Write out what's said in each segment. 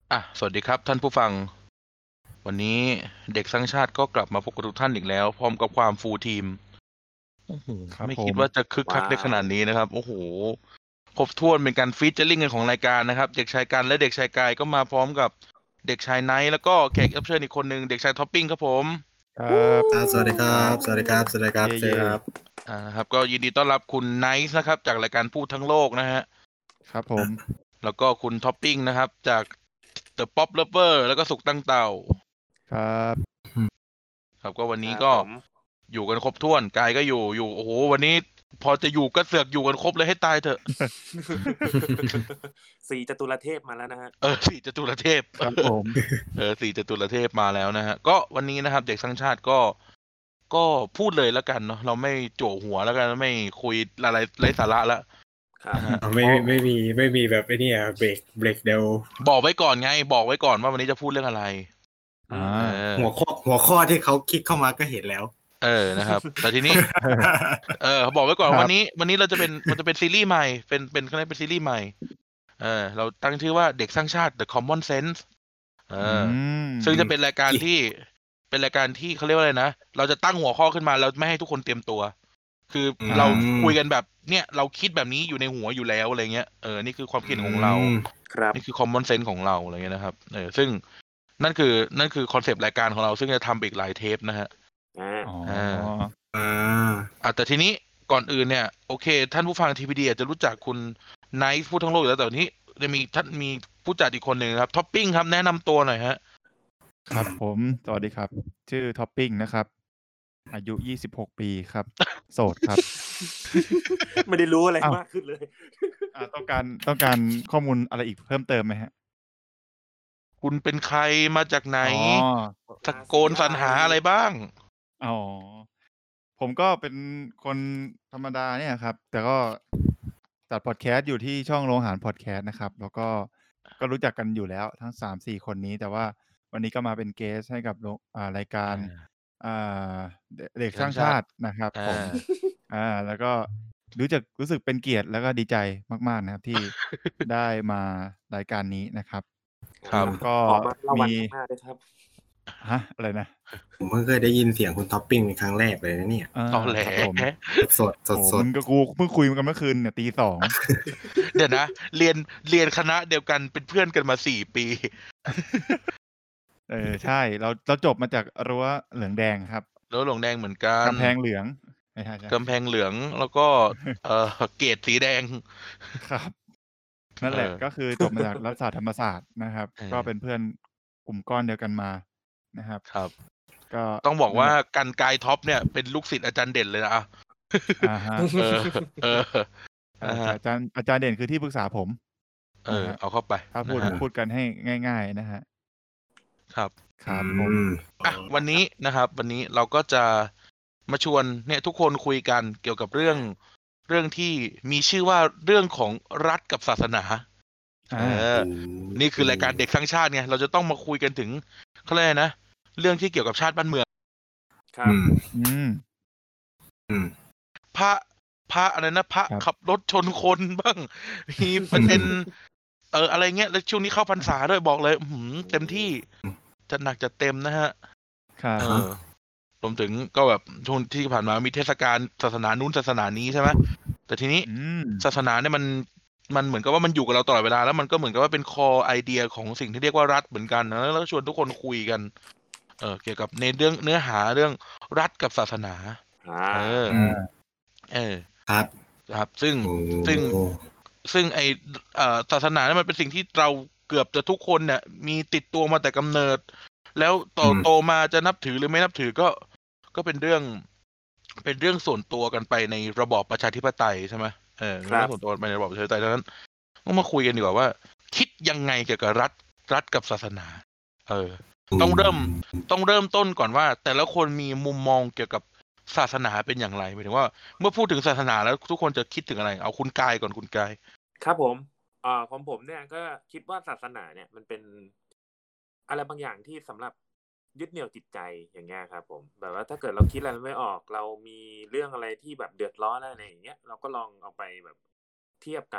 สวัสดีครับท่านผู้ฟังวันนี้เด็กสร้างชาติก็กลับมาพบกับทุกท่านอีกแล้วพร้อมกับความฟูลทีมโอ้โหครับไม่ผมคิดว่าจะคึกคักได้ขนาดนี้นะครับโอ้โหครบถ้วนเป็นการฟีเจอริ่งกันของรายการนะครับเด็กชายกันและเด็กชายกายก็มาพร้อมกับเด็กชายไนท์แล้วก็แขกรับเชิญอีกคนหนึ่งเด็กชายท็อปปิ้งครับผมครับสวัสดีคครัรับบสวัสดีครับสวัสดีครับเย่ครับครับก็ยินดีต้อนรับคุณไนท์นะครับจากรายการพูดทั้งโลกนะฮะครับผมแล้วก็คุณท็อปปิ้งนะครับจาก The Pop Lover แล้วก็สุขตั้งเต่าครับครับก็วันนี้ครับก็ผมอยู่กันครบถ้วนกายก็อยู่โอ้โหวันนี้พอจะอยู่ก็เสือกอยู่กันครบเลยให้ตายเถอะสี่จตุรเทพมาแล้วนะฮะสี่จตุรเทพครับผมสี่จตุรเทพมาแล้วนะฮะก็วันนี้นะครับเด็กสร้างชาติก็พูดเลยแล้วกันเนาะเราไม่โจั่วหัวแล้วกันไม่คุยอะไรไร้สาระแล้วครับนะฮะไม่มีแบบไอ้นี่เบรกเดียวบอกไว้ก่อนไงบอกไว้ก่อนว่าวันนี้จะพูดเรื่องอะไรอ่าเออหัวข้อที่เขาคิดเข้ามาก็เห็นแล้วนะครับ แต่ทีนี้เขาบอกไว้ก่อนวันนี้เราจะเป็นมันจะเป็นซีรีส์ใหม่เป็นเขาเรียกเป็นซีรีส์ใหม่เราตั้งชื่อว่าเด็กสร้างชาติ The Common Sense ซึ่งจะเป็นรายการที่เขาเรียกว่าอะไรนะเราจะตั้งหัวข้อขึ้นมาแล้วไม่ให้ทุกคนเตรียมตัว คือเราคุยกันแบบเนี่ยเราคิดแบบนี้อยู่ในหัวอยู่แล้วอะไรเงี้ยนี่คือความคิดของเราครับนี่คือ common sense ของเราอะไรเงี้ยนะครับซึ่งนั่นคือคอนเซปต์รายการของเราซึ่งจะทำอีกหลายเทปนะฮะอ๋อแต่ทีนี้ก่อนอื่นเนี่ยโอเคท่านผู้ฟังทีพีดีอาจจะรู้จักคุณไนท์พูดทั้งโลกอยู่แล้วแต่วันนี้จะมีผู้จัดอีกคนหนึ่งครับท็อปปิ้งครับแนะนำตัวหน่อยฮะครับผมสวัสดีครับ ชื่อท็อปปิ้งนะครับ อายุ26 ปีครับ โสดครับไม่ได้รู้อะไรอ้าวมากขึ้นเลยต้องการข้อมูลอะไรอีกเพิ่มเติมไหมฮะคุณเป็นใครมาจากไหนอ๋อตะโกนสรรหาอะไรบ้างอ๋อผมก็เป็นคนธรรมดาเนี่ยครับ แต่ก็จัดพอดแคสต์อยู่ที่ช่องโรงอาหารพอดแคสต์นะครับ แล้วก็รู้จักกันอยู่แล้วทั้ง3-4 คนนี้ แต่ว่าวันนี้ก็มาเป็นเกสต์ให้กับรายการอ่าเด็กสร้างชาตินะครับผมแล้วก็รู้สึกเป็นเกียรติแล้วก็ดีใจมากๆนะครับ ที่ได้มารายการนี้นะครับครับก็ขอมาเล่าวันมีข้างหน้าด้วยครับอะไรนะผมเพิ่งเคยได้ยินเสียงคุณท็อปปิ้งเป็นครั้งแรกเลยนะเนี่ยตอนแหลครับผมสดโอ้มึงกับกูเพิ่งคุยกันเมื่อคืนเนี่ย 2:00 เดี๋ยวนะเรียนคณะเดียวกันเป็นเพื่อนกันมา4 ปีใช่เราจบมาจากรั้วเหลืองแดงครับแล้วหลงแดงเหมือนกันกำแพงเหลืองไม่ใช่กำแพงเหลืองแล้วก็เกรดสีแดงครับ นั่นแหละเออก็คือจบมาจากรัฐศาสตร์ธรรมศาสตร์นะครับ ก็เป็นเพื่อนกลุ่มก้อนเดียวกันมานะครับครับก็ต้องบอกว่ากันกายท็อปเนี่ยเป็นลูกศิษย์อาจารย์เด่นเลยนะอ่าฮะ อาจารย์เด่นคือที่ปรึกษาผมเอาเข้าไปถ้าพูดกันให้ง่าย ๆ นะฮะครับครับผมวันนี้นะครับ วันนี้เราก็จะมาชวนเนี่ยทุกคนคุยกันเกี่ยวกับเรื่องที่มีชื่อว่าเรื่องของรัฐกับศาสนา นี่คือรายการเด็กสร้างชาติไงเราจะต้องมาคุยกันถึงเขาเรียกนะเรื่องที่เกี่ยวกับชาติบ้านเมืองครับพระอะไรนะพระขับรถชนคนบ้าง มีประเด็นอะไรเงี้ยแล้วช่วงนี้เข้าพรรษาด้วยบอกเลยเต็มที่จะหนักจะเต็มนะฮะครับรวมถึงก็แบบช่วงที่ผ่านมามีเทศกาลศาสนานู้นศาสนานี้ใช่ไหมแต่ทีนี้ศาสนาเนี่ยมันเหมือนกับว่ามันอยู่กับเราตลอดเวลาแล้วมันก็เหมือนกับว่าเป็นคอไอเดียของสิ่งที่เรียกว่ารัฐเหมือนกันนะแล้วชวนทุกคนคุยกันเกี่ยวกับในเรื่องเนื้อหาเรื่องรัฐกับศาสนาครับซึ่งไอศาสนาเนี่ยมันเป็นสิ่งที่เราเกือบจะทุกคนเนี่ยมีติดตัวมาแต่กำเนิดแล้วโตมาจะนับถือหรือไม่นับถือก็เป็นเรื่องส่วนตัวกันไปในระบอบประชาธิปไตยใช่ไหมเรื่องส่วนตัวไปในระบอบประชาธิปไตยดังนั้นต้องมาคุยกันดีกว่าว่าคิดยังไงเกี่ยวกับรัฐกับศาสนาต้องเริ่มต้นก่อนว่าแต่ละคนมีมุมมองเกี่ยวกับศาสนาเป็นอย่างไรหมายถึงว่าเมื่อพูดถึงศาสนาแล้วทุกคนจะคิดถึงอะไรเอาคุณกายก่อนคุณกายครับผมของผมเนี่ยก็คิดว่าศาสนาเนี่ยมันเป็นอะไรบางอย่างที่สำหรับยึดเหนี่ยวจิตใจอย่างเงี้ยครับผมแบบว่าถ้าเกิดเราคิดอะไรไม่ออกเรามีเรื่องอะไรที่แบบเดือดร้อนอะไรอย่างเงี้ยเราก็ลองเอาไปแบบเทียบกับ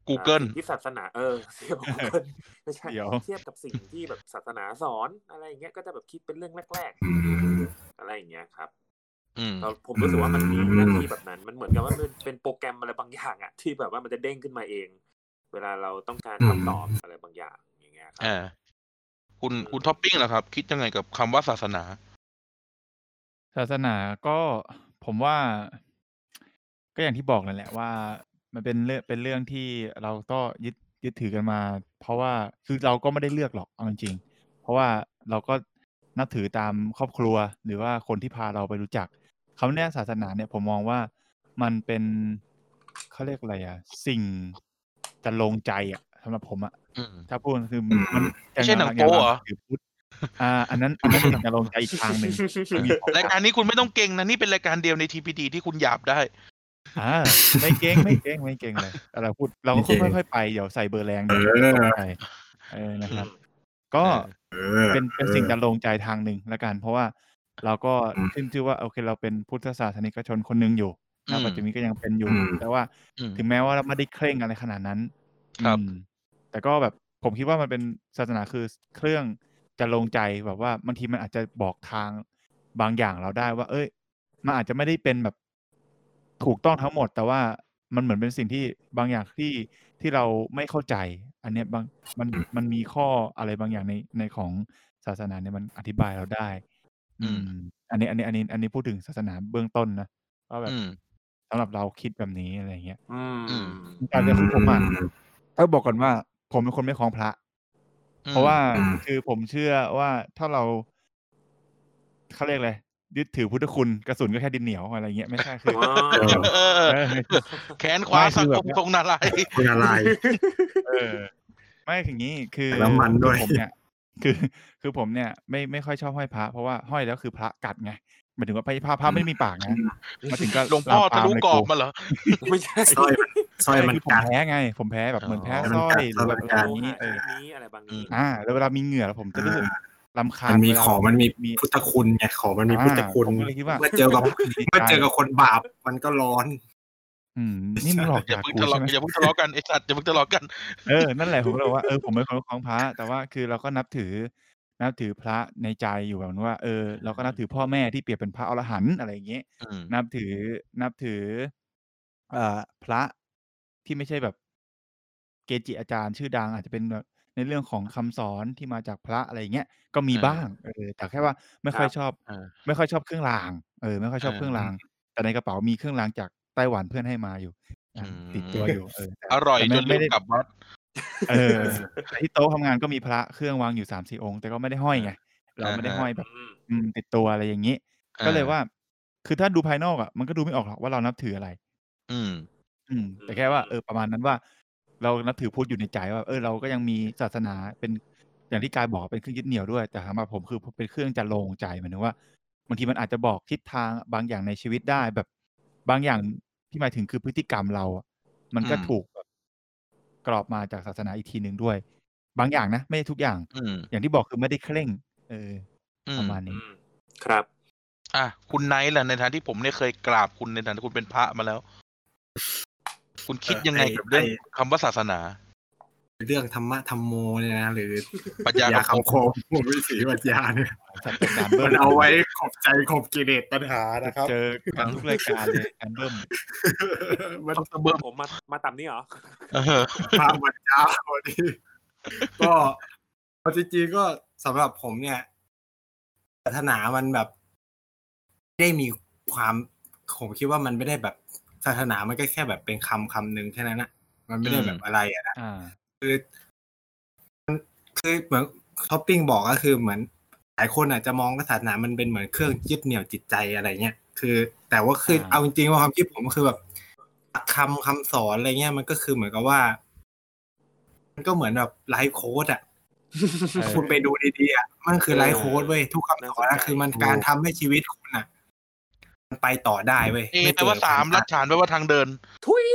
Google สิ่งที่ศาสนาเทียบกับ Google ไม่ใช่เดี๋ยวเทียบกับสิ่งที่แบบศาสนาสอนอะไรอย่างเงี้ยก็จะแบบคิดเป็นเรื่องแรกอืมๆอะไรอย่างเงี้ยครับอืมผมรู้สึกว่ามันมีหน้าที่แบบนั้นมันเหมือนกับว่ามันเป็นโปรแกรมอะไรบางอย่างอะที่แบบว่ามันจะเด้งขึ้นมาเอง เวลาเราต้องการคำตอบอะไรบางอย่างอย่างเงี้ยครับคุณท็อปปิ้งล่ะครับ คิดยังไงกับคำว่าศาสนาศาสนาก็ผมว่า ก็อย่างที่บอกนั่นแหละว่า มันเป็นเรื่องที่เราก็ยึดถือกันมา เพราะว่าคือเราก็ไม่ได้เลือกหรอกเอาจริงๆเพราะว่าเราก็นับถือตามครอบครัว หรือว่าคนที่พาเราไปรู้จักคำนี้ศาสนาเนี่ย ผมมองว่ามันเป็นเขาเรียกอะไรอ่ะ สิ่งจะลงใจอ่ะสำหรับผมอ่ะอืมถ้าพูดคือมันไม่ใช่หนังโป๊เหรอถือพุทธอันนั้นสิ่งจะลงใจอีกทางหนึ่งมีของรายการนี้คุณไม่ต้องเก่งนะ นี่เป็นรายการเดียวใน TPD ที่คุณหยาบได้ไม่เก่งเลยเราพูดเราก็ค่อยๆไปเดี๋ยวใส่เบอร์แรงเดี๋ยวตกใจนะครับ ก็เป็นสิ่งจะลงใจทางหนึ่งแล้วกัน เพราะว่าเราก็ขึ้นชื่อว่าโอเคเราเป็นพุทธศาสนิกชนคนหนึ่งอยู่ณปัจจุบันก็ยังเป็นอยู่ แต่ว่าถึงแม้ว่าเราไม่ได้เคร่งอะไรขนาดนั้นครับแต่ก็แบบผมคิดว่ามันเป็นศาสนาคือเครื่องจะลงใจแบบว่าบางทีมันอาจจะบอกทางบางอย่างเราได้ว่า เอ้ยมันอาจจะไม่ได้เป็นแบบถูกต้องทั้งหมด แต่ว่ามันเหมือนเป็นสิ่งที่บางอย่างที่เราไม่เข้าใจ อันเนี้ยมันมีข้ออะไรบางอย่างในของศาสนาเนี่ยมันอธิบายเราได้ อันนี้พูดถึงศาสนาเบื้องต้นนะว่าแบบสำหรับเราคิดแบบนี้อะไรอย่างเงี้ยการเรียนของผมอ่ะต้องบอกก่อนว่า ผมเป็นคนไม่คล้องพระ เพราะว่าคือผมเชื่อว่าถ้าเราเขาเรียกอะไรยึดถือพุทธคุณกระสุนก็แค่ดินเหนียวอะไรเงี้ยไม่ใช่คือแขนขวาสักตรงนาลายคุณอะไรไม่อย่างนี้คือแล้วมันด้วยผมเนี่ยคือผมเนี่ยไม่ค่อยชอบห้อยพระเพราะว่าห้อยแล้วคือพระกัดไงหมายถึงว่าพระไม่มีปากนะมาถึงก็หลวงพ่อทะลุกรอบมาเหรอไม่ใช่สร้อยมันผมกัดแพ้ไง ผมแพ้แบบเหมือนแพ้อ๋อสร้อยหรือแบบมันอะไรกัดอย่างนี้นี้อะไรบางนี้แล้วเวลามีเหงื่อแล้วผมจะรู้สึกรำคาญมันมีเวลาของมันมีมีพุทธคุณไงของมันมีพุทธคุณผมก็เลยคิดว่าเมื่อเจอกับคนบาปมันก็ร้อนนี่มึงหลอกอย่าด่าเพิ่งกูทะเลาะใช่ไหมอย่าเพิ่งทะเลาะกันไอ้สัตว์อย่าเพิ่งทะเลาะกันนั่นแหละผมก็เลยว่าผมเป็นคนคล้องพระแต่ว่าคือเราก็นับถือพระในใจอยู่แบบว่าเราก็นับถือพ่อแม่ที่เปรียบเป็นพระอรหันต์อะไรอย่างเงี้ย นับถือพระที่ไม่ใช่แบบเกจิอาจารย์ชื่อดังอาจจะเป็นแบบในเรื่องของคำสอนที่มาจากพระอะไรอย่างเงี้ยก็มีบ้างแต่แค่ว่าไม่ค่อยชอบเครื่องรางไม่ค่อยชอบเครื่องรางแต่ในกระเป๋ามีเครื่องรางจากไต้หวันเพื่อนให้มาอยู่ติดตัวอยู่อร่อยแต่จนลืไม่มได้กลับวัดแต่ที่โต๊ะทำงานก็มีพระเครื่องวางอยู่ 3-4 องค์แต่ก็ไม่ได้ห้อยไงเราไม่ได้ห้อยแบบติดตัวอะไรอย่างงี้ก็เลยว่าคือถ้าดูภายนอกอ่ะมันก็ดูไม่ออกหรอกว่าเรานับถืออะไรแต่แค่ว่าประมาณนั้นว่าเรานับถือพุทธอยู่ในใจว่าเราก็ยังมีศาสนาเป็นอย่างที่กายบอกเป็นเครื่องยึดเหนี่ยวด้วยแต่สำหรับผมคือเป็นเครื่องจะลงใจหมายถึงว่าบางทีมันอาจจะบอกทิศทางบางอย่างในชีวิตได้แบบบางอย่างที่หมายถึงคือพฤติกรรมเราอ่ะมันก็ถูกแบบกรอบมาจากศาสนาอีกทีนึงด้วยบางอย่างนะไม่ใช่ทุกอย่างอย่างที่บอกคือไม่ได้เคร่งประมาณนี้ครับคุณไนท์ล่ะในฐานะที่ผมเนี่ยเคยกราบคุณในฐานะที่คุณเป็นพระมาแล้ว คุณคิดยังไงกับเรื่องคำว่าศาสนาเรื่องธรรมะธรรมโมเนี่ยนะหรือปรัชญาคำคมผมวิสีปรัชญาเนี่ยการเบิ้มันเอาไว้ขอบใจขอบกิเลสตัณหานะครับเจอกันทุกรายการเลยการเบิ้มผมมาต่ำนี่เหรอพระบัญชาวันนี้ก็จริงๆก็สำหรับผมเนี่ยศาสนามันแบบได้มีความผมคิดว่ามันไม่ได้แบบศาสนามันก็แค่แบบเป็นคำหนึ่งแค่นั้นนะมันไม่ได้แบบอะไรอะนะคือเหมือนท็อปปิ้งบอกก็คือเหมือนหลายคนอาจจะมองว่าศาสนามันเป็นเหมือนเครื่องยึดเหนี่ยวจิตใจอะไรเงี้ยคือแต่ว่าคือเอาจริงๆว่าความคิดผมก็คือแบบคำสอนอะไรเงี้ยมันก็คือเหมือนกับว่ามันก็เหมือนแบบไลฟ์โค้ดอ่ะคุณไปดูดีๆอ่ะมันคือไลฟ์โค้ดเว้ยทุกคำสอนคือมันการทำให้ชีวิตคุณอ่ะมันไปต่อได้เว้ยแปลว่า3ลัทธิแปลว่าทางเดินทุย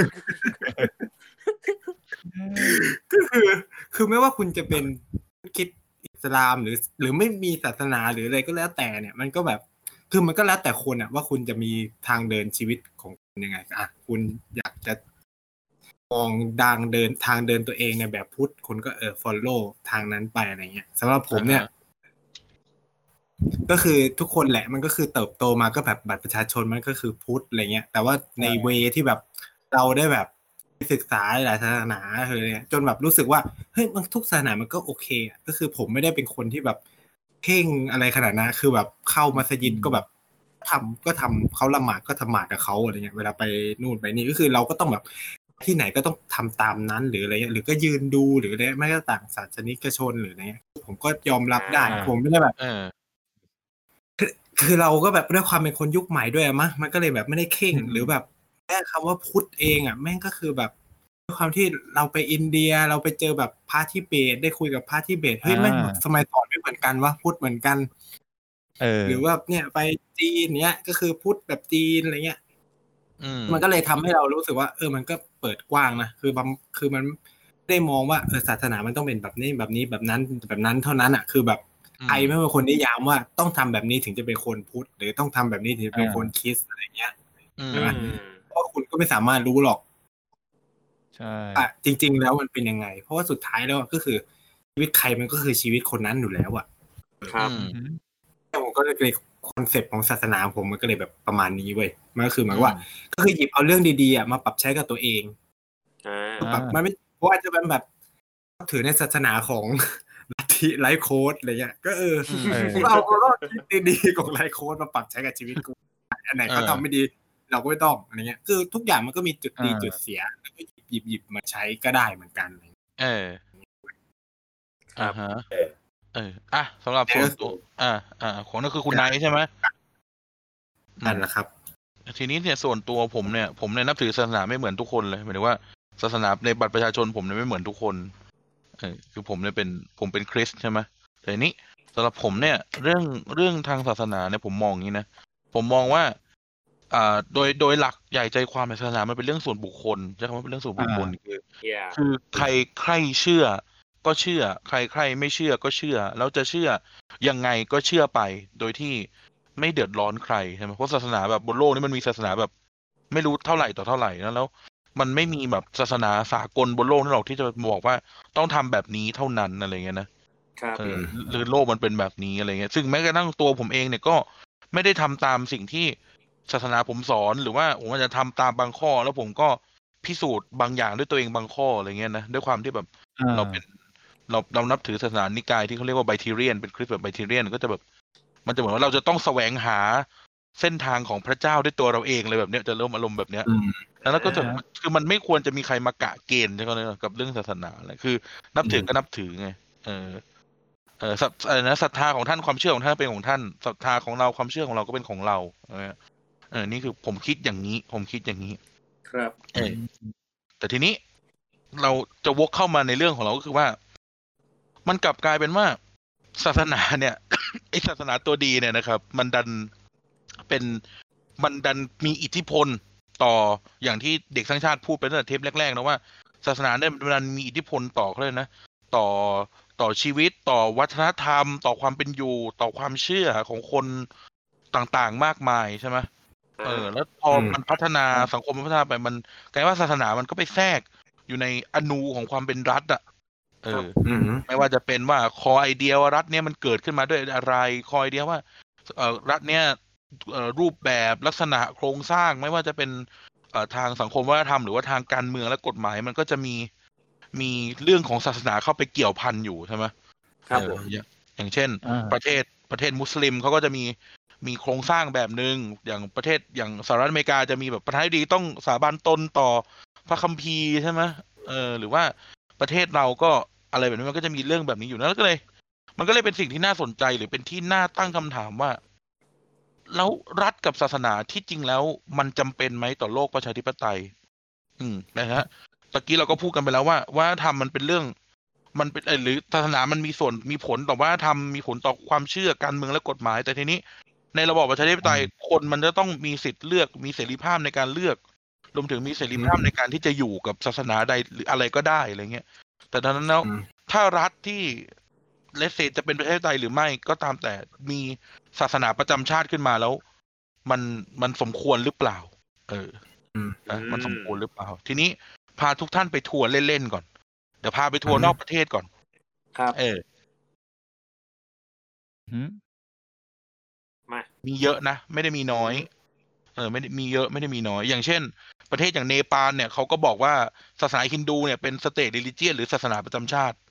คือไม่ว่าคุณจะเป็นคิดอิสลามหรือไม่มีศาสนาหรืออะไรก็แล้วแต่เนี่ยมันก็แบบคือมันก็แล้วแต่คนอ่ะว่าคุณจะมีทางเดินชีวิตของคุณยังไงคุณอยากจะมองทางเดินตัวเองในแบบพุทธคนก็follow ทางนั้นไปอะไรเงี้ยสำหรับผมเนี่ยก็คือทุกคนแหละมันก็คือเติบโตมาก็แบบบัตรประชาชนมันก็คือพุทธอะไรเงี้ยแต่ว่าในเวที่แบบเราได้แบบศึกษาหลายศาสนาเลยจนแบบรู้สึกว่าเฮ้ยมันทุกศาสนามันก็โอเคก็คือผมไม่ได้เป็นคนที่แบบเพ่งอะไรขนาดนั้นคือแบบเข้ามัสยิดก็แบบทำเขาละหมาดก็ทำหมาดกับเขาอะไรเงี้ยเวลาไปนู่นไปนี่ก็คือเราก็ต้องแบบที่ไหนก็ต้องทำตามนั้นหรืออะไรเงี้ยหรือก็ยืนดูหรืออะไรไม่ก็ต่างศาสนิกชนหรืออะไรเงี้ยผมก็ยอมรับได้ผมไม่ได้แบบคือเราก็แบบด้วยความเป็นคนยุคใหม่ด้วยมั้งมันก็เลยแบบไม่ได้เข่งหรือแบบแค่คำว่าพุทธเองแม่งก็คือแบบด้วยความที่เราไปอินเดียเราไปเจอแบบพระทิเบตได้คุยกับพระทิเบตเฮ้ยแม่งสมัยสอนไม่เหมือนกันว่าพุทธเหมือนกันหรือว่าเนี่ยไปจีนเนี้ยก็คือพุทธแบบจีนอะไรเงี้ยมันก็เลยทำให้เรารู้สึกว่ามันก็เปิดกว้างนะคือมันได้มองว่าศาสนามันต้องเป็นแบบนี้แบบนี้แบบนั้นเท่านั้นคือแบบใครไม่เป็นคนนิยามว่าต้องทำแบบนี้ถึงจะเป็นคนพุทธหรือต้องทำแบบนี้ถึงจะเป็นคนคริสต์อะไรเงี้ยใช่ไหมเพราะคุณก็ไม่สามารถรู้หรอกใช่จริงๆแล้วมันเป็นยังไงเพราะว่าสุดท้ายแล้วก็คือชีวิตใครมันก็คือชีวิตคนนั้นอยู่แล้วครับผมก็เลยคอนเซ็ปต์ของศาสนาผมมันก็เลยแบบประมาณนี้เว้ยมันก็คือหมายว่าก็คือหยิบเอาเรื่องดีๆมาปรับใช้กับตัวเองแบบมันไม่ว่าจะเป็นแบบถือในศาสนาของลัทธิไลฟ์โค้ดอะไรเงี้ยก็เราก็คิดดีๆของไลฟ์โค้ดมาปรับใช้กับชีวิตกูอันไหนเขาทำไม่ดีเราก็ไม่ต้องอะไรเงี้ยคือทุกอย่างมันก็มีจุดดีจุดเสียแล้วก็หยิบมาใช้ก็ได้เหมือนกันครับสำหรับส่วนตัวของนั่นคือคุณไนท์ใช่ไหมนั่นแหละครับทีนี้เนี่ยส่วนตัวผมเนี่ยนับถือศาสนาไม่เหมือนทุกคนเลยหมายถึงว่าศาสนาในบัตรประชาชนผมเนี่ยไม่เหมือนทุกคนคือผมเนี่ยผมเป็นคริสต์ใช่ไหมแต่นี้สำหรับผมเนี่ยเรื่องทางศาสนาเนี่ยผมมองอย่างนี้นะผมมองว่าโดยหลักใหญ่ใจความในศาสนามันเป็นเรื่องส่วนบุคคลใช่ไหมเป็นเรื่องส่วนบุคคลคือใครเชื่อก็เชื่อใครไม่เชื่อก็เชื่อแล้วจะเชื่อยังไงก็เชื่อไปโดยที่ไม่เดือดร้อนใครใช่ไหมเพราะศาสนาแบบบนโลกนี้มันมีศาสนาแบบไม่รู้เท่าไหร่ต่อเท่าไหร่แล้วมันไม่มีแบบศาสนาสากลบนโลกนั่นหรอกที่จะบอกว่าต้องทำแบบนี้เท่านั้นอะไรเงี้ยนะหรือโลกมันเป็นแบบนี้อะไรเงี้ยซึ่งแม้กระทั่งตัวผมเองเนี่ยก็ไม่ได้ทำตามสิ่งที่ศาสนาผมสอนหรือว่าผมอาจจะทำตามบางข้อแล้วผมก็พิสูจน์บางอย่างด้วยตัวเองบางข้ออะไรเงี้ยนะด้วยความที่แบบเรานับถือศาสนานิกายที่เขาเรียกว่าไบทีเรียนเป็นคริสต์แบบไบทีเรียนก็จะแบบมันจะเหมือนว่าเราจะต้องแสวงหาเส้นทางของพระเจ้าด้วยตัวเราเองเลยแบบเนี้ยจะเริ่มอารมณ์แบบเนี้ยแล้วก็จะคือมันไม่ควรจะมีใครมากะเกณฑ์ใช่ไหมกับเรื่องศาสนาอะไรคือนับถือก็นับถือไงศรัทธาของท่านความเชื่อของท่านเป็นของท่านศรัทธาของเราความเชื่อของเราก็เป็นของเรานี่คือผมคิดอย่างนี้ครับแต่ทีนี้เราจะวกเข้ามาในเรื่องของเราก็คือว่ามันกลับกลายเป็นว่าศาสนาเนี่ย ไอศาสนาตัวดีเนี่ยนะครับมันดันมีอิทธิพลต่ออย่างที่เด็กสร้างชาติพูดไปตั้งแต่เทปแรกๆนะว่าศาสนาเนี่ยมันมีอิทธิพลต่อเขาเลยนะต่อชีวิตต่อวัฒนธรรมต่อความเป็นอยู่ต่อความเชื่อของคนต่างๆมากมายใช่ไหมแล้วพอมันพัฒนาสังคมพัฒนาไปมันกลายว่าศาสนามันก็ไปแทรกอยู่ในอนูของความเป็นรัฐไม่ว่าจะเป็นว่าคอไอเดียว่ารัฐเนี้ยมันเกิดขึ้นมาด้วยอะไรคอไอเดียว่ารัฐเนี้ยรูปแบบลักษณะโครงสร้างไม่ว่าจะเป็นทางสังคมวัฒนธรรมหรือว่าทางการเมืองและกฎหมายมันก็จะมีเรื่องของศาสนาเข้าไปเกี่ยวพันอยู่ใช่ไหมครับอย่างเช่นประเทศมุสลิมเขาก็จะมีโครงสร้างแบบนึงอย่างประเทศอย่างสหรัฐอเมริกาจะมีแบบประธานาธิบดีต้องสาบานตนต่อพระคัมภีร์ใช่ไหมหรือว่าประเทศเราก็อะไรแบบนี้มันก็จะมีเรื่องแบบนี้อยู่นะแล้วก็เลยมันก็เลยเป็นสิ่งที่น่าสนใจหรือเป็นที่น่าตั้งคำถามว่าแล้วรัฐกับศาสนาที่จริงแล้วมันจำเป็นไหมต่อโลกประชาธิปไตยนะฮะตะกี้เราก็พูดกันไปแล้วว่าธรรมมันเป็นเรื่องมันเป็นหรือศาสนามันมีผลต่อว่าธรรมมีผลต่อความเชื่อการเมืองและกฎหมายแต่ทีนี้ในระบอบประชาธิปไตยคนมันจะต้องมีสิทธิ์เลือกมีเสรีภาพในการเลือกรวมถึงมีเสรีภาพในการที่จะอยู่กับศาสนาใดหรืออะไรก็ได้อะไรเงี้ยแต่ดังนั้นแล้วถ้ารัฐที่เลสเซจะเป็นประชาธิปไตยหรือไม่ก็ตามแต่มีศาสนาประจำชาติขึ้นมาแล้วมันสมควรหรือเปล่ามันสมควรหรือเปล่าทีนี้พาทุกท่านไปทัวร์เล่นๆก่อนเดี๋ยวพาไปทัวร์นอกประเทศก่อนครับ มามีเยอะนะไม่ได้มีน้อยไม่ได้มีเยอะไม่ได้มีน้อยอย่างเช่นประเทศอย่างเนปาลเนี่ยเขาก็บอกว่าศาสนาฮินดูเนี่ยเป็น state religion หรือศาสนาประจำชาติ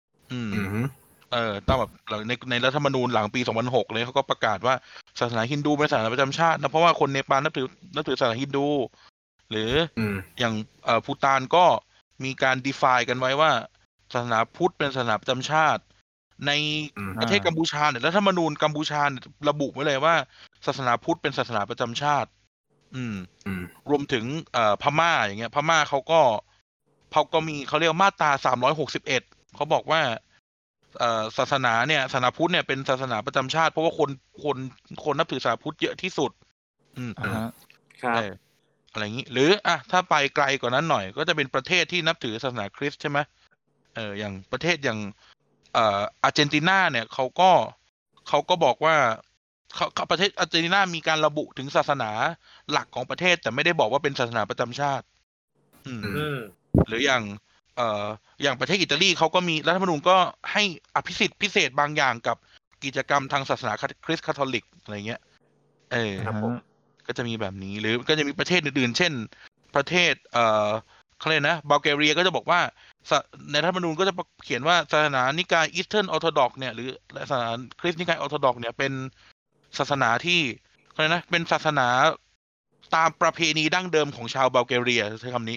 ตามแบบในรัฐธรรมนูญหลังปี 2006 เลยเขาก็ประกาศว่าศาสนาฮินดูเป็นศาสนาประจำชาตินะเพราะว่าคนเนปาลนับถือศาสนาฮินดูหรืออย่างภูฏานก็มีการ define กันไว้ว่าศาสนาพุทธเป็นศาสนาประจำชาติในประเทศกัมพูชาเนี่ยรัฐธรรมนูญกัมพูชาระบุไว้เลยว่าศาสนาพุทธเป็นศาสนาประจำชาติรวมถึงพม่าอย่างเงี้ยพม่าเขาก็มีเขาเรียกมาตรา361เขาบอกว่าศาสนาเนี่ยศาสนาพุทธเนี่ยเป็นศาสนาประจำชาติเพราะว่าคนนับถือศาสนาพุทธเยอะที่สุดครับอะไรอย่างนี้หรือถ้าไปไกลกว่านั้นหน่อยก็จะเป็นประเทศที่นับถือศาสนาคริสต์ใช่ไหมอย่างประเทศอย่างอาร์เจนตินาเนี่ยเขาก็บอกว่าประเทศอาร์เจนตินามีการระบุถึงศาสนาหลักของประเทศแต่ไม่ได้บอกว่าเป็นศาสนาประจำชาติหรืออย่างประเทศอิตาลีเขาก็มีรัฐธรรมนูญก็ให้อภิสิทธิ์พิเศษบางอย่างกับกิจกรรมทางศาสนาคริสต์คาทอลิกอะไรเงี้ยครับผมก็จะมีแบบนี้หรือก็จะมีประเทศอื่นๆเช่นประเทศเขาเรียกนะบัลแกเรียก็จะบอกว่าในรัฐธรรมนูญก็จะเขียนว่าศาสนานิกายอีสเทิร์นออร์โธดอกซ์เนี่ยหรือศาสนาคริสต์นิกายออร์โธดอกซ์เนี่ยเป็นศาสนาที่เขาเรียกนะเป็นศาสนาตามประเพณีดั้งเดิมของชาวบัลแกเรียใช้คำนี้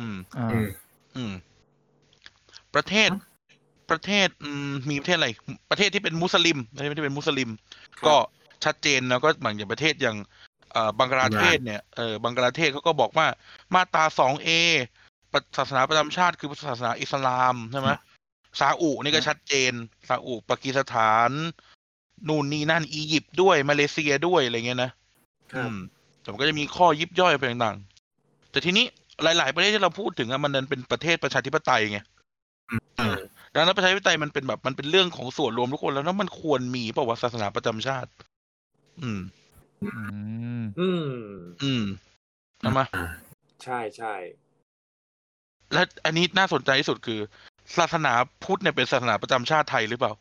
ประเทศมีประเทศอะไรประเทศที่เป็นมุสลิมไม่ได้เป็นมุสลิมก็ชัดเจนแล้วก็อย่างประเทศอย่างบังกลาเทศเนี่ยบังกลาเทศเขาก็บอกว่ามาตรา 2A ศาสนาประจำชาติคือศาสนาอิสลามใช่ไหมซาอุนี่ก็ชัดเจนซาอุปากีสถานนู่นนี่นั่นอียิปต์ด้วยมาเลเซียด้วยอะไรเงี้ยนะแต่มันก็จะมีข้อยิบย่อยไปต่างๆแต่ทีนี้หลายๆประเทศที่เราพูดถึงมันนั้นเป็นประเทศประชาธิปไตยไงดังนั้นประชาธิปไตยมันเป็นแบบมันเป็นเรื่องของส่วนรวมทุกคนแล้วมันควรมีเปล่าวะศาสนาประจำชาติทำไมใช่ใช่และอันนี้น่าสนใจที่สุดคือศาสนาพุทธเนี่ยเป็นศาสนาประจำชาติไทยหรือเปล่า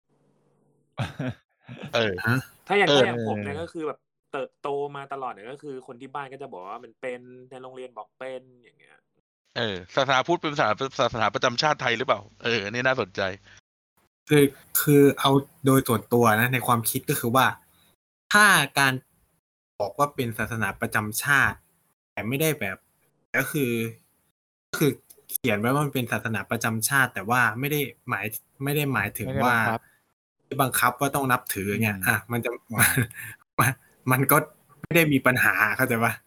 ถ้าอย่างผมเนี่ยก็คือแบบเติบโตมาตลอดเนี่ยก็คือคนที่บ้านก็จะบอกว่ามันเป็นในโรงเรียนบอกเป็นอย่างเงี้ยศาสนาพุทธเป็นศาสนาประจำชาติไทยหรือเปล่านี่น่าสนใจคือเอาโดยส่วนตัวนะในความคิดก็คือว่าถ้าการบอกว่าเป็นศาสนาประจำชาติแต่ไม่ได้แบบก็คือเขียนไว้ว่ามันเป็นศาสนาประจำชาติแต่ว่าไม่ได้หมายถึงว่าบังคับว่าต้องนับถือเงี้ยมันจะมันก็ไม่ได้มีปัญหาเข้าใจป่ะ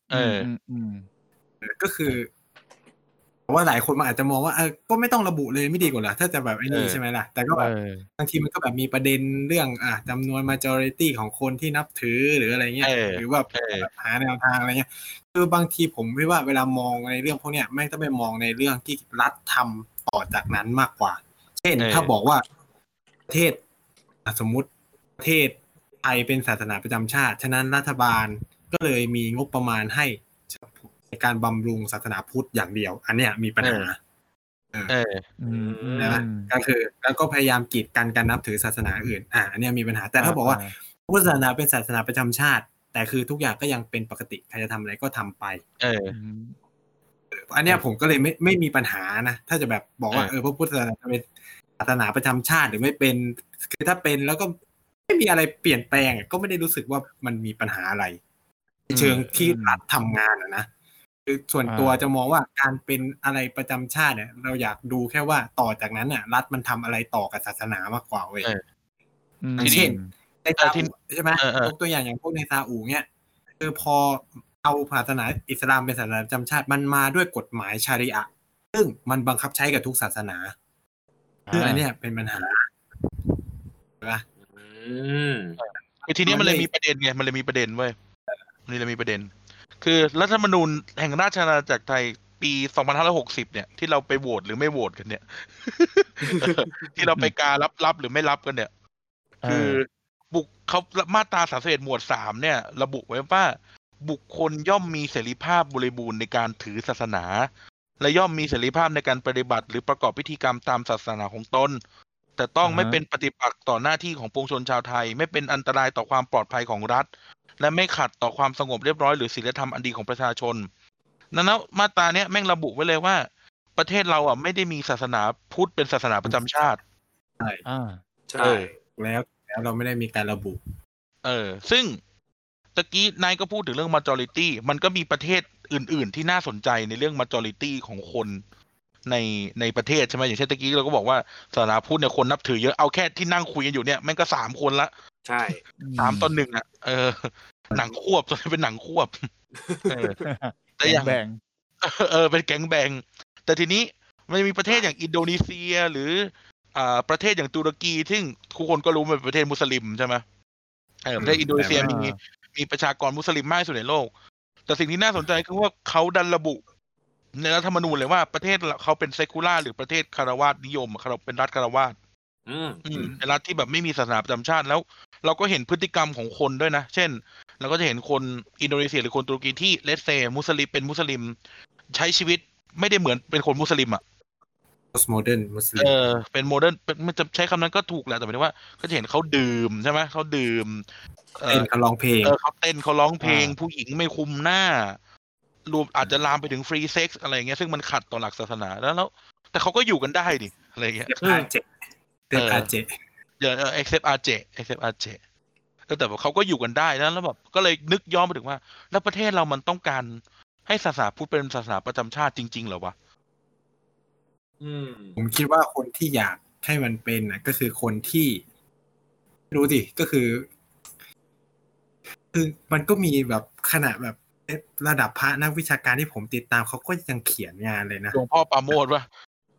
ก็คือว่าหลายคนมันอาจจะมองว่าก็ไม่ต้องระบุเลยไม่ดีกว่าเหรอถ้าจะแบบไอ้นี่ใช่ไหมล่ะแต่ก็แบบบางทีมันก็แบบมีประเด็นเรื่องจำนวน majority ของคนที่นับถือหรืออะไรเงี้ยหรือว่าหาแนวทางอะไรเงี้ยคือบางทีผมคิดว่าเวลามองในเรื่องพวกเนี้ยไม่ต้องไปมองในเรื่องที่รัฐทำต่อจากนั้นมากกว่าเช่นถ้าบอกว่าประเทศสมมุติประเทศไทยเป็นศาสนาประจำชาติฉะนั้นรัฐบาลก็เลยมีงบประมาณให้ในการบำรุงศาสนาพุทธอย่างเดียวอันเนี้ยมีปัญหานะก็คือแล้วก็พยายามกีดกันการนับถือศาสนาอื่นอันเนี้ยมีปัญหาแต่ถ้าบอกว่าพุทธศาสนาเป็นศาสนาประจำชาติแต่คือทุกอย่างก็ยังเป็นปกติใครจะทำอะไรก็ทำไปอันเนี้ยผมก็เลยไม่มีปัญหานะถ้าจะแบบบอกว่าพระพุทธศาสนาเป็นศาสนาประจำชาติหรือไม่เป็นคือถ้าเป็นแล้วก็ไม่มีอะไรเปลี่ยนแปลงก็ไม่ได้รู้สึกว่ามันมีปัญหาอะไรเชิงที่รัฐทำงานนะคือส่วนตัวจะมองว่าการเป็นอะไรประจำชาติเนี่ยเราอยากดูแค่ว่าต่อจากนั้นรัฐมันทำอะไรต่อกับศาสนามากกว่าเว้ยเช่นในซาอุใช่ไหมยกตัวอย่างพวกในซาอุเนี่ยคือพอเอาศาสนาอิสลามเป็นศาสนาประจำชาติมันมาด้วยกฎหมายชาริอะห์ซึ่งมันบังคับใช้กับทุกศาสนาคืออันเนี้ยเป็นปัญหาใช่ปะคือทีนี้มันเลยมีประเด็นไงมันเลยมีประเด็นเว้ยนี่เลยมีประเด็นคือรัฐธรรมนูญแห่งราชอาณาจักรไทยปี2560เนี่ยที่เราไปโหวตหรือไม่โหวตกันเนี่ยที่เราไปการรับหรือไม่รับกันเนี่ยคือเขามาตรา31หมวด3เนี่ยระบุไว้ว่าบุคคลย่อมมีเสรีภาพบริบูรณ์ในการถือศาสนาและย่อมมีเสรีภาพในการปฏิบัติหรือประกอบพิธีกรรมตามศาสนาของตนแต่ต้องไม่เป็นปฏิปักษ์ต่อหน้าที่ของปวงชนชาวไทยไม่เป็นอันตรายต่อความปลอดภัยของรัฐและไม่ขัดต่อความสงบเรียบร้อยหรือศีลธรรมอันดีของประชาชนนั้นมาตราเนี้ยแม่งระบุไว้เลยว่าประเทศเราอ่ะไม่ได้มีศาสนาพุทธเป็นศาสนาประจำชาติใช่ใช่แล้วเราไม่ได้มีการระบุซึ่งตะกี้นายก็พูดถึงเรื่อง majority มันก็มีประเทศอื่นๆที่น่าสนใจในเรื่อง majority ของคนในประเทศใช่ไหมอย่างเช่นตะกี้เราก็บอกว่าศาสนาพุทธเนี่ยคนนับถือเยอะเอาแค่ที่นั่งคุยกันอยู่เนี่ยแม่งก็3 คนละใช่ 3-1อ่ะหนังควบตอนนี้เป็นหนังควบแต่อย่างแบ่งเป็นแก๊งแบงแต่ทีนี้มันมีประเทศอย่างอินโดนีเซียหรือประเทศอย่างตุรกีซึ่งทุกคนก็รู้มันเป็นประเทศมุสลิมใช่ไหมประเทศอินโดนีเซียมีประชากรมุสลิมมากที่สุดในโลกแต่สิ่งที่น่าสนใจคือว่าเขาดันระบุในรัฐธรรมนูญเลยว่าประเทศเขาเป็นเซคูล่าหรือประเทศคารวาสนิยมเขาเป็นรัฐคารวาสเป็นรัฐที่แบบไม่มีศาสนาประจำชาติแล้วเราก็เห็นพฤติกรรมของคนด้วยนะเช่นเราก็จะเห็นคนอินโดนีเซียหรือคนตุรกีที่เลสเซมุสลิมเป็นมุสลิมใช้ชีวิตไม่ได้เหมือนเป็นคนมุสลิมอ่ะ postmodern มุสลิมเป็นโมเดิร์นมันจะใช้คำนั้นก็ถูกแหละแต่หมายถึงว่าก็จะเห็นเขาดื่มใช่ไหมเขาดื่มเต้นเขาร้องเพลงเขาเต้นเขาร้องเพลงผู้หญิงไม่คุมหน้ารวมอาจจะลามไปถึงฟรีเซ็กซ์อะไรเงี้ยซึ่งมันขัดต่อหลักศาสนาแล้วแต่เขาก็อยู่กันได้ดิอะไรเงี้ย RJ except RJ แต่แบบเขาก็อยู่กันได้แล้วแบบก็เลยนึกย้อนไปถึงว่าแล้วประเทศเรามันต้องการให้ศาสนาพุทธเป็นศาสนาประจำชาติจริงๆเหรอวะผมคิดว่าคนที่อยากให้มันเป็นนะก็คือคนที่รู้ดิก็คือมันก็มีแบบขนาดแบบระดับพระนักวิชาการที่ผมติดตามเขาก็ยังเขียนงานเลยนะหลวงพ่อปราโมทย์ป่ะ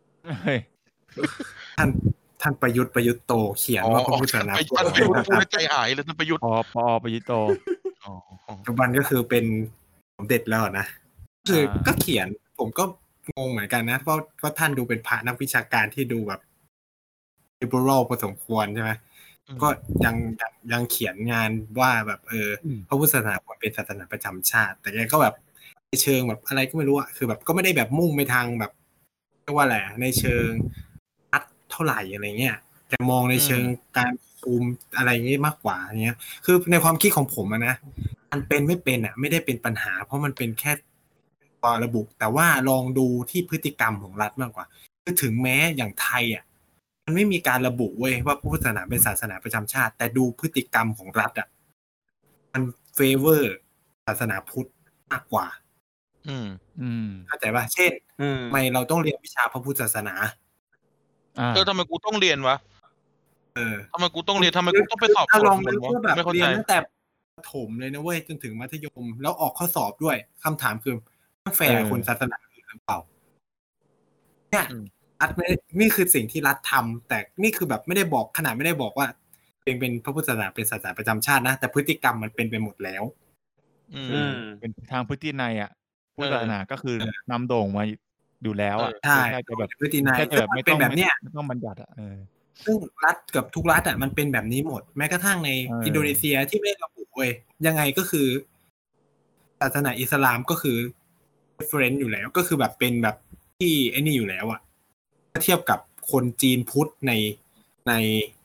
ท่านประยุทธ์โตเขียนว่าพระพุทธศาสนาท่านประยุทธ์พูดใจหายเลยท่านประยุทธ์ประยุทธ์โตปัจจุบันก็คือเป็นสมเด็จแล้วนะคือก็เขียนผมก็งงเหมือนกันนะเพราะท่านดูเป็นพระนักวิชาการที่ดูแบบ liberal พอสมควรใช่ไหมก็ยังเขียนงานว่าแบบพระพุทธศาสนาควรเป็นศาสนาประจำชาติแต่แกก็แบบในเชิงแบบอะไรก็ไม่รู้อ่ะคือแบบก็ไม่ได้แบบมุ่งไปทางแบบเรียกว่าอะไรในเชิงรัฐเท่าไหร่อะไรเงี้ยแต่มองในเชิงการคุมอะไรเงี้ยมากกว่าเนี้ยคือในความคิดของผมนะมันเป็นไม่เป็นอ่ะไม่ได้เป็นปัญหาเพราะมันเป็นแค่ระบุแต่ว่าลองดูที่พฤติกรรมของรัฐมากกว่าคือถึงแม้อย่างไทยอ่ะมันไม่มีการระบุเว้ยว่าพุทธศาสนาเป็นศาสนาประจำชาติแต่ดูพฤติกรรมของรัฐอ่ะมันเฟเวอร์ศาสนาพุทธมากกว่าเข้าใจป่ะเช่นทำไมเราต้องเรียนวิชาพระพุทธศาสนาทำไมกูต้องเรียนวะทำไมกูต้องเรียนทำไมกูต้องไปสอบลองนึกว่าแบบเรียนตั้งแต่ประถมเลยนะเว้ยจนถึงมัธยมแล้วออกข้อสอบด้วยคำถามคือแฟร์คนศาสนาหรือเปล่าเนี่ยรัฐไม่นี่คือสิ่งที่รัฐทำแต่นี่คือแบบไม่ได้บอกขนาดไม่ได้บอกว่าเป็นพระพุทธศาสนาเป็นศาสนาประจำชาตินะแต่พฤติกรรมมันเป็นไปหมดแล้วเป็นทางพฤตินัยอ่ะพุทธศาสนาก็คือนำโด่งมาอยู่แล้วอ่ะใช่แบบพฤตินัยไม่เป็นแบบเนี้ยไม่ต้องบัญญัติอ่ะซึ่งรัฐกับทุกรัฐอ่ะมันเป็นแบบนี้หมดแม้กระทั่งในอินโดนีเซียที่ไม่ระบุเว้ยยังไงก็คือศาสนาอิสลามก็คือ reference อยู่แล้วก็คือแบบเป็นแบบที่ไอ้นี่อยู่แล้วอ่ะเทียบกับคนจีนพุทธใน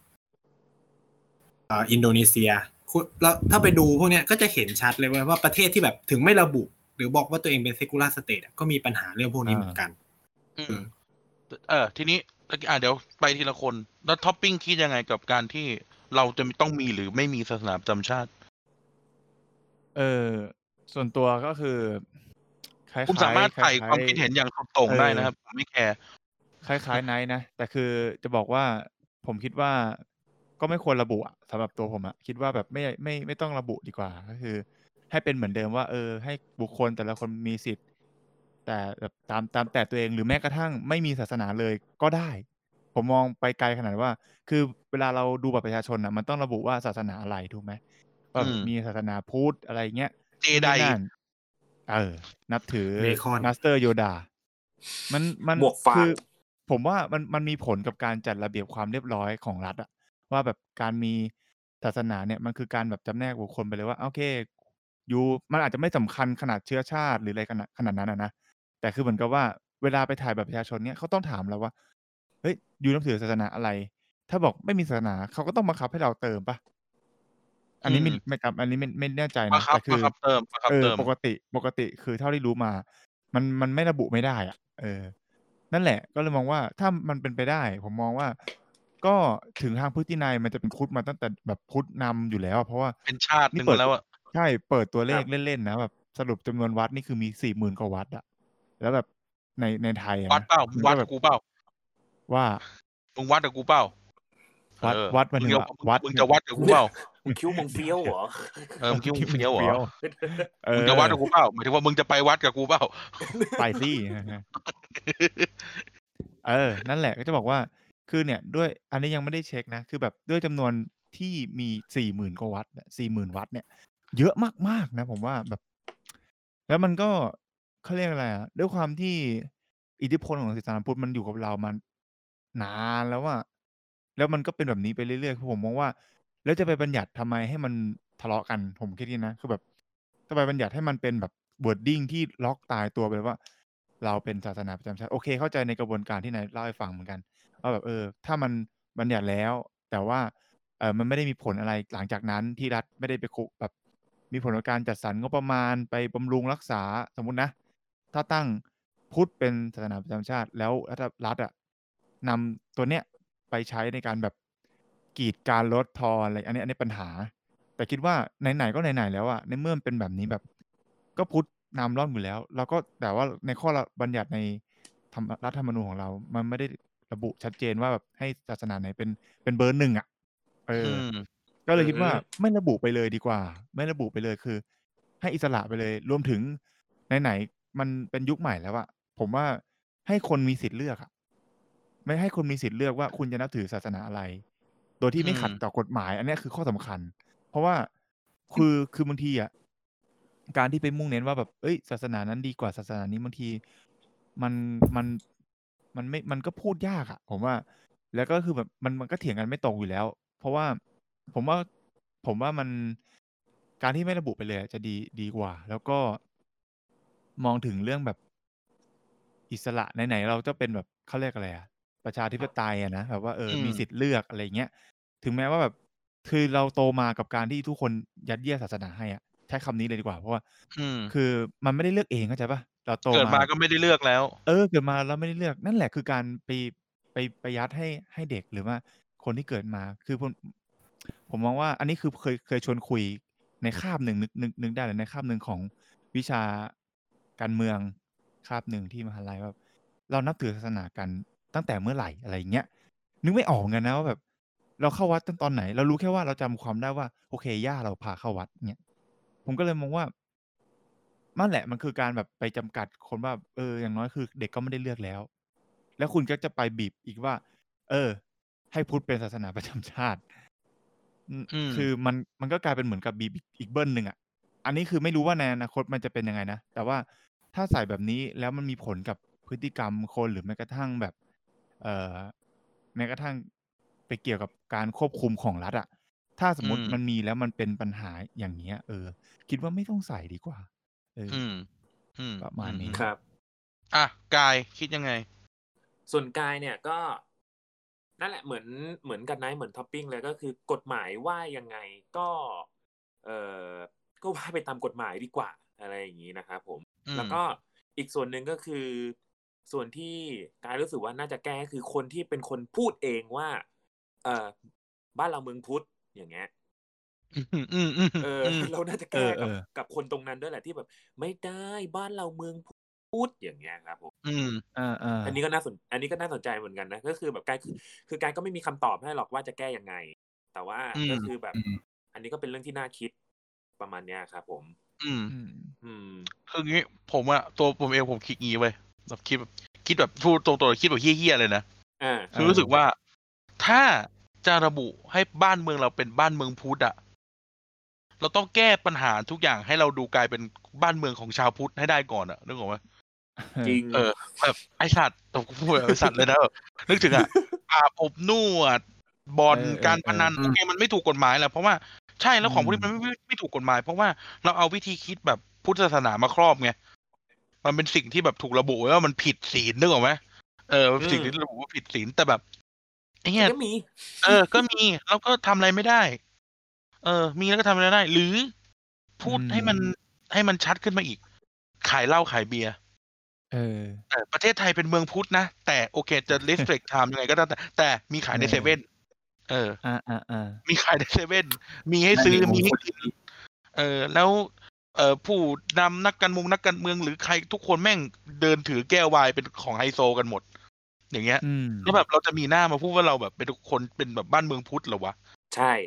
อินโดนีเซียแล้วถ้าไปดูพวกเนี้ยก็จะเห็นชัดเลยว่าประเทศที่แบบถึงไม่ระบุหรือบอกว่าตัวเองเป็น secular state ก็มีปัญหาเรื่องพวกนี้เหมือนกันทีนี้เดี๋ยวไปทีละคนแล้วท็อปปิ้งคิดยังไงกับการที่เราจะต้องมีหรือไม่มีศาสนาประจำชาติส่วนตัวก็คือคุณสามารถใส่ความคิดเห็นอย่างตรงได้นะครับผมไม่แคร์คล้ายๆไนท์นะแต่คือจะบอกว่าผมคิดว่าก็ไม่ควรระบุสำหรับตัวผมคิดว่าแบบไม่ต้องระบุดีกว่าก็คือให้เป็นเหมือนเดิมว่าให้บุคคลแต่ละคนมีสิทธิ์แต่แบบตามแต่ตัวเองหรือแม้กระทั่งไม่มีศาสนาเลยก็ได้ผมมองไปไกลขนาดว่าคือเวลาเราดูบัตรประชาชนมันต้องระบุว่าศาสนาอะไรถูกไหมว่ามีศาสนาพุทธอะไรเงี้ยเจไดนับถือมาสเตอร์โยดามันคือผมว่ามันมีผลกับการจัดระเบียบความเรียบร้อยของรัฐว่าแบบการมีศาสนาเนี่ยมันคือการแบบจำแนกบุคคลไปเลยว่าโอเคมันอาจจะไม่สำคัญขนาดเชื้อชาติหรืออะไรขนาดนั้นนะแต่คือเหมือนกับว่าเวลาไปถ่ายบัตรประชาชนเนี่ยเขาต้องถามเราว่าเฮ้ยยูนับถือศาสนาอะไร ถ้าบอกไม่มีศาสนาเขาก็ต้องบังคับให้เราเติมปะอันนี้ไม่ครับอันนี้ไม่แน่ใจบันะงคับแต่คืบังอคับเติมบังคับเติมปกติคือเท่าที่รู้มา มันไม่ระบุไม่ได้อะนั่นแหละ ก็เลยมองว่าถ้ามันเป็นไปได้ ผมมองว่า ก็ถึงทางพฤตินัยมันจะเป็นพุทธมาตั้งแต่แบบพุทธนำอยู่แล้วเพราะว่าเป็นชาติหนี่นึ่งเปิดมาแล้วอะใช่เปิดตัวเลครัขบเล่นๆนะแบบสรุปจำนวนวัดนี่คือมี 40,000 กว่าวัดอะแล้วแบบในไทยอะวัดนะเปล่ามึมังนวัก็ดแบกับบ กูเปล่าว่ามึงวัดกับกูเปล่าวัดหมายมึถึงงจะว่าวัดมึงเนี่จะยวัดกับกูเปล่ามึงคิ้วมึงเฟี้ยวเหรอมึงคิดว่ามึงเฟี้ยวเหรเฟี้ยวอ มึงจะวัดกับกูเปล่าหมายถึงว่ามึงจะไปวัดกับกูเปล่าไปสิ นั่นแหละก็จะบอกว่า คือเนี่ยด้วยอันนี้ยังไม่ได้เช็คนะ คือแบบด้วยจำนวนที่มี 40,000 กว่าวัดเนี่ย 40,000 วัดเนี่ย เยอะมากๆนะผมว่าแบบ แล้วมันก็เขาเรียกอะไรอะด้วยความที่อิทธิพลของศาสนาพุทธมันอยู่กับเรามานานแล้วอะแล้วมันก็เป็นแบบนี้ไปเรื่อยๆคือผมมองว่า แล้วจะไปบัญญัติทำไมให้มันทะเลาะกันผมคิดอย่างนี้นะคือแบบจะไปบัญญัติให้มันเป็นแบบ wording ที่ล็อกตายตัวไปเลยว่า เราเป็นศาสนาประจำชาติโอเคเข้าใจในกระบวนการที่นายเล่าให้ฟังเหมือนกันว่าแบบถ้ามันบัญญัติแล้ว แต่ว่ามันไม่ได้มีผลอะไรหลังจากนั้นที่รัฐไม่ได้ไปแบบมีผลกับการจัดสรรงบประมาณไปบำรุงรักษาสมมุตินะ ถ้าตั้งพุทธเป็นศาสนาประจำชาติแล้วรัฐอะนำตัวเนี้ยไปใช้ในการแบบกีดการลดทอนอะไรอันนี้ปัญหา แต่คิดว่าไหนๆก็ไหนๆแล้วอะในเมื่อมันเป็นแบบนี้แบบ ก็พุทธนำร่องอยู่แล้วเราก็แต่ว่าในข้อบัญญัติในรัฐธรรมนูญของเรา มันไม่ได้ระบุชัดเจนว่าแบบให้ศาสนาไหนเป็นเบอร์หนึ่งอะก็เลยคิดว่าไม่ระบุไปเลยดีกว่า ไม่ระบุไปเลยคือ ให้อิสระไปเลย รวมถึงไหนๆมันเป็นยุคใหม่แล้วอะผมว่าให้คนมีสิทธิ์เลือกอะไม่ให้คนมีสิทธิ์เลือกว่าคุณจะนับถือศาสนาอะไร โดยที่ไม่ขัดต่อกฎหมาย อันนี้คือข้อสำคัญ เพราะว่าคือบางทีอะการที่ไปมุ่งเน้นว่าแบบศาสนานั้นดีกว่าศาสนานี้บางทีมันก็พูดยากอะผมว่า แล้วก็คือแบบมันก็เถียงกันไม่ตรงอยู่แล้ว เพราะว่าผมว่ามันการที่ไม่ระบุไปเลยจะดีกว่า แล้วก็มองถึงเรื่องแบบอิสระไหนๆเราจะเป็นแบบเขาเรียกอะไรอะประชาธิปไตยอะนะแบบว่ามีสิทธิ์เลือกอะไรเงี้ยถึงแม้ว่าแบบคือเราโตมากับการที่ทุกคนยัดเยียดศาสนาให้อะใช้คำนี้เลยดีกว่าเพราะว่าคือมันไม่ได้เลือกเองเข้าใจป่ะเราโตเกิดมาก็ไม่ได้เลือกแล้วเกิดมาแล้วไม่ได้เลือกนั่นแหละคือการไปยัดให้เด็กหรือว่าคนที่เกิดมาคือผมมองว่า อันนี้คือเคยชวนคุยในคาบหนึ่งนึกได้เลยในคาบหนึ่งของวิชาการเมืองคาบหนึ่งที่มหาลัยว่าเรานับถือศาสนากันตั้งแต่เมื่อไหร่อะไรอย่างเงี้ยนึกไม่ออกกันนะว่าแบบเราเข้าวัดตอนไหนเรารู้แค่ว่าเราจำความได้ว่าโอเคย่าเราพาเข้าวัดเนี่ยผมก็เลยมองว่านั่นแหละมันคือการแบบไปจำกัดคนว่าอย่างน้อยคือเด็กก็ไม่ได้เลือกแล้วแล้วคุณก็จะไปบีบอีกว่าให้พุทธเป็นศาสนาประจำชาติคือมันก็กลายเป็นเหมือนกับบีบอีกเบิ้ลหนึ่งอ่ะอันนี้คือไม่รู้ว่าในอนาคตมันจะเป็นยังไงนะแต่ว่าถ้าใส่แบบนี้แล้วมันมีผลกับพฤติกรรมคนหรือแม้กระทั่งแบบแม้กระทั่งไปเกี่ยวกับการควบคุมของรัฐอ่ะถ้าสมมติมันมีแล้วมันเป็นปัญหาอย่างเงี้ยคิดว่าไม่ต้องใส่ดีกว่าประมาณนี้ครับกายคิดยังไงส่วนกายเนี่ยก็นั่นแหละเหมือนกันนะเหมือนท็อปปิ้งเลยก็คือกฎหมายว่ายังไงก็ก็ว่าไปตามกฎหมายดีกว่าอะไรอย่างนี้นะครับผมแล้วก็อีกส่วนหนึ่งก็คือส่วนที่กายรู้สึกว่าน่าจะแก้คือคนที่เป็นคนพูดเองว่าบ้านเราเมืองพุทธอย่างเงี้ยเราน่าจะแก้กับคนตรงนั้นด้วยแหละที่แบบไม่ได้บ้านเราเมืองพุทธอย่างเงี้ยครับผมอันนี้ก็น่าสนใจเหมือนกันนะก็คือแบบกายคือกายก็ไม่มีคำตอบให้หรอกว่าจะแก้ยังไงแต่ว่าก็คือแบบอันนี้ก็เป็นเรื่องที่น่าคิดประมาณเนี้ยครับผมคืองี้ผมอะตัวผมเองผมคิดงี้เว้ยแบบคิดแบบพูดตรงๆคิดแบบเฮี้ยๆเลยนะคือรู้สึกว่าถ้าจะระบุให้บ้านเมืองเราเป็นบ้านเมืองพุทธอะเราต้องแก้ปัญหาทุกอย่างให้เราดูกลายเป็นบ้านเมืองของชาวพุทธให้ได้ก่อนอะนึกออกไหมจริงแบบไอสัตว์ตกพูดแบบไอสัตว์เลยนะนึกถึงอะอาบอบนวดบอลการพนันโอเคมันไม่ถูกกฎหมายแหละเพราะว่าใช่แล้วของพวกนี้มันไม่ถูกกฎหมายเพราะว่าเราเอาวิธีคิดแบบพุทธศาสนามาครอบไงมันเป็นสิ่งที่แบบถูกระบุไว้ว่ามันผิดศีลนึกออกไหมมันเป็นสิ่งอืมที่ระบุว่าผิดศีลแต่แบบไอ้แต่เหี้ยก็มีก็มีแล้วก็ทำอะไรไม่ได้ มีแล้วก็ทำอะไรได้ หรือพูดให้มันชัดขึ้นมาอีก ขายเหล้าขายเบียร์ ประเทศไทยเป็นเมืองพุทธนะ แต่โอเคจะ restrict time ยังไงก็ได้แต่มีขายในเซเว่นมีขายในเซเว่นมีให้ซื้อมีให้กินแล้วผู้นำนักการเมืองหรือใครทุกคนแม่งเดินถือแก้วไวน์เป็นของไฮโซกันหมด อย่างเงี้ยแล้วแบบเราจะมีหน้ามาพูดว่าเราแบบเป็นคนเป็นแบบบ้านเมืองพุทธเหรอวะใช่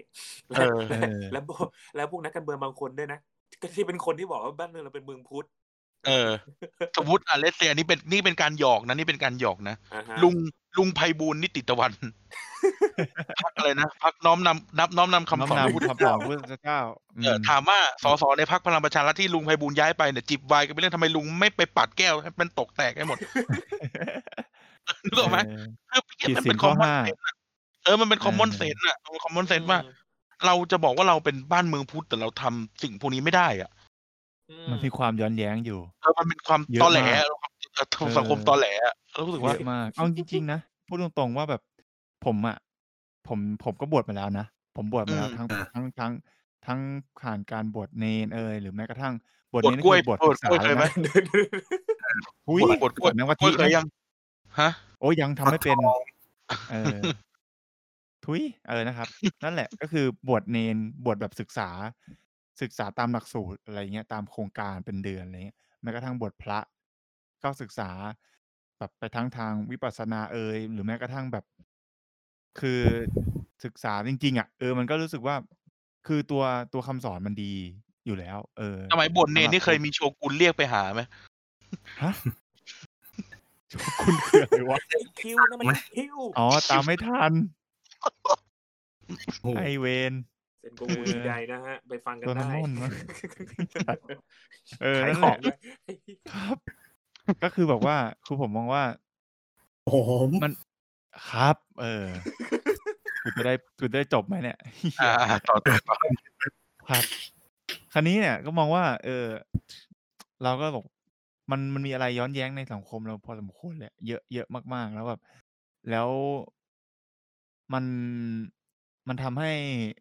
แล้วพวกนักการเมืองบางคนด้วยนะก็ที่เป็นคนที่บอกว่าบ้านเมืองเราเป็นเมืองพุทธสมมติเลสเซียนี่เป็นการหยอกนะนี่เป็นการหยอกนะ ลุงไพบูลย์นิติตะวันพักอะไรนะพักน้อมนำคำสอนพระพุทธเจ้าถามว่าสสในพรรคพลังประชารัฐที่ลุงไพบูลย์ย้ายไปเนี่ยจิบไวน์กันเป็นเรื่องทำไมลุงไม่ไปปัดแก้วให้มันตกแตกให้หมดนึกออกไหมมันเป็นคอมมอนเซนส์มันเป็นคอมมอนเซนส์อ่ะคอมมอนเซนส์ว่าเราจะบอกว่าเราเป็นบ้านเมืองพุทธแต่เราทำสิ่งพวกนี้ไม่ได้อ่ะมันมีความย้อนแย้งอยู่มันเป็นความตอแหลสังคมตอแหลรู้สึกว่าเยอะมากเอาจริงๆนะพูดตรงๆว่าแบบผมก็บวชมาแล้วนะผมบวชมาแล้วทั้งผ่านการบวชเนรหรือแม้กระทั่งบวชเนรนี่คือบวชศึกษาเลยนะบวชกล้วยน้ำกะทิเคยยังฮะโอ้ยังทำไม่เป็นทุยนะครับนั่นแหละก็คือบวชเนรบวชแบบศึกษาตามหลักสูตรอะไรเงี้ยตามโครงการเป็นเดือนอะไรเงี้ยแม้กระทั่งบวชพระก็ศึกษาแบบไปทั้งทางวิปัสสนาหรือแม้กระทั่งแบบคือศึกษาจริงๆอ่ะมันก็รู้สึกว่าคือตัวคำสอนมันดีอยู่แล้วสมัยบวชเนรนี่เคยมีโชกุนเรียกไปหาไหมฮะโชกุนคืออะไรวะคิวนะมันคิวตามไม่ทันไอเวนเซนโกกุชิไดนะฮะไปฟังกันได้นั่นแหละครับก็คือแบบว่าคือผมมองว่ามันครับคุณได้จบไหมเนี่ยต่อครับคราวนี้เนี่ยก็มองว่าเราก็บอกมันมีอะไรย้อนแย้งในสังคมเราพอสมควรเลยเยอะมากๆแล้วแบบแล้วมันทำให้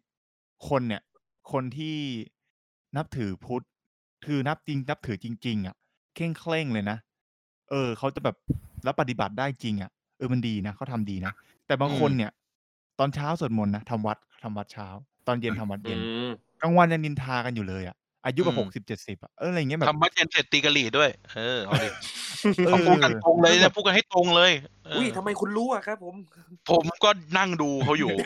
คนที่นับถือพุทธคือนับถือจริงๆอ่ะเคร่งเลยนะเขาจะแบบแล้วปฏิบัติได้จริงอ่ะมันดีนะเขาทำดีนะแต่บางคนเนี่ยตอนเช้าสวดมนต์นะทำวัดเช้าตอนเย็นทำวัดเย็นกลางวันยังนินทากันอยู่เลยอ่ะอายุแบบ60-70อะไรอย่างเงี้ยแบบทำวัดเย็นเสร็จตีกะหรี่ด้วยเอาดิพูดกันตรงเลยนะพูดกันให้ตรงเลยอุ้ยทำไมคุณรู้อะครับผมก็นั่งดูเขาอยู่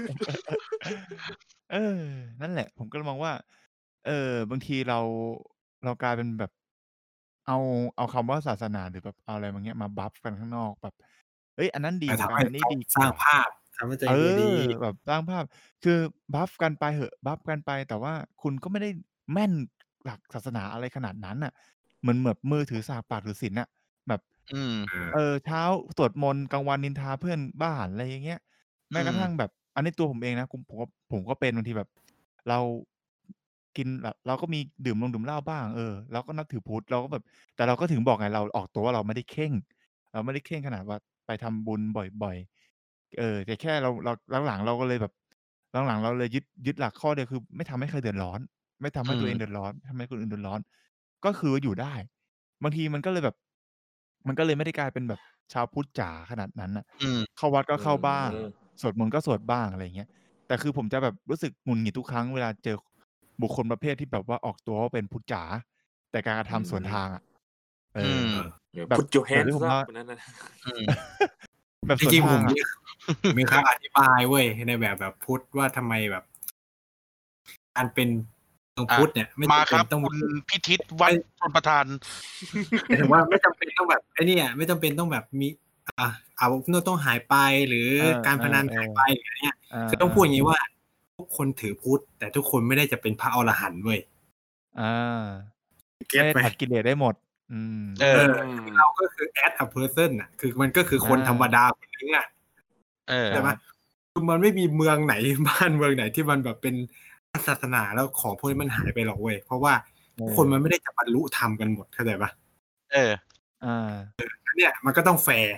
นั่นแหละผมก็มองว่าบางทีเรากลายเป็นแบบเอาคำว่าศาสนาหรือแบบเอาอะไรบางอย่างมาบัฟกันข้างนอกแบบอันนั้นดีกันอันนี้ดีสร้างภาพทำให้ตัวเองดีแบบสร้างภาพคือบัฟกันไปเหอะบัฟกันไปแต่ว่าคุณก็ไม่ได้แม่นหลักศาสนาอะไรขนาดนั้นน่ะเหมือนแบบมือถือสากปากถือศีลน่ะแบบเช้าสวดมนต์กลางวันนินทาเพื่อนบ้านอะไรอย่างเงี้ยแม้กระทั่งแบบอันนี้ตัวผมเองนะผมก็เป็นบางทีแบบเรากินแบบเราก็มีดื่มเหล้าบ้างเราก็นับถือพุทธเราก็แบบแต่เราก็ถึงบอกไงเราออกตัวว่าเราไม่ได้เคร่งขนาดว่าไปทำบุญบ่อยๆแต่แค่เราหลังๆเราก็เลยแบบหลังๆเราเลยยึดหลักข้อเดียวคือไม่ทำให้ใครเดือดร้อนไม่ทำให้ตัวเองเดือดร้อนทำให้คนอื่นเดือดร้อนก็คืออยู่ได้บางทีมันก็เลยไม่ได้กลายเป็นแบบชาวพุทธจ๋าขนาดนั้นน่ะเข้าวัดก็เข้าบ้างสวดมนต์ก็สวดบ้างอะไรอย่างเงี้ยแต่คือผมจะแบบรู้สึกหงุดหงิดทุกครั้งเวลาเจอบุคคลประเภทที่แบบว่าออกตัวว่าเป็นพุทธจ๋าแต่การกระทำสวนทางอ่ะแบบพุทธโจแฮนซ์นั่นนะแบบจริงๆผมมีคำอธิบายเว้ยในแบบพุทธว่าทำไมแบบการเป็นพุทธเนี่ยไม่จำเป็นต้องคุณพิทิตวัดชลประทานถึงว่าไม่จำเป็นต้องแบบไอ้นี่ไม่จำเป็นต้องแบบมีเอาโน้ตต้องหายไปหรือการพนันหายไปอะไรเงี้ยคือต้องพูดอย่างนี้ว่าทุกคนถือพุทธแต่ทุกคนไม่ได้จะเป็นพระอรหันต์เว้ยเก็ตไหมตัดกิเลสได้หมดเราก็คือ as a person น่ะคือมันก็คือคนธรรมดาคนนึงอ่ะใช่ไหมมันไม่มีเมืองไหนบ้านเมืองไหนที่มันแบบเป็นศาสนาแล้วของพวกนี้มันหายไปหรอกเว้ยเพราะว่าคนมันไม่ได้จะบรรลุธรรมกันหมดเข้าใจปะเนี่ยมันก็ต้องแฟร์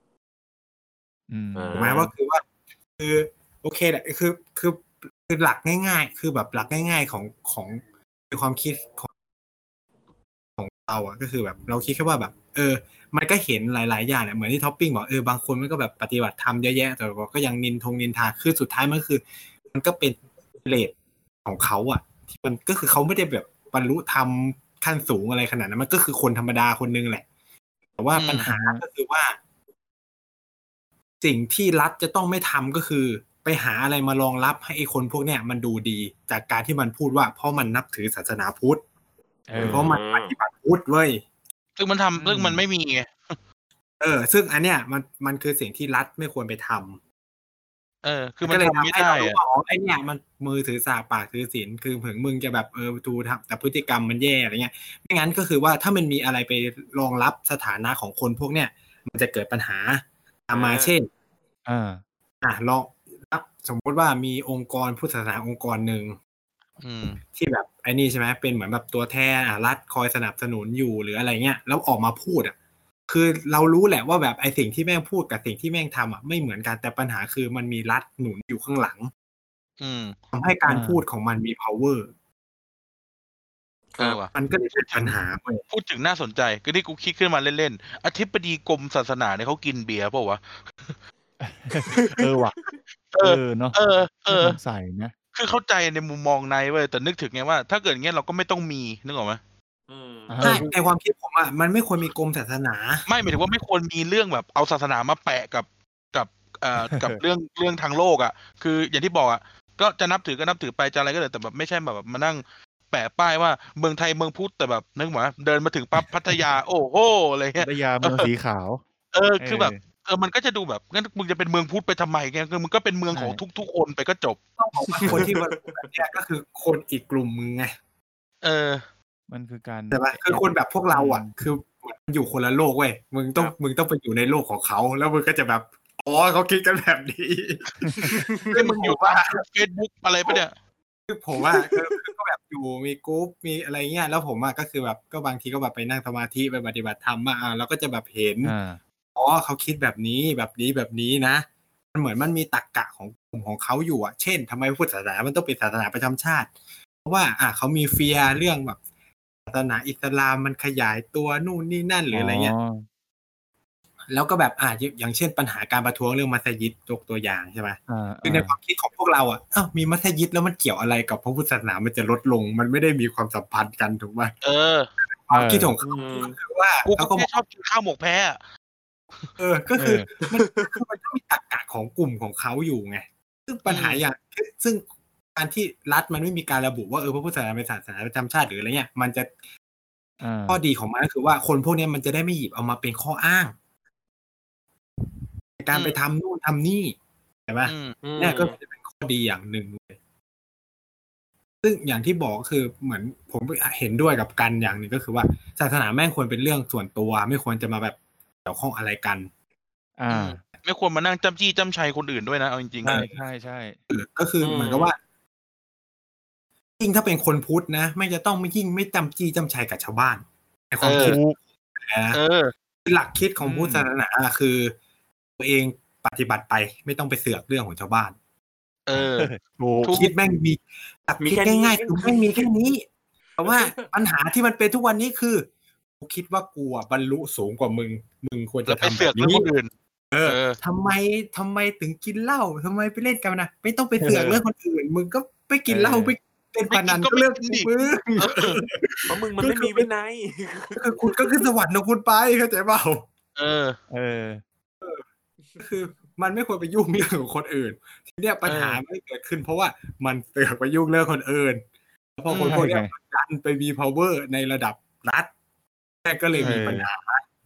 ถูกไหมว่าคือโอเคแหละคือหลักง่ายๆคือแบบหลักง่ายๆของความคิดของเราอ่ะก็คือแบบเราคิดแค่ว่าแบบมันก็เห็นหลายๆอย่างแหละเหมือนที่ท็อปปิ้งบอกบางคนมันก็แบบปฏิบัติธรรมเยอะแยะแต่ก็ยังนินทาคือสุดท้ายมันคือมันก็เป็นเรทของเขาอ่ะที่มันก็คือเขาไม่ได้แบบบรรลุธรรมขั้นสูงอะไรขนาดนั้นมันก็คือคนธรรมดาคนนึงแหละแต่ว่าปัญหาก็คือว่าสิ่งที่รัฐจะต้องไม่ทำก็คือไปหาอะไรมารองรับให้ไอ้คนพวกเนี้ยมันดูดีจากการที่มันพูดว่าเพราะมันนับถือศาสนาพุทธเพราะมันปฏิบัติพุทธเว้ยซึ่งมันไม่มีไงซึ่งอันเนี้ยมันคือสิ่งที่รัฐไม่ควรไปทำคือมันทำไม่ได้ไอ้เนี่ยมันมือถือสากปากถือศีลคือถึงมึงจะแบบดูทำแต่พฤติกรรมมันแย่อะไรเงี้ยไม่งั้นก็คือว่าถ้ามันมีอะไรไปรองรับสถานะของคนพวกเนี้ยมันจะเกิดปัญหาตามมาเช่นลองสมมติว่ามีองค์กรพุทธศาสนาองค์กรหนึ่งที่แบบไอ้นี่ใช่ไหมเป็นเหมือนแบบตัวแทนรัฐคอยสนับสนุนอยู่หรืออะไรเงี้ยแล้วออกมาพูดคือเรารู้แหละว่าแบบไอ้สิ่งที่แม่งพูดกับสิ่งที่แม่งทำไม่เหมือนกันแต่ปัญหาคือมันมีรัฐหนุนอยู่ข้างหลังทำให้การพูดของมันมี power มันก็เลยเป็นปัญหาพูดถึงน่าสนใจก็ที่กูคิดขึ้นมาเล่นๆอธิบดีกรมศาสนาเนี่ยเขากินเบียร์เปล่าวะว่ะเนาะสงสัยนะคือเข้าใจในมุมมองในเว้ยแต่นึกถึงไงว่าถ้าเกิดอย่างเงี้ยเราก็ไม่ต้องมีนึกออกไหมใช่ในความคิดผมมันไม่ควรมีกรมศาสนาไม่หมายถึงว่าไม่ควรมีเรื่องแบบเอาศาสนามาแปะกับเรื่องทางโลกคืออย่างที่บอกก็จะนับถือก็นับถือไปจะอะไรก็เลยแต่แบบไม่ใช่แบบมานั่งแปะป้ายว่าเมืองไทยเมืองพุทธแต่แบบนึกว่าเดินมาถึงปั๊บพัทยาโอ้โหอะไรเงี้ยพัทยาเมืองสีขาวคือแบบมันก็จะดูแบบงั้นมึงจะเป็นเมืองพุทธไปทำไมไงคือมึงก็เป็นเมืองของทุกคนไปก็จบต้องบอกว่าคนที่มาแบบนี้ก็คือคนอีกกลุ่มมึงไงมันคือการใช่ป่ะคือคนแบบพวกเราคืออยู่คนละโลกเว้ยมึงต้องไปอยู่ในโลกของเขาแล้วมึงก็จะแบบเขาคิดกันแบบนี้คือมึงอยู่ว่า Facebook อะไรปะเนี่ยคือผมก็แบบอยู่มีกรุ๊ปมีอะไรเงี้ยแล้วผมก็คือแบบก็บางทีก็แบบไปนั่งสมาธิไปปฏิบัติธรรมแล้วก็จะแบบเห็นเขาคิดแบบนี้แบบนี้นะมันเหมือนมันมีตรรกะของกลุ่มของเขาอยู่เช่นทำไมพุทธศาสนามันต้องเป็นศาสนาประจำชาติเพราะว่าเขามีเฟียเรื่องแบบศาสนาอิสลามมันขยายตัวนู่นนี่นั่นหรืออะไรเงี้ยแล้วก็แบบอย่างเช่นปัญหาการประท้วงเรื่องมัสยิดตัวอย่างใช่ไหมคือในความคิดของพวกเรามีมัสยิดแล้วมันเกี่ยวอะไรกับพระพุทธศาสนามันจะลดลงมันไม่ได้มีความสัมพันธ์กันถูกไหมความคิดของเขาคือว่าเขาก็ชอบกินข้าวหมกแพะก็คือมันก็มีตรรกะของกลุ่มของเขาอยู่ไงซึ่งปัญหาอย่างซึ่งการที่รัฐมันไม่มีการระบุว่าพระพุทธศาสนาเป็นศาสนาประจำชาติหรืออะไรเงี้ยมันจะข้อดีของมันก็คือว่าคนพวกนี้มันจะได้ไม่หยิบเอามาเป็นข้ออ้างในการไปทำนู่นทำนี่ใช่ไหมเนี่ยก็จะเป็นข้อดีอย่างหนึ่งเลยซึ่งอย่างที่บอกคือเหมือนผมเห็นด้วยกับกันอย่างหนึ่งก็คือว่าศาสนาแม่งควรเป็นเรื่องส่วนตัวไม่ควรจะมาแบบเกี่ยวข้องอะไรกันไม่ควรมานั่งจ้ำจี้จ้ำชัยคนอื่นด้วยนะเอาจริงๆใช่ก็คือเหมือนกับว่ายิ่งถ้าเป็นคนพุทธนะไม่จะต้องไม่จ้ำจี้จ้ำชัยกับชาวบ้านในความคิดหลักคิดของพุทธศาสนาคือตัวเองปฏิบัติไปไม่ต้องไปเสือกเรื่องของชาวบ้านคิดแม่งมีคิดง่ายๆคือไม่มีแค่นี้แต่ว่าปัญหาที่มันเป็นทุกวันนี้คือกูคิดว่ากูบรรลุสูงกว่ามึงควรจะทำแบบนี้ทำไมถึงกินเหล้าทำไมไปเล่นกันนะไม่ต้องไปเสือกเรื่องคนอื่นมึงก็ไปกินเหล้าไปเป็นพนันก็เรื่องมึงเพราะมึงมันไม่มีวินัยคือคุณก็ขึ้นสวรรค์ของคุณไปเข้าใจเปล่าคือมันไม่ควรไปยุ่งเรื่องของคนอื่นทีเนี้ยปัญหาไม่เกิดขึ้นเพราะว่ามันเสือกไปยุ่งเรื่องคนอื่นเพราะคนพวกนี้ดันไปมี power ในระดับรัฐแม่ก็เลยมีปัญหา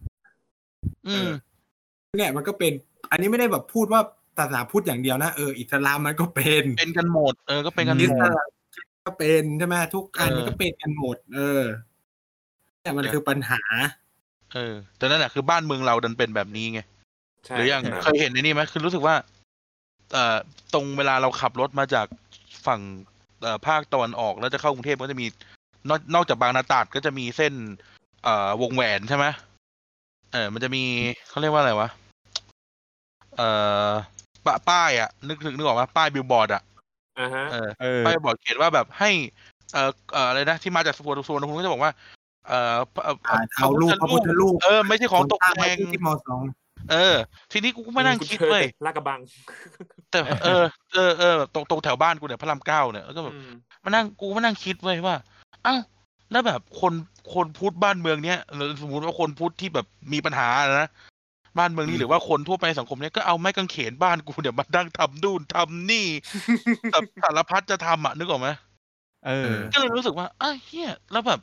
เนี่ยมันก็เป็นอันนี้ไม่ได้แบบพูดว่าศาสนาพุทธอย่างเดียวนะอิสลามมันก็เป็นกันหมดก็เป็นกันหมดก็เป็นใช่ไหมทุกอันมันก็เป็นกันหมดแต่มันคือปัญหาแต่นั่นแหละคือบ้านเมืองเราดันเป็นแบบนี้ไงหรืออย่างเคยเห็นในนี้ไหมคือรู้สึกว่าตรงเวลาเราขับรถมาจากฝั่งภาคตะวันออกแล้วจะเข้ากรุงเทพก็จะมีนอกจากบางนาตราดก็จะมีเส้นวงแหวนใช่ไหมมันจะมีเขาเรียกว่าอะไรวะป้ายอ่ะนึกออกไหมป้ายบิลบอร์ดอ่ะฮะป้ายบิลบอร์ดเขียนว่าแบบให้อะไรนะที่มาจากสุวรรณภูมิก็จะบอกว่าพระพุทธรูปไม่ใช่ของตกแต่งที่ม.2 ทีนี้กูก็มานั่งคิดเว้ยลาดกระบังแต่ตรงแถวบ้านกูเนี่ยพระราม 9เนี่ยแล้วก็แบบกูมานั่งคิดเว้ยว่าอ้าวแล้วแบบคนพุทธบ้านเมืองเนี้ยสมมติว่าคนพุทธที่แบบมีปัญหานะบ้านเมืองนี้หรือว่าคนทั่วไปในสังคมเนี้ยก็เอาไม้กางเขนบ้านกูเนี่ยมานั่งทำนู่นทำนี่แบบสารพัดจะทำนึกออกไหมก็เลยรู้สึกว่าเฮียแล้วแบบ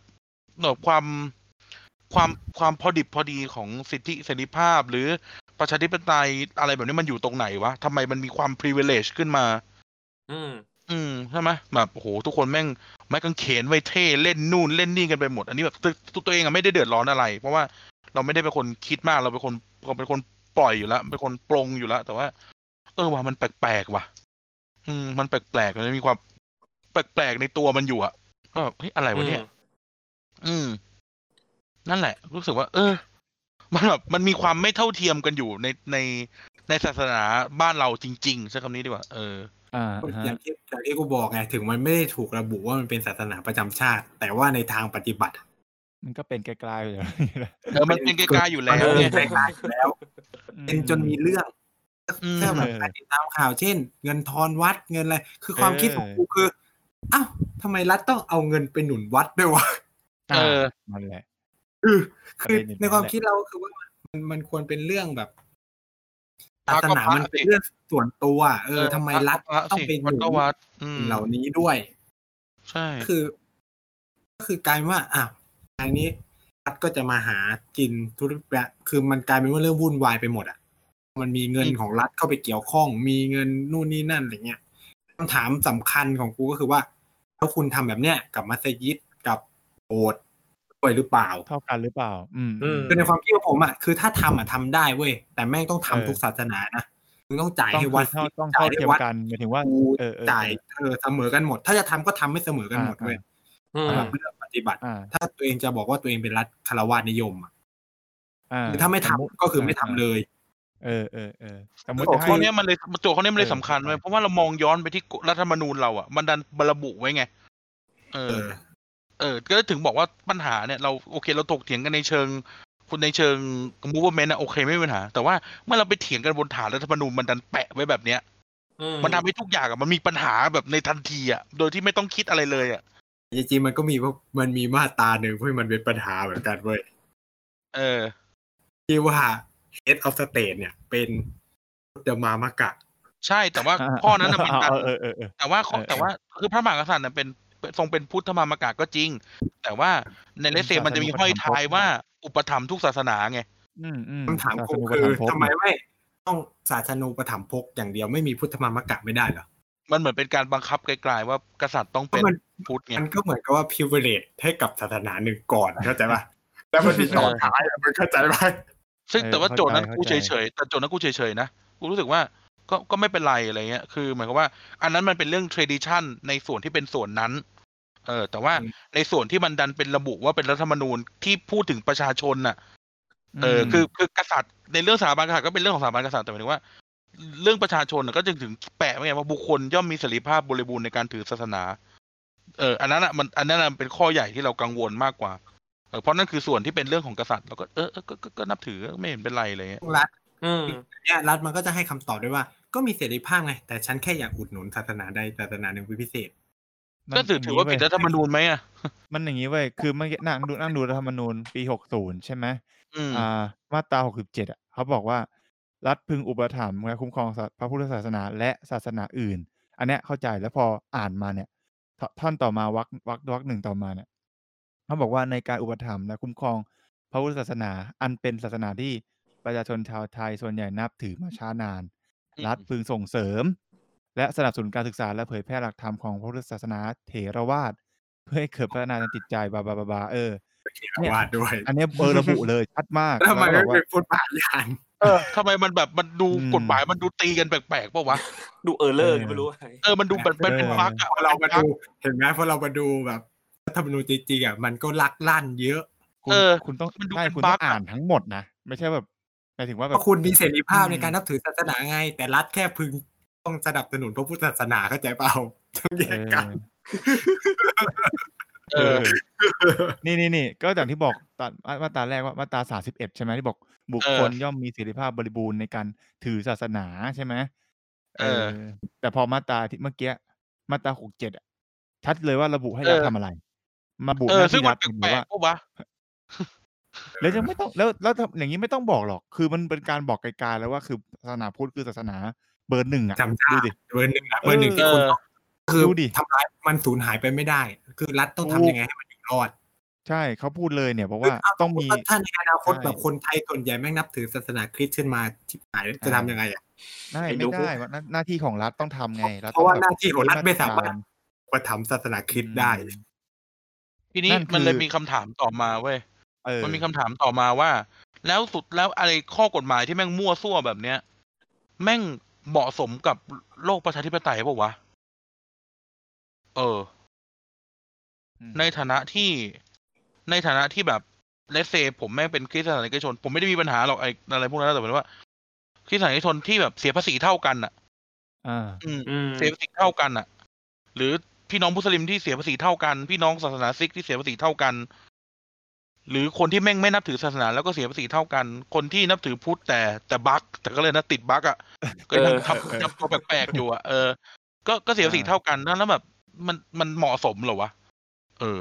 ความพอดิบพอดีของสิทธิเสรีภาพหรือประชาธิปไตยอะไรแบบนี้มันอยู่ตรงไหนวะทำไมมันมีความ privilege ขึ้นมาใช่ไหมแบบโอ้โหทุกคนแม่งไม้กางเขนไว้เท่เล่นนู่นเล่นนี่กันไปหมดอันนี้แบบตัวเองไม่ได้เดือดร้อนอะไรเพราะว่าเราไม่ได้เป็นคนคิดมากเราเป็นคนปล่อยอยู่แล้วเป็นคนปรงอยู่แล้วแต่ว่าว่ามันแปลกๆว่ะมันแปลกๆมันมีความแปลกๆในตัวมันอยู่อ่ะก็เฮ้ยอะไรวะเนี่ยนั่นแหละรู้สึกว่ามันแบบมันมีความไม่เท่าเทียมกันอยู่ในศาสนาบ้านเราจริงๆใช้คำนี้ดีกว่าอย่างที่กูบอกไงถึงมันไม่ได้ถูกระบุว่ามันเป็นศาสนาประจำชาติแต่ว่าในทางปฏิบัติมันก็เป็นไกลๆอยู่มันเป็นไกลๆอยู่แล้วเป็นจนมีเรื่องแค่แบบการติดตามข่าวเช่นเงินทอนวัดเงินอะไรคือความคิดของกูคืออ้าวทำไมรัฐต้องเอาเงินไปหนุนวัดด้วยวะนั่นแหละคือในความคิดเราคือว่ามันควรเป็นเรื่องแบบศาสนามันเป็นเรื่องส่วนตัวทำไมรัฐต้องไปหนุนเหล่านี้ด้วยใช่ก็คือกลายว่าอันนี้รัฐก็จะมาหากินธุรกิจคือมันกลายเป็นว่าเรื่องวุ่นวายไปหมดมันมีเงินของรัฐเข้าไปเกี่ยวข้องมีเงินนู่นนี่นั่นอะไรเงี้ยคำถามสำคัญของกูก็คือว่าถ้าคุณทำแบบเนี้ยกับมัสยิดกับโบสถ์ด้วยหรือเปล่าเท่ากันหรือเปล่าคือในความคิดของผมคือถ้าทำได้เว้ยแต่แม่งต้องทำทุกศาสนานะมึงต้องจ่ายให้วัดต้องจ่ายให้วัดกันหมายถึงว่าจ่ายเสมอกันหมดถ้าจะทำก็ทำไม่เสมอกันหมดเว้ยสำหรับเรื่องปฏิบัติถ้าตัวเองจะบอกว่าตัวเองเป็นรัฐคฤหัสถ์นิยมคือถ้าไม่ทำก็คือไม่ทำเลยสมมติโจทย์เขาเนี้ยมันเลยสำคัญเลยเพราะว่าเรามองย้อนไปที่รัฐธรรมนูญเรามันดันระบุไว้ไงก็ถึงบอกว่าปัญหาเนี่ยเราโอเคเราถกเถียงกันในเชิงmovement โอเคไม่มีปัญหาแต่ว่าเมื่อเราไปเถียงกันบนฐานรัฐธรรมนูญมันดันแปะไว้แบบเนี้ยมันทำให้ทุกอย่างมันมีปัญหาแบบในทันทีโดยที่ไม่ต้องคิดอะไรเลยจริงๆมันก็มีมาตราหนึ่งที่มันเป็นปัญหาเหมือนกันเว้ยที่ว่า head of state เนี่ยเป็นพุทธมามกะใช่แต่ว่าข้อนั้นมันแต่ว่าคือพระมหากษัตริย์เป็นทรงเป็นพุทธมามกะก็จริงแต่ว่าในเลเซมันจะมีห้อยท้ายว่าอุปถัมภ์ทุกศาสนาไงคำถามคือทำไมไม่ต้องศาสนูปถัมภกอย่างเดียวไม่มีพุทธมามกะไม่ได้เหรอมันเหมือนเป็นการบังคับไกลๆว่ากษัตริย์ต้องเป็นพุทธไงมันก็เหมือนกับว่า privilege ให้กับศาสนาหนึ่งก่อนเข้าใจป่ะแต่มันมีต่อท้ายมันเข้าใจไหมซึ่งแต่ว่าโจทย์นั้นกูเฉยๆแต่โจทย์นั้นกูเฉยๆนะกูรู้สึกว่าก็ไม่เป็นไรอะไรเงี้ยคือหมายความว่าอันนั้นมันเป็นเรื่อง tradition ในส่วนที่เป็นส่วนนั้นแต่ว่าในส่วนที่มันดันเป็นระบุว่าเป็นรัฐธรรมนูญที่พูดถึงประชาชนคือกษัตริย์ในเรื่องสถาบันกษัตริย์ก็เป็นเรื่องของสถาบันกษัตริย์แต่หมายถึงว่าเรื่องประชาชนก็จึงถึงแปะไว้ไงว่าบุคคลย่อมมีเสรีภาพบริบูรณ์ในการถือศาสนาอันนั้นเป็นข้อใหญ่ที่เรากังวลมากกว่าเพราะนั่นคือส่วนที่เป็นเรื่องของกษัตริย์เราก็ก็นับถือไม่เห็นเป็นไรเลยรัฐเนี่ยรัฐมันก็จะให้คำตอบด้วยว่าก็มีเสรีภาพไงแต่ฉันแค่อยากอุดหนุนศาสนาใดศาสนาหนึ่งเป็นพิเศษก็ถือว่าผิดรัฐธรรมนูญไหมมันอย่างนี้เว้ยคือเมื่อกี้นั่งดูรัฐธรรมนูญปี60ใช่ไหมมาตรา67เขาบอกว่ารัฐพึงอุปถัมภ์และคุ้มครองพระพุทธศาสนาและศาสนาอื่นอันเนี้ยเข้าใจแล้วพออ่านมาเนี่ยท่อนต่อมาวรรคหนึ่งต่อมาเนี่ยเขาบอกว่าในการอุปถัมภ์และคุ้มครองพระพุทธศาสนาอันเป็นศาสนาที่ประชาชนชาวไทยส่วนใหญ่นับถือมาช้านานรัฐพึงส่งเสริมและสนับสนุนการศึกษาและเผยแพร่หลักธรรมของพระพุทธศาสนาเถรวาทเพื่อให้เกิดพัฒนาทางจิตใจบาเนี่ยด้วยอันนี้ระบุเลยชัดมากทำไมไม่เป็นพุทธบาทยานทำไมมันแบบมันดูกฎหมายมันดูตีกันแปลกๆป่าววะดูเลอร์ไม่รู้มันดูแบบเป็นฟักพอเรามาดูเห็นไหมพอเรามาดูแบบรัฐธรรมนูญจริงๆมันก็ลักลั่นเยอะคุเอณอคุณต้องมันดูใช่เป็นคุณบัต้๊องกอ่าอะนทั้งหมดนะ ไม่ใช่แบบ หมายถึงว่าเพแบบราะคุณมีเสรีอืภาพในการมนับถือศาสนาไง แต่รัฐแค่พึง ต้องสนับสนุนพระพุทธศาสนา เข้าใจเปล่า? ต้องแยเอกกันอเอเออนี่ ๆ ๆ ก็อย่างที่บอกตอน มาตราแรกว่า มาตรา 31 ใช่ไหม ที่บอกบุคเออคลย่อมมีเสรีภาพบริบูรณ์ในการถือศาสนา ใช่ไหมเออแต่พอมาตราที่เมื่อกี้ มาตรา 67 อะ ชัดเลยว่าระบุให้เออรัฐทำอะไร ระบุเออหน้าซึที่่งมรัันฐแห หปลรือว่กาๆ เปล่าวะ? แล้วยังไม่ต้อง แล้วถ้า อย่างงี้ไม่ต้องบอกหรอก คือมันเป็นการบอกไกล ๆ แล้วว่า คือศาสนาพุทธคือศาสนาเบอร์ 1 อะจำชาดูดิเบอร์ 1 อะเอเบอร์ 1 อที่คุณเออต้อง คือดูดิทำร้ายมันสูญหายไปไม่ได้ คือรัฐต้ถองถทำยังไงให้มันอยู่รอดใช่ เขาพูดเลยเนี่ย บอกคืว่าถ้าสต้อง มมมุติีว่า ถ้าในอนาคใชตแบบคนไทยส่วนใหญ่แม่งนับถือศาสนาคริสต์ขึ้นมา ชิบหายอจะทำายังไงอะ? ไม่ไอ้ไมหนู่ได้ หน้า หน้าที่ของรัฐต้องทำไง รัฐเพต้ราะว่าองแบบหน้าที่ของรัฐมีไม่มาสาตรมารถการอุปถัมภ์ศาสนาคอืริสต์ได้ทีนี้นั่นมัคเลยมีคำถามต่อมาเว้ย มันมีคำถามต่อมาว่า แล้วสุด แล้วอะไร ข้อกฎหมายที่แม่งมั่วซั่วแบบเนี้ย แม่งเหมาะสมกับ โลกประชาธิปไตยเปล่าวะ? เอออืมในฐานะที่ ในฐานะที่แบบ let's say ผมแม่งเป็นคริสตศาสนิกชน ผมไม่ได้มีปัญหาหรอกไอ้อะไรพวกนั้น แต่หมายถึงว่า คริสตศาสนิกชนที่แบบเสียภาษีเท่ากันน่ะอาอืมอืมเสียภาษีเท่ากันน่ะ หรือพี่น้องมุสลิมที่เสียภาษีเท่ากัน พี่น้องศาสนาซิกที่เสียภาษีเท่ากัน หรือคนที่แม่งไม่นับถือศาสนา แล้วก็เสียภาษีเท่ากัน คนที่นับถือพุทธแต่บั๊ก แต่ก็เลยนะติดบั๊กอะ ก็เอยัอง ทำตัวแปลก ๆ อยู่อะ เออ ก็เสียภาษีอาเท่ากัน แล้วแบบมันเหมาะสมเหรอวะ? เออ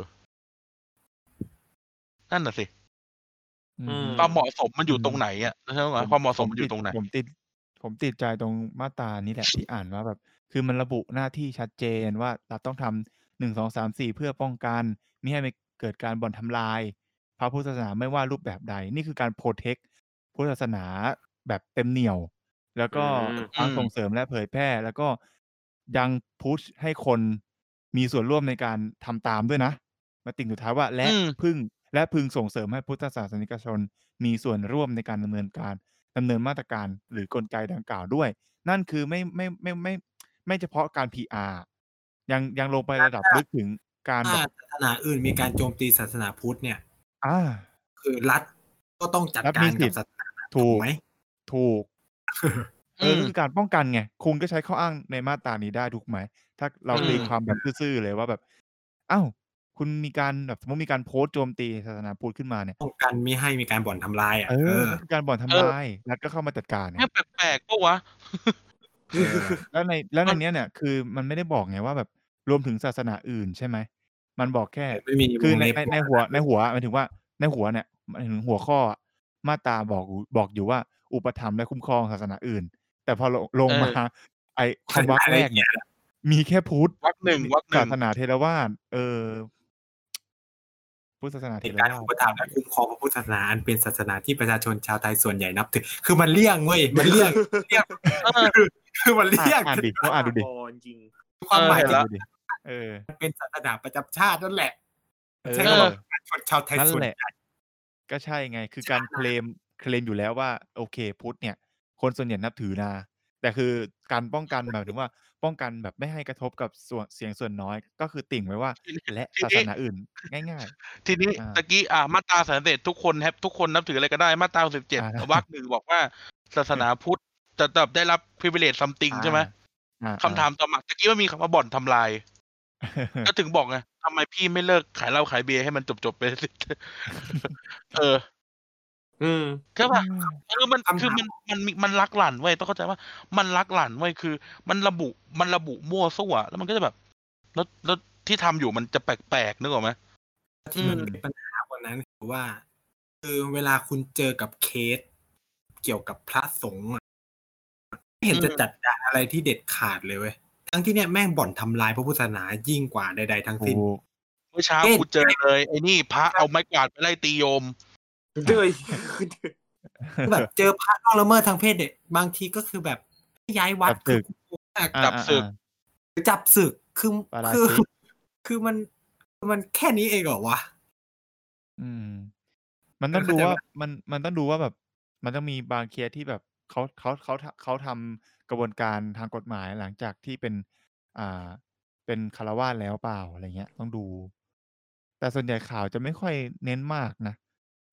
นั่นน่ะสิอือือความเหมาะสมมันๆอยู่ตรงไหนอะ ใช่ไหมผมความเหมาะสผม มมันอตยูิ่ดตรงไหน? ผมติดใจตรงมาตรานี้แหละ ที่อ่านว่าแบบ คือมันระบุหน้าที่ชัดเจนว่า รัฐต้องทำ 1 2 3 4 เพื่อป้องกันมิให้เกิดการบ่อนทำลายพระพุทธศาสนาไม่ว่ารูปแบบใด นี่คือการ โพรเทกต์ พุทธศาสนาแบบเต็มเหนี่ยว แล้วอืก็มทั้งส่งเสริมและเผยแพร่ แล้วก็ยัง พุช ให้คนมีส่วนร่วมในการทำตามด้วยนะ มาติ่งสุดท้ายว่าอืมและพึงส่งเสริมให้พุทธศาสนิกชนมีส่วนร่วมในการดำเนินมาตรการหรือกลไกดังกล่าวด้วย นั่นคือไม่เฉพาะการ PR ยังลงไประดับลึกถึงการถ้าแบบศาสนาอื่นมีการโจมตีศาสนาพุทธเนี่ยอาคือรัฐก็ต้องจัดรัฐกามีรสกิับทธิ์ศาสนานั้นถถููกกไหม? ถูกอืมก็คือการป้องกันไง คุณก็ใช้ข้ออ้างในมาตรานี้ได้ถูกไหม? ถ้าเราอืตีมความแบบซื่อ ๆ เลยว่าแบบ อ้าว คุณมีการแบบ สมมุติมีการโพสต์โจมตีศาสนาพุทธขึ้นมาเนี่ยป้องกันมิให้มีการบ่อนทำลายอะ เออนั่นคือการบ่อนทเอำลอาย รัฐก็เข้ามาจัดการแม่ไงงแปลก ๆ เปล่าวะ? เออ แล้วในมันเนี้ยเนี่ย คือมันไม่ได้บอกไงว่าแบบรวมถึงศาสนาอื่น ใช่ไหม มันบอกแค่ไม่มีคือวงเล็บในหัวหมายถึงว่า ในหัวเนี่ย หมายถึงหัวข้ออะ มาตราบอกอยู่ว่า อุปถัมภ์และคุ้มครองศาสนาอื่น แต่พอลงเมาออไอ้คำวรรคแรกเนี่ย มีแค่พุทธวรรค 1 วรรคศาส 1 นาเถรวาท เออ พุทธศาสนาเใถนการรวาทอุปถัมภ์และคุ้มครองพระพุทธศาสนา อันเป็นศาสนาที่ประชาชนชาวไทยส่วนใหญ่นับถือ คือมันเลี่ยงเว้ย มันเลี่ยงเออคือมันเลี่ยงอ่านดิ ลองอ่านดูดิบ้าบอจริงความหมายเห็นจแล้วดูดิ เออมันเป็นศาสนาประจำชาตินั่นแหละเอใช้คำว่าอประชาชนชาวไทยนั่นส่วนแหละใหญ่ก็ใช่ไง คือใชกา่รเคลมอยู่แล้วว่า โอเค พุทธเนี่ย คนส่วนใหญ่นับถือนะ แต่คือการป้องกัน หมายถึงว่า ป้องกันแบบไม่ให้กระทบกับเสียงส่วนน้อย ก็คือติ่งไว้ว่า และศาสนาอื่น ง่ายทีนี้ๆ อาตะกี้ มาตรา 31 ทุกคนทุกคนนับถืออะไรก็ได้ มาตราอา 67 วรรค 1 บอกว่า ศาสนาพุทธจะแบบได้รับ privilege something อาใช่ไหมอาคำถามต่อมา ตะกี้มันมีคำว่าบ่อนทำลาย ก็ถึงบอกไง ทำไมพี่ไม่เลิกขายเหล้าขายเบียร์ให้มันจบ ๆ ไป สักที เอออืมใช่เปล่า? มันคำคือถามมันลักหลั่นเว้ย ต้องเข้าใจว่า มันลักหลั่นเว้ย คือมันระบุมั่วซั่ว แล้วมันก็จะแบบ แล้วที่ทำอยู่มันจะแปลก ๆ นึกออกไหม? ทอืี่มันมเป็นปัญหากว่านั้น คือว่า คือเวลาคุณเจอกับเคสเกี่ยวกับพระสงฆ์อะ ไม่เห็นจะจัดการอะไรที่เด็ดขาดเลยเว้ย ทั้งที่เนี่ยแม่งบ่อนทำลายพระพุทธศาสนายิ่งกว่าใด ๆ ทั้งถูสิ้นกเมื่อเช้ากูเจอเลย ไอ้นี่พระเอาไม้กวาดไปไล่ตีโยมเฮ้ยคือแบบเจอพระล่วงละเมิดทางเพศเด็ก บางทีก็คือแบบให้ย้ายวัจัดบศึกจับศึกอา ๆหรือจับศึก คือปาราคือชิกคือมันแค่นี้เองเหรอวะ? อืม มันต้องดูว่า มันต้องดูว่าแบบ มันต้องมีบางเคสที่แบบเขาทำกระบวนการทางกฎหมายหลังจากที่เป็น อ่า เป็นฆราวาสแล้วเปล่า อะไรเงี้ย ต้องดู แต่ส่วนใหญ่ข่าวจะไม่ค่อยเน้นมากนะ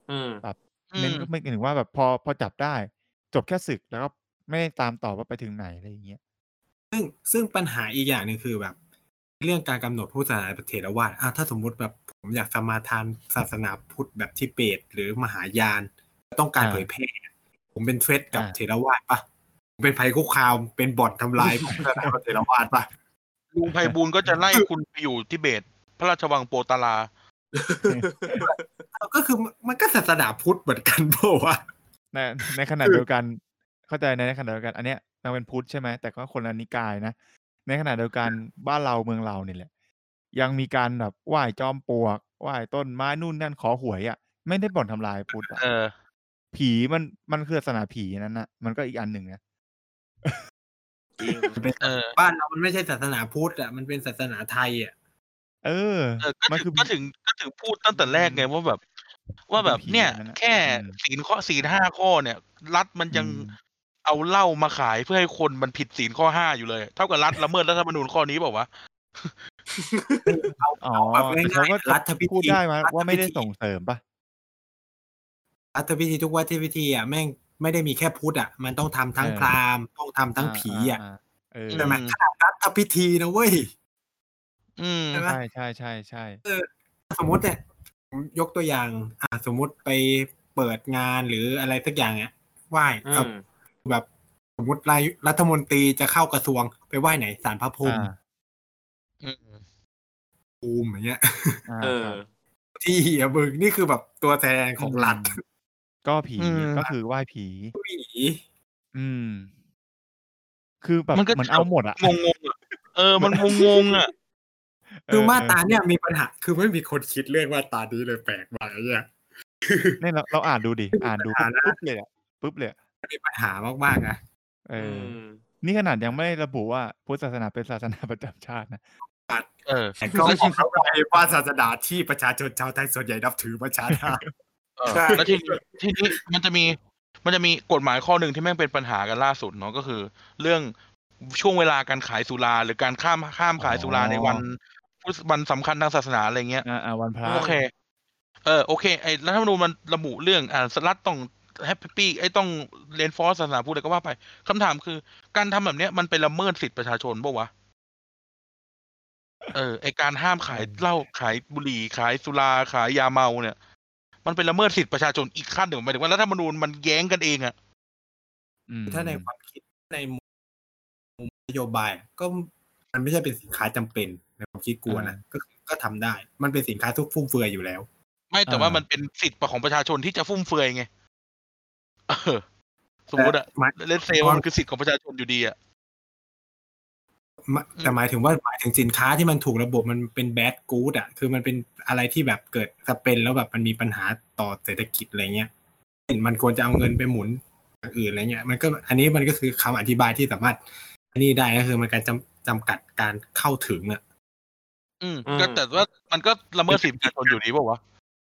แบบอืเน้นมก็ไม่ถึงว่าแบบพอจับได้ จบแค่ศึก แล้วก็ไม่ได้ตามต่อว่าไปถึงไหน อะไรอย่างเงี้ยซึ่งปัญหาอีกอย่างหนึ่งคือแบบ เรื่องการกำหนดพุทธศาสนาเถรวาทถ้าสมมุติแบบผมอยากสมาทานศาสนาพุทธแบบทิเบต หรือมหายาน ต้องการอาเผยแพร่ ผมเป็นเทรดกับอาเถรวาทเปล่า? ผมเป็นภัยคุกคาม เป็นบ่อนทำลาย ศาสนาเถรวาทเปล่า? ลุงไพบูลย์ก็จะไล่คุณไปอยู่ทิเบต พระราชวังโปตาราก็คือมันก็ศาสนาพุทธเหมือนกันเปล่าวะ? ในขณะเดียวกัน เข้าใจในขณะเดียวกัน อันเนี้ยยังเป็นพุทธใช่ไหม แต่ก็คนละนิกายนะ ในขณะเดียวกันบ้านเราเมืองเรานี่แหละ ยังมีการแบบไหว้จอมปลวก ไหว้ต้นไม้นู่นนั่น ขอหวยอะ ไม่ได้บ่อนทำลายพุทธอะเออผีมันคือศาสนาผีนั้นน่ะ มันก็อีกอันหนึ่งนะจริงเออบ้านเรามันไม่ใช่ศาสนาพุทธอะ มันเป็นศาสนาไทยอะเออก็มันคือถึงพูดตั้งแต่แรกไงว่าแบบ ว่าแบบผีเนี่ยอันนั้นน่ะแค่ศีลข้อ ศีล 5 ข้อเนี่ย รัฐมันยังเอาเหล้ามาขายเพื่อให้คนมันผิดศีลข้อ 5 อยู่เลย เท่ากับรัฐละเมิดรัฐธรรมนูญข้อนี้เปล่าวะ? อ๋อเอาแบบแต่เขาง่ายก็ๆ รัฐพิพูดธีได้มั้ยรัฐว่าไม่ได้พิธีส่งเสริมเปล่า? รัฐพิธีทุกพิธีอะแม่งไม่ได้มีแค่พุทธอะ มันต้องทำทั้งพราหมณ์ ต้องทำทั้งผีอะเออใช่ไหม ขนาดรัฐพิธีนะเว้ยอืมใช่ไหม? ใช่ ๆ ๆ ๆสมมุติเนี่ย ผมยกตัวอย่าง สมมุติไปเปิดงาน หรืออะไรสักอย่างเงี้ย ไหว้ แบบสมมุติรัฐมนตรีจะเข้ากระทรวง ไปไหว้ไหน? ศาลพระพรหมอืมภูมิ อย่างเงี้ยอา ครับที่อะมึง นี่คือแบบตัวแทนของรัฐก็ผีอืมก็คือไหว้ผีผีอืม คือแบบมันก็เหมือนจะเอาหมดอะงง ๆ อะ เออ มันงง ๆ อะคือมาตราเนี่ยมีปัญหา คือไม่มีคนคิดเรื่องมาตรานี้เลย แปลกมากไอ้เหี้ยเนี่ยเราอ่านดูดิ อ่านดูไม่มีปัญหานะปุ๊บเลยอะ ปุ๊บเลยอะมันมีปัญหามาก ๆ นะเออ นี่ขนาดยังไม่ระบุว่าพุทธศาสนาเป็นศาสนาประจำชาตินะเออแต่ก็บอกแล้วไงว่าศาสนาที่ประชาชนชาวไทยส่วนใหญ่นับถือมาช้านานใช่ แล้วทีนี้มันจะมีกฎหมายข้อหนึ่งที่แม่งเป็นปัญหากันล่าสุดเนาะ ก็คือเรื่องช่วงเวลาการขายสุรา หรือการห้ามขายสุราในวันสำคัญทางศาสนา อะไรอย่างเงี้ยวันพระโอเค โอเค ไอ้รัฐธรรมนูญมันระบุเรื่อง รัฐต้อง happy ต้อง reinforce ศาสนาพุทธอะไรก็ว่าไป คำถามคือการทำแบบเนี้ยมันไปละเมิดสิทธิประชาชนเปล่าวะ? ไอ้การห้ามขายเหล้า ขายบุหรี่ ขายสุรา ขายยาเมาเนี่ย มันเป็นละเมิดสิทธิประชาชนอีกขั้นหนึ่ง หมายถึงว่ารัฐธรรมนูญมันแย้งกันเองอะถ้าในความคิด ในมุมนโยบาย ก็มันไม่ใช่เป็นสินค้าจำเป็นในความคิดกูนะ ก็ทำได้ มันเป็นสินค้าที่ฟุ่มเฟือยอยู่แล้วไม่ แต่ว่ามันเป็นสิทธิ์ของประชาชนที่จะฟุ่มเฟือยไง สมมุติอะ let's say ว่ามันคือสิทธิ์ของประชาชนอยู่ดีอะแต่หมายถึงว่า หมายถึงสินค้าที่มันถูกระบบมันเป็น bad good อะ คือมันเป็นอะไรที่แบบเกิดเป็นแล้วแบบมันมีปัญหาต่อเศรษฐกิจ อะไรเงี้ย มันควรจะเอาเงินไปหมุนอย่างอื่น อะไรเงี้ย อันนี้มันก็คือคำอธิบายที่สามารถอันนี้ได้ ก็คือมันการจำกัดการเข้าถึงอะก็แต่ว่ามันก็ละเมิดสิทธิประชาชนอยู่ดีเปล่าวะ?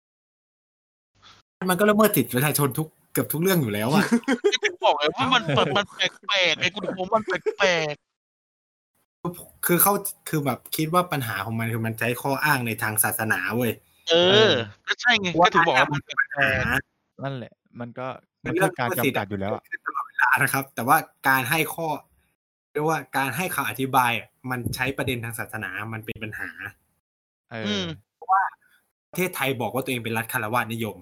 มันก็ละเมิดสิทธิประชาชนเกือบทุกเรื่องอยู่แล้วอะก็ถึงบอกไงว่ามันแปลกๆไง กูถึงบอกว่ามันแปลกคือแบบคิดว่าปัญหาของมันคือมันใช้ข้ออ้างในทางศาสนาเว้ยก็ใช่ไง ก็ถึงบอกว่ามันแปลกนั่นแหละ มันคือการจำกัดอยู่แล้วอะตลอดเวลานะครับ แต่ว่าการให้เรียกว่าการให้คำอธิบายอะ มันใช้ประเด็นทางศาสนามันเป็นปัญหา เพราะว่าประเทศไทยบอกว่าตัวเองเป็นรัฐฆราวาสนิยม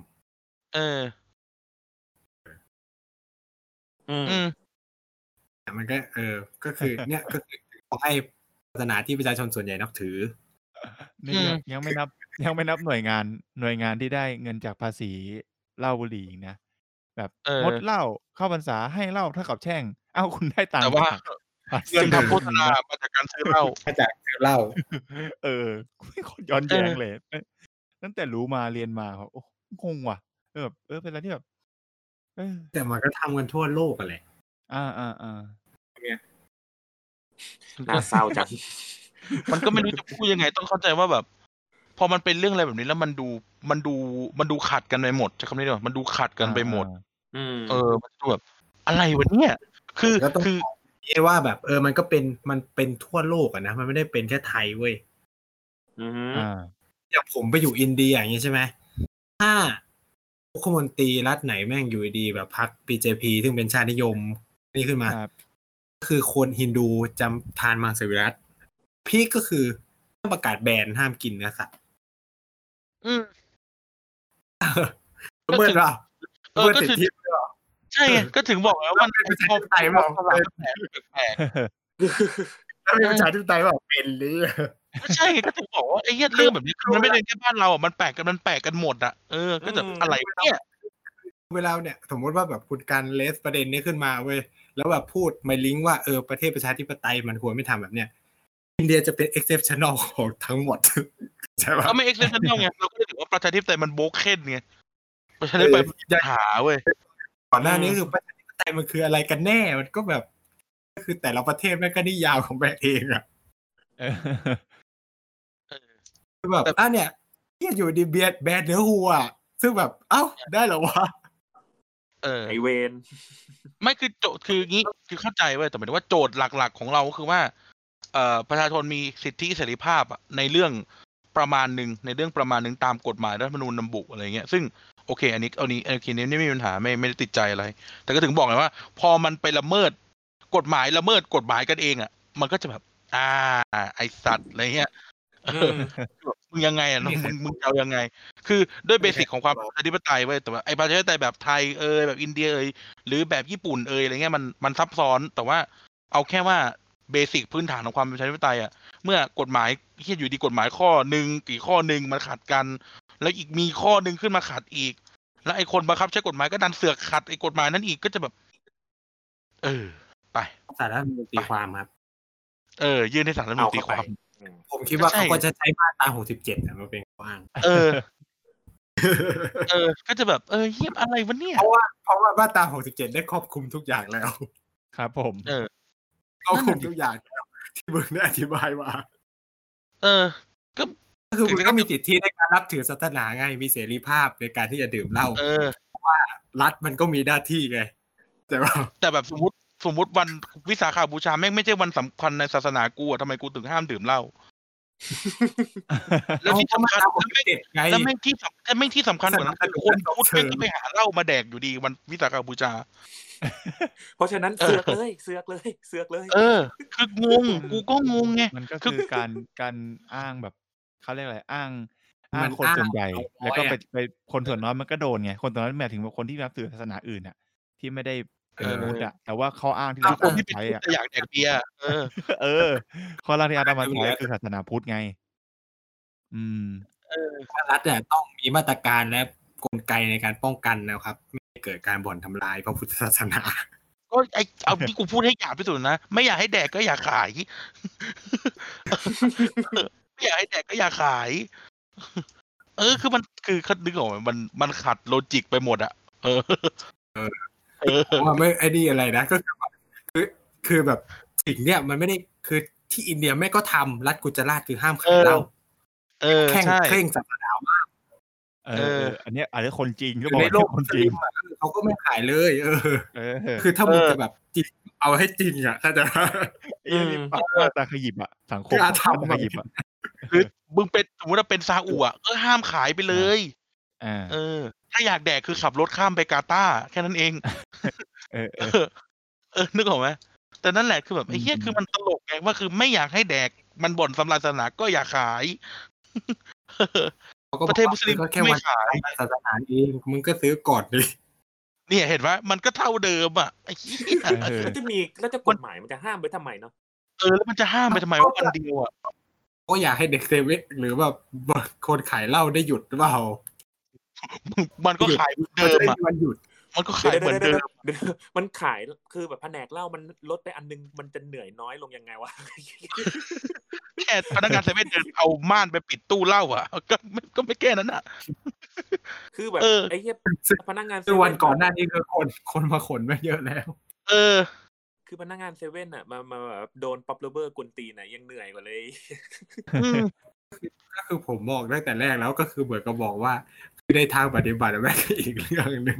มันก็ ก็คือ เนี่ย ก็คือต้องให้ศาสนาที่ประชาชนส่วนใหญ่นับถือนี่ยังไม่นับหน่วยงานที่ได้เงินจากภาษีเหล้าบุหรี่อีกนะ แบบงดเหล้า เข้าพรรษาให้เหล้าเท่ากับแช่ง อ้าว คุณได้ตังแต่ค์ว่าจากภาษีเงินทำโฆษณามาจากการซื้อเหล้ามาจากซื้อเหล้าโคตรย้อนแย้งเลย ตั้งแต่รู้มาเรียนมา โอ้ งงว่ะ แบบ เป็นอะไรที่แบบแต่มันก็ทำกันทั่วโลกอะแหละอา ๆเนี่ยน่าเศร้าจังมันก็ไม่รู้จะพูดยังไง ต้องเข้าใจว่าแบบ พอมันเป็นเรื่องอะไรแบบนี้แล้วมันดูขัดกันไปหมด ใช้คำนี้ดีกว่า มันดูขัดกันไปหมด มันดูแบบอะไรวะเนี่ยก็ต้องบอกว่าแบบ มันเป็นทั่วโลกอะนะ มันไม่ได้เป็นแค่ไทยเว้ย อย่างผมไปอยู่อินเดีย อย่างงี้ใช่ไหม ถ้ามุขมนตรีรัฐไหนแม่งอยู่ดีแบบพรรค BJP ซึ่งเป็นชาตินิยมนี่ขึ้นมาคือคนฮินดูจำทานมังสวิรัติพีคก็คือต้องประกาศแบนห้ามกินเนื้อสัตว์เมื่อเราเมื่อติดทิพย์ใช่ไงก็ถึงบอกแล้วมันเป็นประชาธิปไตยเปล่าแปลกถ้าเป็นประชาธิปไตยเปล่าเป็นเลยก็ใช่ก็ถึงบอกว่าไอ้เหี้ยเรื่องแบบนี้มันไม่ได้แค่บ้านเราอ่ะมันแปลกกันหมดอ่ะก็จะอะไรเนี่ยเวลาเนี่ยสมมติว่าแบบคุณการเลสประเด็นนี้ขึ้นมาเว้ยแล้วแบบพูดไม่ลิงก์ว่าประเทศประชาธิปไตยมันควรไม่ทำแบบเนี้ยอินเดียจะเป็น exceptional ของทั้งหมดใช่ป่ะก็ไม่ exceptional ไงเราก็เลยถือว่าประชาธิปไตยมันโบกเค้นไงประชาธิปไตยหาเว้ยก่อนหน้านี้คือประชาธิปไตยมันคืออะไรกันแน่มันก็แบบก็คือแต่ละประเทศแม่งก็นิยามของแบบเองอ่ะแบบเนี่ยอยู่ดีแบนเนื้อหัวซึ่งแบบได้เหรอวะไอเวนไม่คือโจทย์คืองี้คือเข้าใจเว้ยแต่หมายถึงว่าโจทย์หลักๆของเราก็คือว่าประชาชนมีสิทธิเสรีภาพในเรื่องประมาณนึงตามกฎหมายรัฐธรรมนูญระบุอะไรเงี้ยซึ่งโอเคอันนี้นี่ไม่มีปัญหาไม่ได้ติดใจอะไรแต่ก็ถึงบอกไงว่าพอมันไปละเมิดกฎหมายกันเองอ่ะมันก็จะแบบไอสัตว์อะไรเงี้ยมึงยังไงอ่ะมึงเอายังไงคือด้วยเบสิกของความประชาธิปไตยเว้ยแต่ว่าไอ้ประชาธิปไตยแบบไทยแบบอินเดียหรือแบบญี่ปุ่นอะไรเงี้ยมันซับซ้อนแต่ว่าเอาแค่ว่าเบสิกพื้นฐานของความเป็นประชาธิปไตยอ่ะเมื่อกฎหมายที่อยู่ดีกฎหมายข้อนึงกี่ข้อนึงมันขัดกันแล้วอีกมีข้อนึงขึ้นมาขัดอีกแล้วไอ้คนบังคับใช้กฎหมายก็ดันเสือกขัดไอ้กฎหมายนั้นอีกก็จะแบบไปศาลรัฐธรรมนูญตีความครับยื่นให้ศาลรัฐธรรมนูญตีความผมคิดว่าเขาก็จะใช้มาตรา67นะมาเป็นว่างก็จะแบบเยี่ยมอะไรวะเนี่ยเพราะว่ามาตรา67ได้ครอบคลุมทุกอย่างแล้วครับผมครอบคลุมทุกอย่างแล้วที่มึงได้อธิบายมาก็คือมึงก็มีสิทธิในการรับถือศาสนาไงมีเสรีภาพในการที่จะดื่มเหล้าเพราะว่ารัฐมันก็มีหน้าที่ไงแต่แบบสมมติวันวิสาขบูชาไม่ใช่วันสำคัญในศาสนากูทำไมกูถึงห้ามดื่มเหล้าแล้วที่สำคัญแล้วแม่งที่สำคัญกว่านั้นคือคนพุทธก็ไปหาเหล้ามาแดกอยู่ดีวันวิสาขบูชาเพราะฉะนั้นเสือกเลยคืองงกูก็งงไงมันก็คือการอ้างแบบเขาเรียกอะไรอ้างคนส่วนใหญ่แล้วก็ไปคนส่วนน้อยมันก็โดนไงคนส่วนน้อยหมายถึงว่าคนที่นับถือศาสนาอื่นอ่ะที่ไม่ได้เป็นพุทธแต่ว่าเขาอ้างที่คนที่เป็นพุทธอยากแดกเบียร์ข้อแรกที่อาตมาใช้คือศาสนาพุทธไงรัฐเนี่ยต้องมีมาตรการและกลไกในการป้องกันนะครับไม่ให้เกิดการบ่อนทำลายพระพุทธศาสนาก็เอาที่กูพูดให้หยาบที่สุดนะไม่อยากให้แดกก็อย่าขายไม่อยากให้แดกก็อย่าขายคือมันคือคัดนึกออกมันขัดโลจิกไปหมดอ่ะว่าไม่ไอ้นี่อะไรนะก็คือแบบสิ่งเนี้ยมันไม่ได้คือที่อินเดียแม่ก็ทำรัฐกุจราตคือห้ามขายเหล้าแข่งศาสนามากอันนี้อาจจะคนจริงก็บอกว่าคนจริงเขาก็ไม่ขายเลยคือถ้ามึงจะแบบจิตเอาให้จริงอ่ะถ้าจะปักว่าตาขยิบอ่ะสังคมตาขยิบอ่ะคือมึงเป็นสมมติว่าเป็นซาอุอ่ะก็ห้ามขายไปเลยถ้าอยากแดกคือขับรถข้ามไปกาตาร์แค่นั้นเองนึกออกไหมแต่นั่นแหละคือแบบไอ้เหี้ยคือมันตลกไงว่าคือไม่อยากให้แดกมันบ่นสำลายศาสนาก็อย่าขายประเทศมุสลิมก็แค่วันขายศาสนาเองมึงก็ซื้อก่อนดิเนี่ยเห็นไหมมันก็เท่าเดิมอ่ะไอ้เหี้ยแล้วจะกฎหมายมันจะห้ามไปทำไมเนาะแล้วมันจะห้ามไปทำไมว่าวันเดียวอ่ะก็อยากให้เด็กเซเว่นหรือแบบคนขายเหล้าได้หยุดหรือเปล่ามันก็ขายเหมือนเดิมอ่ะมันก็ขายเหมือนเดิมมันขายคือแบบแผนกเหล้ามันลดไปอันนึงมันจะเหนื่อยน้อยลงยังไงวะแค่พนักงานเซเว่นเดินเอาม่านไปปิดตู้เหล้าอ่ะก็ไม่แก้นั้นอ่ะคือแบบไอ้เหี้ยพนักงานวันก่อนหน้านี้คือคนมาขนมาเยอะแล้วคือพนักงานเซเว่นอ่ะมาแบบโดนป๊อปเลเวอร์กวนตีนไหนยังเหนื่อยกว่าเลยก็คือผมบอกตั้งแต่แรกแล้วก็คือเหมือนกับบอกว่าคือในทางปฏิบัติแม่งอีกเรื่องนึง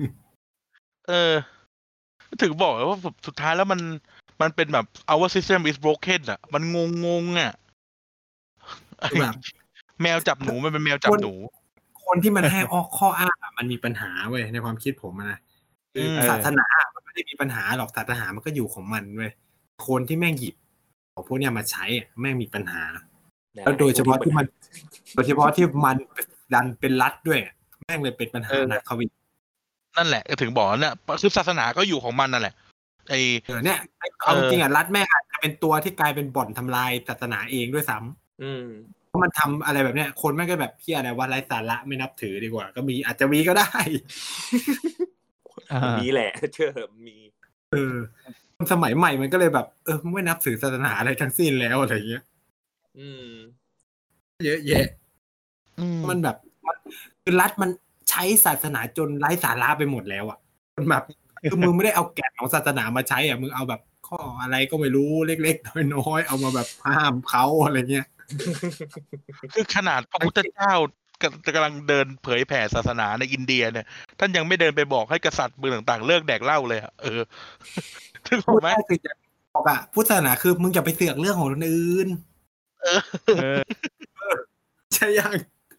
ถึงบอกว่าสุดท้ายแล้วมันเป็นแบบ our system is broken อ่ะมันงงอ่ะแมวจับหนูมันเป็นแมวจับหนูคนที่มันให้ออกข้ออ้างมันมีปัญหาเว้ยในความคิดผมนะคือศาสนามันไม่ได้มีปัญหาหรอกศาสนามันก็อยู่ของมันเว้ยคนที่แม่งหยิบของพวกเนี้ยมาใช้แม่งมีปัญหาแล้วโดยเฉพาะที่มันดันเป็นรัฐด้วยแม่งเลยเป็นปัญหาหนักเขาอีกนั่นแหละถึงบอกเนี่ยคือศาสนาก็อยู่ของมันนั่นแหละเนี่ยเอาจริงรัฐแม่งอาจจะเป็นตัวที่กลายเป็นบ่อนทำลายศาสนาเองด้วยซ้ำเพราะมันทำอะไรแบบเนี้ยคนแม่งก็แบบเพี้ยอะไรว่าไร้สาระไม่นับถือดีกว่าก็มีอาจจะมีก็ได้มีแหละเชื่อมีสมัยใหม่มันก็เลยแบบไม่นับถือศาสนาอะไรทั้งสิ้นแล้วอะไรเงี้ยเยอะแยะมันแบบคือรัฐมันใช้ศาสนาจนไร้สาระไปหมดแล้วอ่ะมันแบบคือมึงไม่ได้เอาแก่นของศาสนามาใช้อ่ะมึงเอาแบบข้ออะไรก็ไม่รู้เล็กๆน้อยๆเอามาแบบห้ามเขาอะไรเงี้ยคือขนาดพระพุทธเจ้ากำลังเดินเผยแผ่ศาสนาในอินเดียเนี่ยท่านยังไม่เดินไปบอกให้กษัตริย์เมืองต่างๆเลิกแดกเหล้าเลยอ่ะถึงบอกไหมบอกอ่ะพุทธศาสนาคือมึงอย่าไปเสือกเรื่องของคนอื่นใช่ยัง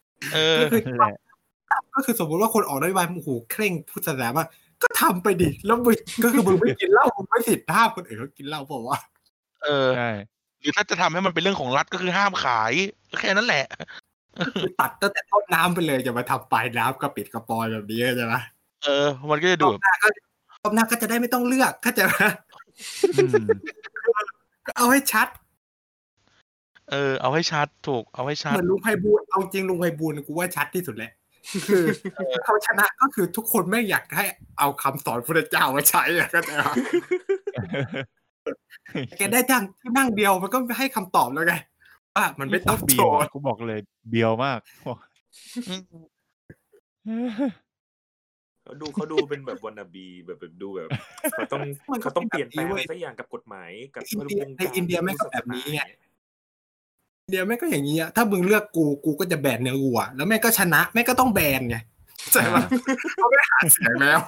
ก็คือสมมติว่าคนออกนโยบายโอ้โหเคร่งพุทธศาสนามาก็ทำไปดิแล้วมึงก็คือมึงไม่กินเหล้ามึงไม่สิทธิ์ห้ามคนอื่นเขากินเหล้าเปล่าวะใช่หรือถ้าจะทำให้มันเป็นเรื่องของรัฐก็คือห้ามขายแค่นั้นแหละตัดตั้งแต่ต้นน้ำไปเลยจะมาทำปลายน้ำกระปิดกระปอยแบบนี้ใช่ไหมมันก็จะดูรอบหน้าก็จะได้ไม่ต้องเลือกเข้าใจไหมเอาให้ชัดเอาให้ชัดถูกเอาให้ชัดเหมือนลุงไพบูลย์เอาจริงลุงไพบูลย์กูว่าชัดที่สุดแหละคือเขาชนะก็คือทุกคนไม่อยากให้เอาคำสอนพระเจ้ามาใช้อะก็แต่แกได้จังที่นั่งเดียวมันก็ให้คำตอบแล้วไงว่ามันไม่ตอบโจทย์กูบอกเลยเบียวมากเขาดูเป็นแบบวานาบีแบบดูแบบเขาต้องเปลี่ยนแปลงอะไรสักอย่างกับกฎหมายกับในอินเดียไม่ก็แบบนี้ไงอินเดียแม่ก็อย่างนี้ถ้ามึงเลือกกูก็จะแบนเนื้อวัวแล้วแม่ก็ชนะแม่ก็ต้องแบนไงใช่ไหมเขาไม่หาเสียงแล้ว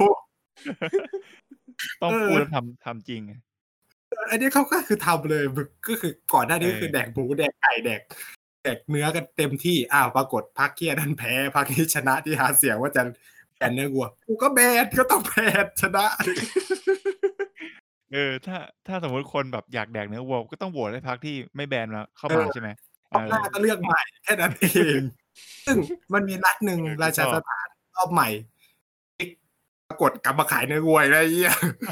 ต้องพูดทำจริงอันนี้เขาก็คือทำเลยก็คือก่อนหน้านี้คือแดกหมูแดกไก่แดกเนื้อกันเต็มที่ปรากฏพรรคเกี้ยดันแพ้พรรคนี้ชนะที่หาเสียงว่าจะแบนเนื้อวัวกูก็แบนก็ต้องแบนชนะถ้าสมมติคนแบบอยากแดกเนื้อวัวก็ต้องโหวตให้พรรคที่ไม่แบนมาเข้ามาใช่ไหมหน้าก็เลือกใหม่แค่นั้นเองซึ่งมันมีรัฐหนึ่งราชาสถานรอบใหม่ปรากฏกลับมาขายเนื้อวัวอะไรเงี้ย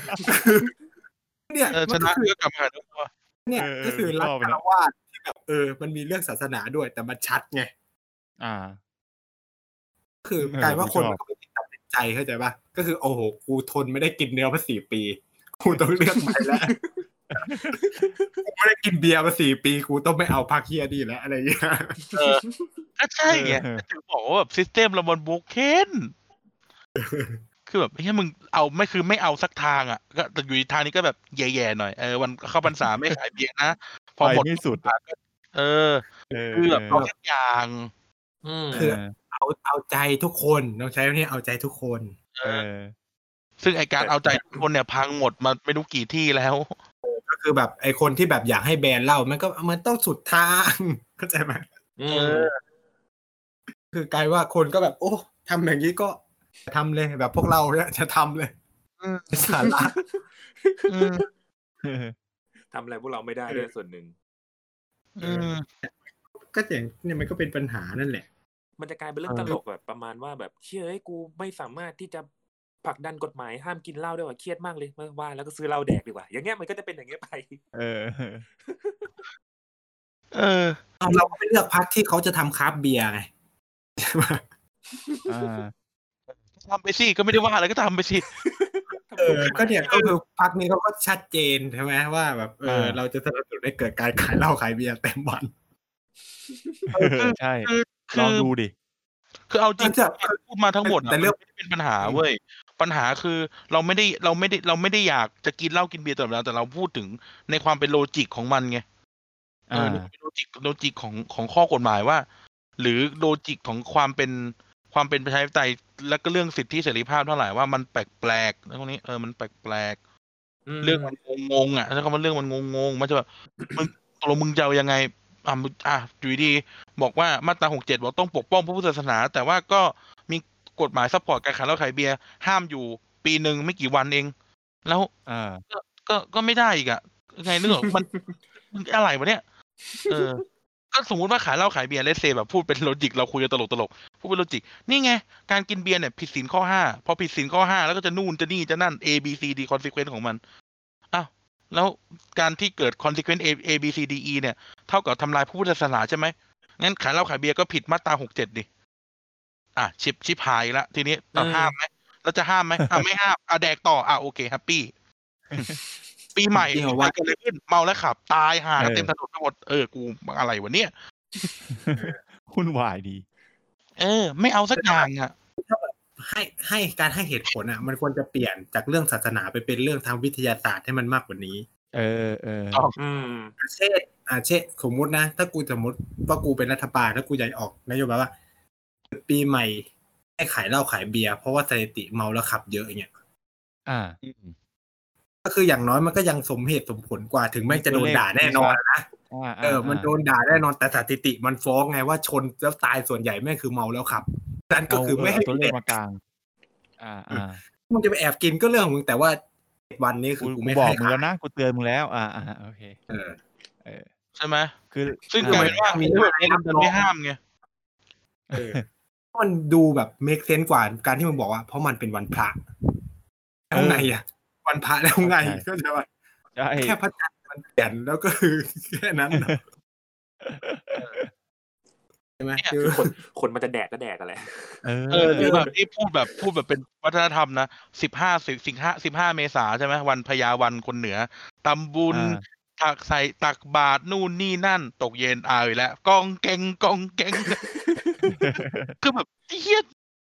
เนี่ยชนะก็กลับมาขายเนื้อวัวเนี่ยก็คือรัฐคารวาสที่แบบมันมีเรื่องศาสนาด้วยแต่มันชัดไงคือกลายว่าคนมันก็ไม่ตัดสินใจเข้าใจป่ะก็คือโอ้โหกูทนไม่ได้กินเนื้อมา4 ปีกูต้องเลือกใหม่แล้วกูไม่ได้กินเบียร์มา4 ปีกูต้องไม่เอาพรรคเหี้ยนี่แล้วอะไรอย่างเงี้ยก็ใช่ไงถึงบอกว่าแบบซิสเต็มเรามันโบเคนคือแบบให้มึงเอาไม่เอาสักทางอ่ะก็แต่อยู่ทางนี้ก็แบบแย่ๆหน่อยวันเข้าพรรษาไม่ขายเบียร์นะพอหมดที่สุดคือแบบเอาทุกอย่างคือเอาใจทุกคนต้องใช้นี่เอาใจทุกคนซึ่งไอการเอาใจทุกคนเนี่ยพังหมดมาไม่รู้กี่ที่แล้วก็คือแบบไอคนที่แบบอยากให้แบนเหล้ามันต้องสุดทางเข้าใจไหมคือกลายว่าคนก็แบบโอ้ทำอย่างนี้ก็ทำเลยแบบพวกเราเนี่ยจะทำเลยสาระทำอะไรพวกเราไม่ได้ด้วยส่วนหนึ่งก็อย่างเนี่ยมันก็เป็นปัญหานั่นแหละมันจะกลายเป็นเรื่องตลกแบบประมาณว่าแบบเชื่อให้กูไม่สามารถที่จะผลักดันกฎหมายห้ามกินเหล้าได้ว่าเครียดมากเลยเมื่อว่าแล้วก็ซื้อเหล้าแดกดีกว่าอย่างเงี้ยมันก็จะเป็นอย่างเงี้ยไปเราก็ไปเลือกพรรคที่เขาจะทำคราฟต์เบียร์ไงใช่ไหมทำไปสิก็ไม่ได้ว่าอะไรก็ทำไปสิก็เนี่ยก็คือพรรคนี้เขาก็ชัดเจนใช่ไหมว่าแบบเราจะสนับสนุนให้เกิดการขายเหล้าขายเบียร์เต็มวันใช่ลองดูดิคือเอาจริงพูดมาทั้งหมดแต่เรื่องไม่ได้เป็นปัญหาเว้ยปัญหาคือเราไม่ได้อยากจะกินเหล้ากินเบียร์ตลอดเวลาแต่เราพูดถึงในความเป็นโลจิกของมันไงโลจิกของข้อกฎหมายว่าหรือโลจิกของความเป็นประชาธิปไตยและก็เรื่องสิทธิเสรีภาพเท่าไหร่ว่ามันแปลกๆแล้วพวกนี้มันแปลกๆเรื่องมันงงๆถ้าคำว่าเรื่องมันงงๆมันจะแบบมึงตกลงมึงจะเอายังไงอยู่ดีบอกว่ามาตรา67บอกต้องปกป้องพระพุทธศาสนา แต่ว่าก็มีกฎหมายซัพพอร์ตการขายเหล้าขายเบียร์ห้ามอยู่ปีหนึ่งไม่กี่วันเอง แล้วก็ไม่ได้อีกอ่ะไงนึกออกมันอะไรวะเนี่ยก็สมมติว่าขายเหล้าขายเบียร์เลสเซแบบพูดเป็นโลจิกเราคุยกันตลกพูดเป็นโลจิกนี่ไงการกินเบียร์เนี่ยผิดศีลข้อ5พอผิดศีลข้อ5แล้วก็จะนู่นจะนี่จะนั่น A B C D consequence ของมันอ้าวแล้วการที่เกิด consequence A B C D E เนี่ยเท่ากับทำลายพระพุทธศาสนาใช่ไหมงั้นขายเหล้าขายเบียร์ก็ผิดมาตรา67ดิชิบหายละทีนี้ต้องห้ามไหมแล้วจะห้ามไหมไม่ห้ามแดกต่อโอเคแฮปปี้ปีใหม่เกิดอะไรขึ้นเมาแล้วขับตายห่ากันเต็มถนนทั้งหมดกูอะไรวะเนี่ยวุ่นวายดีไม่เอาสักอย่างอ่ะให้การให้เหตุผลมันควรจะเปลี่ยนจากเรื่องศาสนาไปเป็นเรื่องทางวิทยาศาสตร์ให้มันมากกว่านี้เช่นสมมุตินะถ้ากูสมมติว่ากูเป็นรัฐบาลถ้ากูอยากออกนโยบายว่าปีใหม่ให้ขายเหล้าขายเบียร์เพราะว่าสถิติเมาแล้วขับเยอะอย่างเงี้ยก็คืออย่างน้อยมันก็ยังสมเหตุสมผลกว่าถึงแม้จะโดนด่าแน่นอนนะมันโดนด่าแน่นอนแต่สถิติมันฟ้องไงว่าชนแล้วตายส่วนใหญ่แม่งคือเมาแล้วขับนั่นก็คือไม่ให้ตัวเลขมากลางมึงจะไปแอบกินก็เรื่องของมึงแต่ว่าวันนี้คือกูไม่บอกมึงแล้วนะกูเตือนมึงแล้วโอเคใช่ไหมคือซึ่งกลายเป็นว่ามีแบบนี้มันไม่ห้ามไงมันดูแบบเมคเซนส์กว่าการที่มึงบอกว่าเพราะมันเป็นวันพระแล้วไงวันพระแล้วไงก็จะว่าแค่พระจันทร์มันเปลี่ยนแล้วก็คือแค่นั้นใช่ไหมคือคนมันจะแดกก็แดกอะไรหรือแบบที่พูดแบบเป็นวัฒนธรรมนะ15 เมษายนใช่ไหมวันพญาวันคนเหนือตำบุญตักบาตรนู่นนี่นั่นตกเย็นอีกแล้วกองเก่งคือแบบเฮี้ย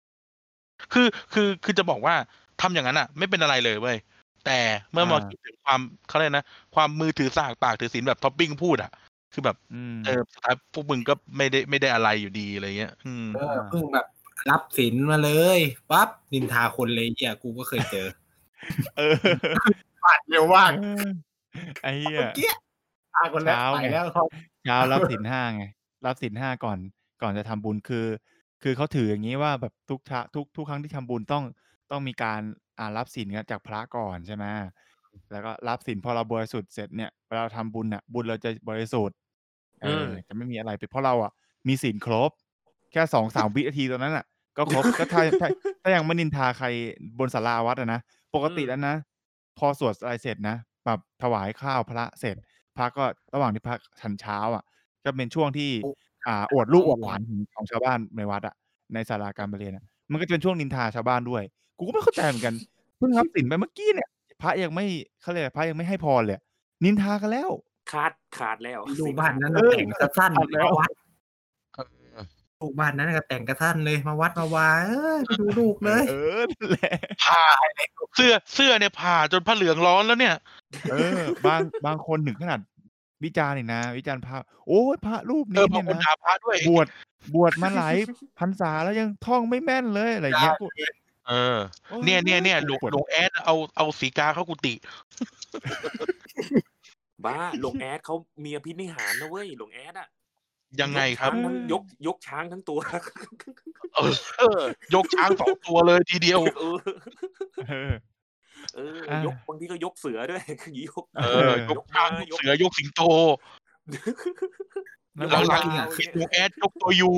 คือจะบอกว่าทำอย่างนั้นไม่เป็นอะไรเลยเว้ยแต่เมื่อมาคิดถึงความเขาเรียกนะความมือถือสากปากถือศีลแบบท็อปปิ้งพูดคือแบบสุดท้ายพวกมึงก็ไม่ได้อะไรอยู่ดีอะไรเงี้ยเพิ่งแบบรับศีลมาเลยปั๊บนินทาคนเลยกูก็เคยเจอปาดเร็วมากไอ้เหี้ยคนแล้วไปแล้วเช้ารับศีล5ไงรับศีล5ก่อนจะทำบุญคือเขาถืออย่างนี้ว่าแบบทุกครั้งที่ทำบุญต้องมีการรับศีลจากพระก่อนใช่ไหมแล้วก็รับศีลพอเราบริสุทธิ์เสร็จเนี่ยเวลาเราทำบุญบุญเราจะบริสุทธิ์จะไม่มีอะไรไปเพราะเรามีศีลครบแค่ 2-3 วินาทีตอนนั้นก็ครบก็ถ้ายังไม่นินทาใครบนศาลาวัดนะปกติแล้วนะพอสวดอะไรเสร็จนะแบบถวายข้าวพระเสร็จพระก็ระหว่างที่พระฉันเช้าก็เป็นช่วงที่อวดลูกอวดหลานของชาวบ้านในวัดในศาลาการประเรียนมันก็จะเป็นช่วงนินทาชาวบ้านด้วยกูก็ไม่เข้าใจเหมือนกันเพิ่งรับศีลไปเมื่อกี้เนี่ยพระยังไม่เขาเรียกพระยังไม่ให้พรเลยนินทากันแล้วขาดแล้วดูบ้านนั้นแต่งกระสั้นแล้ววัดลูกบ้านนั้นก็แต่งกระสั้นเลยมาวัดมาวาไปดูลูกเลยแหละผ่าเสื้อเนี่ยผ่าจนผ้าเหลืองร้อนแล้วเนี่ยบางคนถึงขนาดวิจารณ์นะวิจารณ์พระโอ้ยพระรูปนี้เนี่ยนะบวชมาหลายพรรษาแล้วยังท่องไม่แม่นเลยอะไรเงี้ยเนี่ยหลวงแอดเอาสีกาเข้ากุฏิบ้าหลวงแอดเขามีอภินิหารนะเว้ยหลวงแอดยังไงครับยกช้างทั้งตัวยกช้าง2 ตัวเลยทีเดียวยกบางทีก็ยกเสือด้วยยกช้างยกเสือยกสิงโตหลังๆหลวงแอดยกตัวยู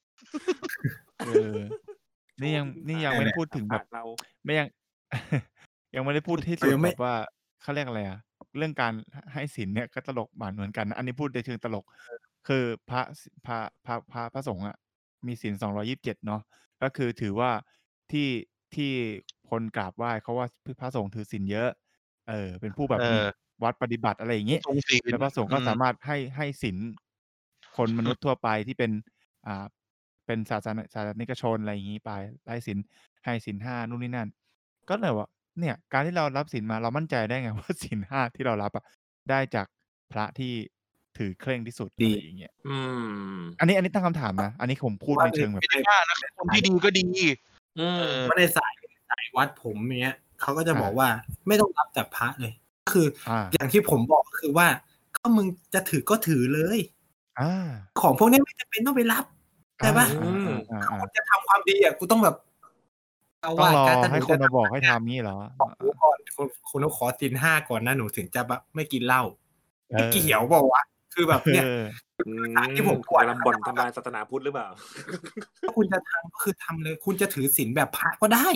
นี่ยังไม่ได้พูดถึงแบบไม่ยังไม่ได้พูดที่สุดแบบว่าเขาเรียกอะไรเรื่องการให้ศีลเนี่ยก็ตลกเหมือนกันอันนี้พูดในเชิงตลกคือพระสงฆ์มีศีล227เนาะก็คือถือว่าที่คนกราบไหว้เขาว่าพระสงฆ์ถือศีลเยอะเป็นผู้แบบวัดปฏิบัติอะไรอย่างงี้แล้วพระสงฆ์ก็สามารถให้ศีลคนมนุษย์ทั่วไปที่เป็นศาสนิกชนอะไรอย่างงี้ไปให้ศีล5นู่นนี่นั่นก็เลยว่าเนี่ยการที่เรารับศีลมาเรามั่นใจได้ไงว่าศีล5ที่เรารับได้จากพระที่ถือเคร่งที่สุดอะไรอย่างเงี้ยอันนี้ตั้งคำถามนะอันนี้ผมพูดในเชิงแบบไม่ได้ยากนะคนที่ดีก็ดีเพราะในสายวัดผมเนี้ยเขาก็จะบอกว่าไม่ต้องรับจากพระเลยคืออย่างที่ผมบอกคือว่าถ้ามึงจะถือก็ถือเลยของพวกนี้ไม่จำเป็นต้องไปรับใช่ปะอ่าคนจะทำความดีอ่ะกูต้องแบบเอาต้องว่ารอการถ้าหให้นูคนจะมาบอกให้ทำงี้เหรอบอกหนูก่อนคุณต้องขอศีล 5ก่อนนะหนูถึงจะแบบไม่กินเหล้าเอไม่อเกี่ยวเปล่าวะคือแบบเนี่ย สายที่ผมคุณกำลังบ่นทำลายศาสนาพุทธหรือเปล่าถ้าคุณจะทำก็คือทำเลย คุณจะถือศีลแบบพระก็ได้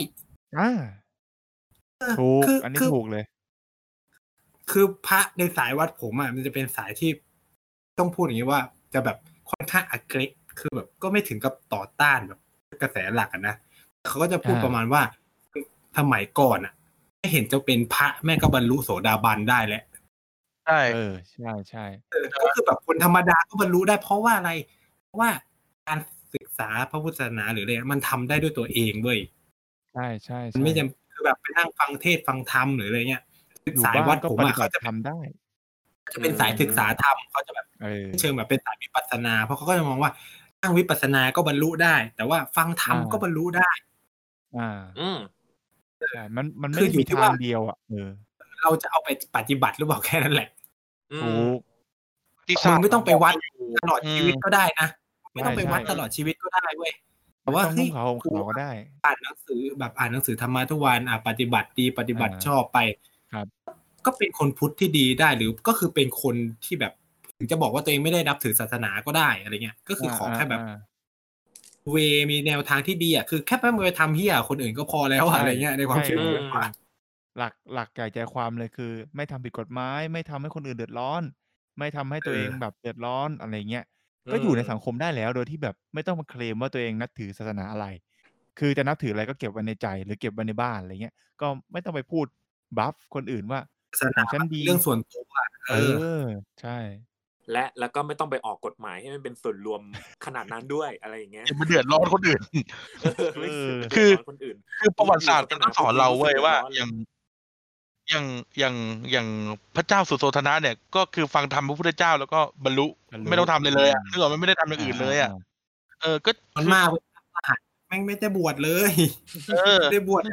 ถูกคืออันนี้คือถูกเลยคือพระในสายวัดผมอ่ะมันจะเป็นสายที่ต้องพูดอย่างนี้ว่าจะแบบค่อนข้างaggressiveคือแบบก็ไม่ถึงกับต่อต้านแบบกระแสหลักอะนะเขาก็จะพูดประมาณว่าสมัยก่อนอ่ะไม่เห็นจะเป็นพระแม่งก็บรรลุโสดาบันได้แล้วใช่ใช่ก็คือแบบคนธรรมดาก็บรรลุได้เพราะว่าอะไรเพราะว่าการศึกษาพระพุทธศาสนาหรืออะไรมันทำได้ด้วยตัวเองเว้ยใช่มันไม่จำคือแบบไปนั่งฟังเทศฟังธรรมหรืออะไรเงี้ยอยู่สายบ้าวัน ดก็ผมปอ่ะฏิบัเขาติจะทำได้เป็นสายศึกษาธรรมเขาจะแบบเชิงแบบเป็นสายวิปัสสนาเพราะเขาก็จะมองว่านั่งวิปัสสนาก็บรรลุได้ แต่ว่าฟังธรรมก็บรรลุได้ใช่มันไม่ได้มีทางเดียวอ่ะเราจะเอาไปปฏิบัติหรือเปล่าแค่นั้นแหละถูกมึงไม่ต้องไปวัดตลอดชีวิตก็ได้นะไม่ต้องไปวัดตลอดชีวิตก็ได้เว้ยแต่ว่าต้องนุ่งขาวห่มขาวก็ได้อ่านหนังสือแบบอ่านหนังสือธรรมะทุกวันปฏิบัติดีปฏิบัติชอบไปครับก็เป็นคนพุทธที่ดีได้หรือก็คือเป็นคนที่แบบถึงจะบอกว่าตัวเองไม่ได้นับถือศาสนาก็ได้อะไรเงี้ยก็คือขอแค่แบบเวมีแนวทางที่ดีอ่ะคือแค่ไม่ไปทำเหี้ยคนอื่นก็พอแล้วอะไรเงี้ยในความคิดผมว่าหลักใจความเลยคือ ไม่ทำผิดกฎหมายไม่ทำให้คนอื่นเดือดร้อน ไม่ทำให้ตัวเองแบบเดือดร้อนอะไรเงี้ยก็อยู่ในสังคมได้แล้วโดยที่แบบไม่ต้องมาเคลมว่าตัวเองนับถือศาสนาอะไร คือจะนับถืออะไรก็เก็บไว้ในใจหรือเก็บไว้ในบ้านอะไรเงี้ยก็ไม่ต้องไปพูดบัฟคนอื่นว่าศาสขนาองฉันดีเรื่องส่วนตัวใช่แล้วก็ไม่ต้องไปออกกฎหมายให้มันเป็นส่วนรวมขนาดนั้นด้วยอะไรอย่างเงี้ยจะมาเดือดร้อนคนอื่นไม่คือเดืดร้นคนอื่นคือประวัติศาสตร์มันก็สอนเราเว้ยว่าอย่างพระเจ้าสุโธทนะเนี่ยก็คือฟังธรรมพระพุทธเจ้าแล้วก็บรรลุไม่ต้องทำเลยอ่ะนึกออกมันไม่ได้ทำอย่างอื่นเลยอ่ะก็มันมากแม่งไม่ได้บวชเลยไม่ได้บวช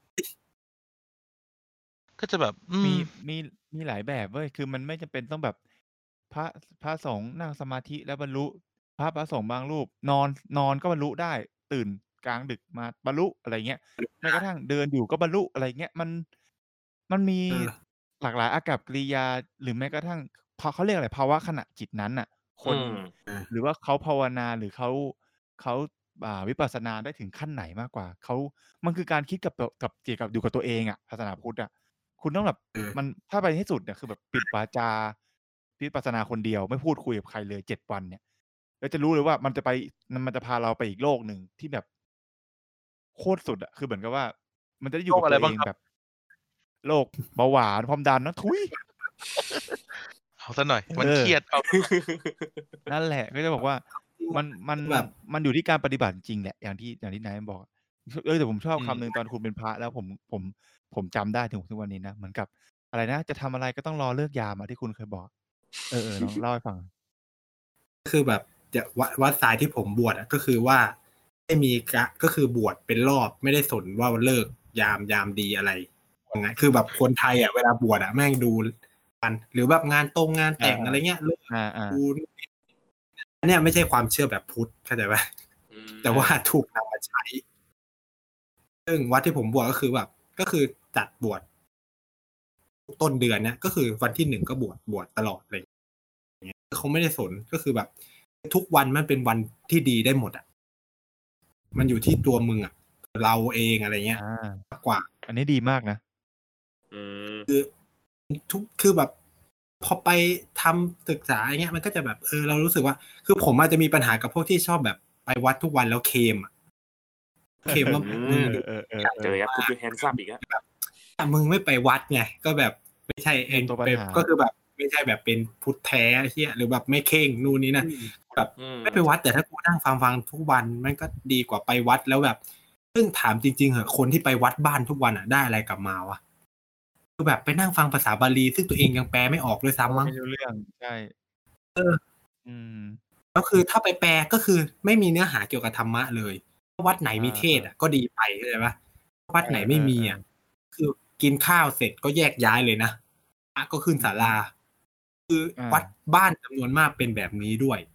ก็จะแบบมีหลายแบบเว้ยคือมันไม่จำเป็นต้องแบบพระสงฆ์นั่งสมาธิแล้วบรรลุพระสงฆ์บางรูปนอนก็บรรลุได้ตื่นกลางดึกมาบรรลุอะไรเงี้ยแม้กระทั่งเดินอยู่ก็บรรลุอะไรเงี้ยมันมีหลากหลายอากัปกิริยาหรือแม้กระทั่งเขาเรียกอะไรภาวะขณะจิตนั้นน่ะคนหรือว่าเขาภาวนาหรือเขาวิปัสสนาได้ถึงขั้นไหนมากกว่ามันคือการคิดกับเกี่ยวกับอยู่กับตัวเองอ่ะศาสนาพุทธอ่ะคุณต้องแบบมันถ้าไปให้สุดเนี่ยคือแบบปิดวาจาวิปัสสนาคนเดียวไม่พูดคุยกับใครเลย7 วันเนี่ยแล้วจะรู้เลยว่ามันจะพาเราไปอีกโลกหนึ่งที่แบบโคตรสุดอ่ะคือเหมือนกับว่ามันจะได้อยู่กับตัวเองแบบโรคเบาหวานความดันนะทุยเอาซะหน่อยมันเครียดเอานั่นแหละก็จะบอกว่ามันแบบมันอยู่ที่การปฏิบัติจริงแหละอย่างที่นายบอกแต่ผมชอบคำหนึ่งตอนคุณเป็นพระแล้วผมจำได้ถึงทุกวันนี้นะเหมือนกับอะไรนะจะทำอะไรก็ต้องรอเลิกยามที่คุณเคยบอกลองเล่าให้ฟังคือแบบจะวัดสายที่ผมบวชก็คือว่าไม่มีก็คือบวชเป็นรอบไม่ได้สนว่าเลิกยามดีอะไรยังไงคือแบบคนไทยเวลาบวชแม่งดูกันหรือแบบงานงานแต่งอะไรเงี้ยเลิกดูเนี่ยไม่ใช่ความเชื่อแบบพุทธเข้าใจป่ะแต่ว่าถูกนำมาใช้ซึ่งวัดที่ผมบวชก็คือแบบก็คือจัดบวชต้นเดือนเนี่ยก็คือวันที่1ก็บวชตลอดเลยอย่างเงี้ยเขาไม่ได้สนก็คือแบบทุกวันมันเป็นวันที่ดีได้หมดอ่ะมันอยู่ที่ตัวมึงอ่ะเราเองอะไรเงี้ยมากกว่าอันนี้ดีมากนะคือแบบพอไปทำศึกษาอย่างเงี้ยมันก็จะแบบเรารู้สึกว่าคือผมอาจจะมีปัญหากับพวกที่ชอบแบบไปวัดทุกวันแล้วเคมว่ามึงเจอคุณดูแฮนด์ซับอีกแล้วมึงไม่ไปวัดไงก็แบบไม่ใช่ก็คือแบบไม่ใช่แบบเป็นพุทธแท้เหี้ยหรือแบบไม่เข่งนู่นนี่นะแบบไม่ไปวัดแต่ถ้ากูนั่งฟังทุกวันมันก็ดีกว่าไปวัดแล้วแบบซึ่งถามจริงๆเหอะคนที่ไปวัดบ้านทุกวันได้อะไรกลับมาวะคือแบบไปนั่งฟังภาษาบาลีซึ่งตัวเองยังแปลไม่ออกด้วยซ้ำมั้งไม่รู้เรื่องใช่แล้วคือถ้าไปแปลก็คือไม่มีเนื้อหาเกี่ยวกับธรรมะเลยวัดไหนมีเทศก็ดีไปเข้าใจป่ะวัดไหนไม่มีคือกินข้าวเสร็จก็แยกย้ายเลยนะก็ขึ้นศาลาคือวัดบ้านจำนวนมากเป็นแบบนี้ด้วย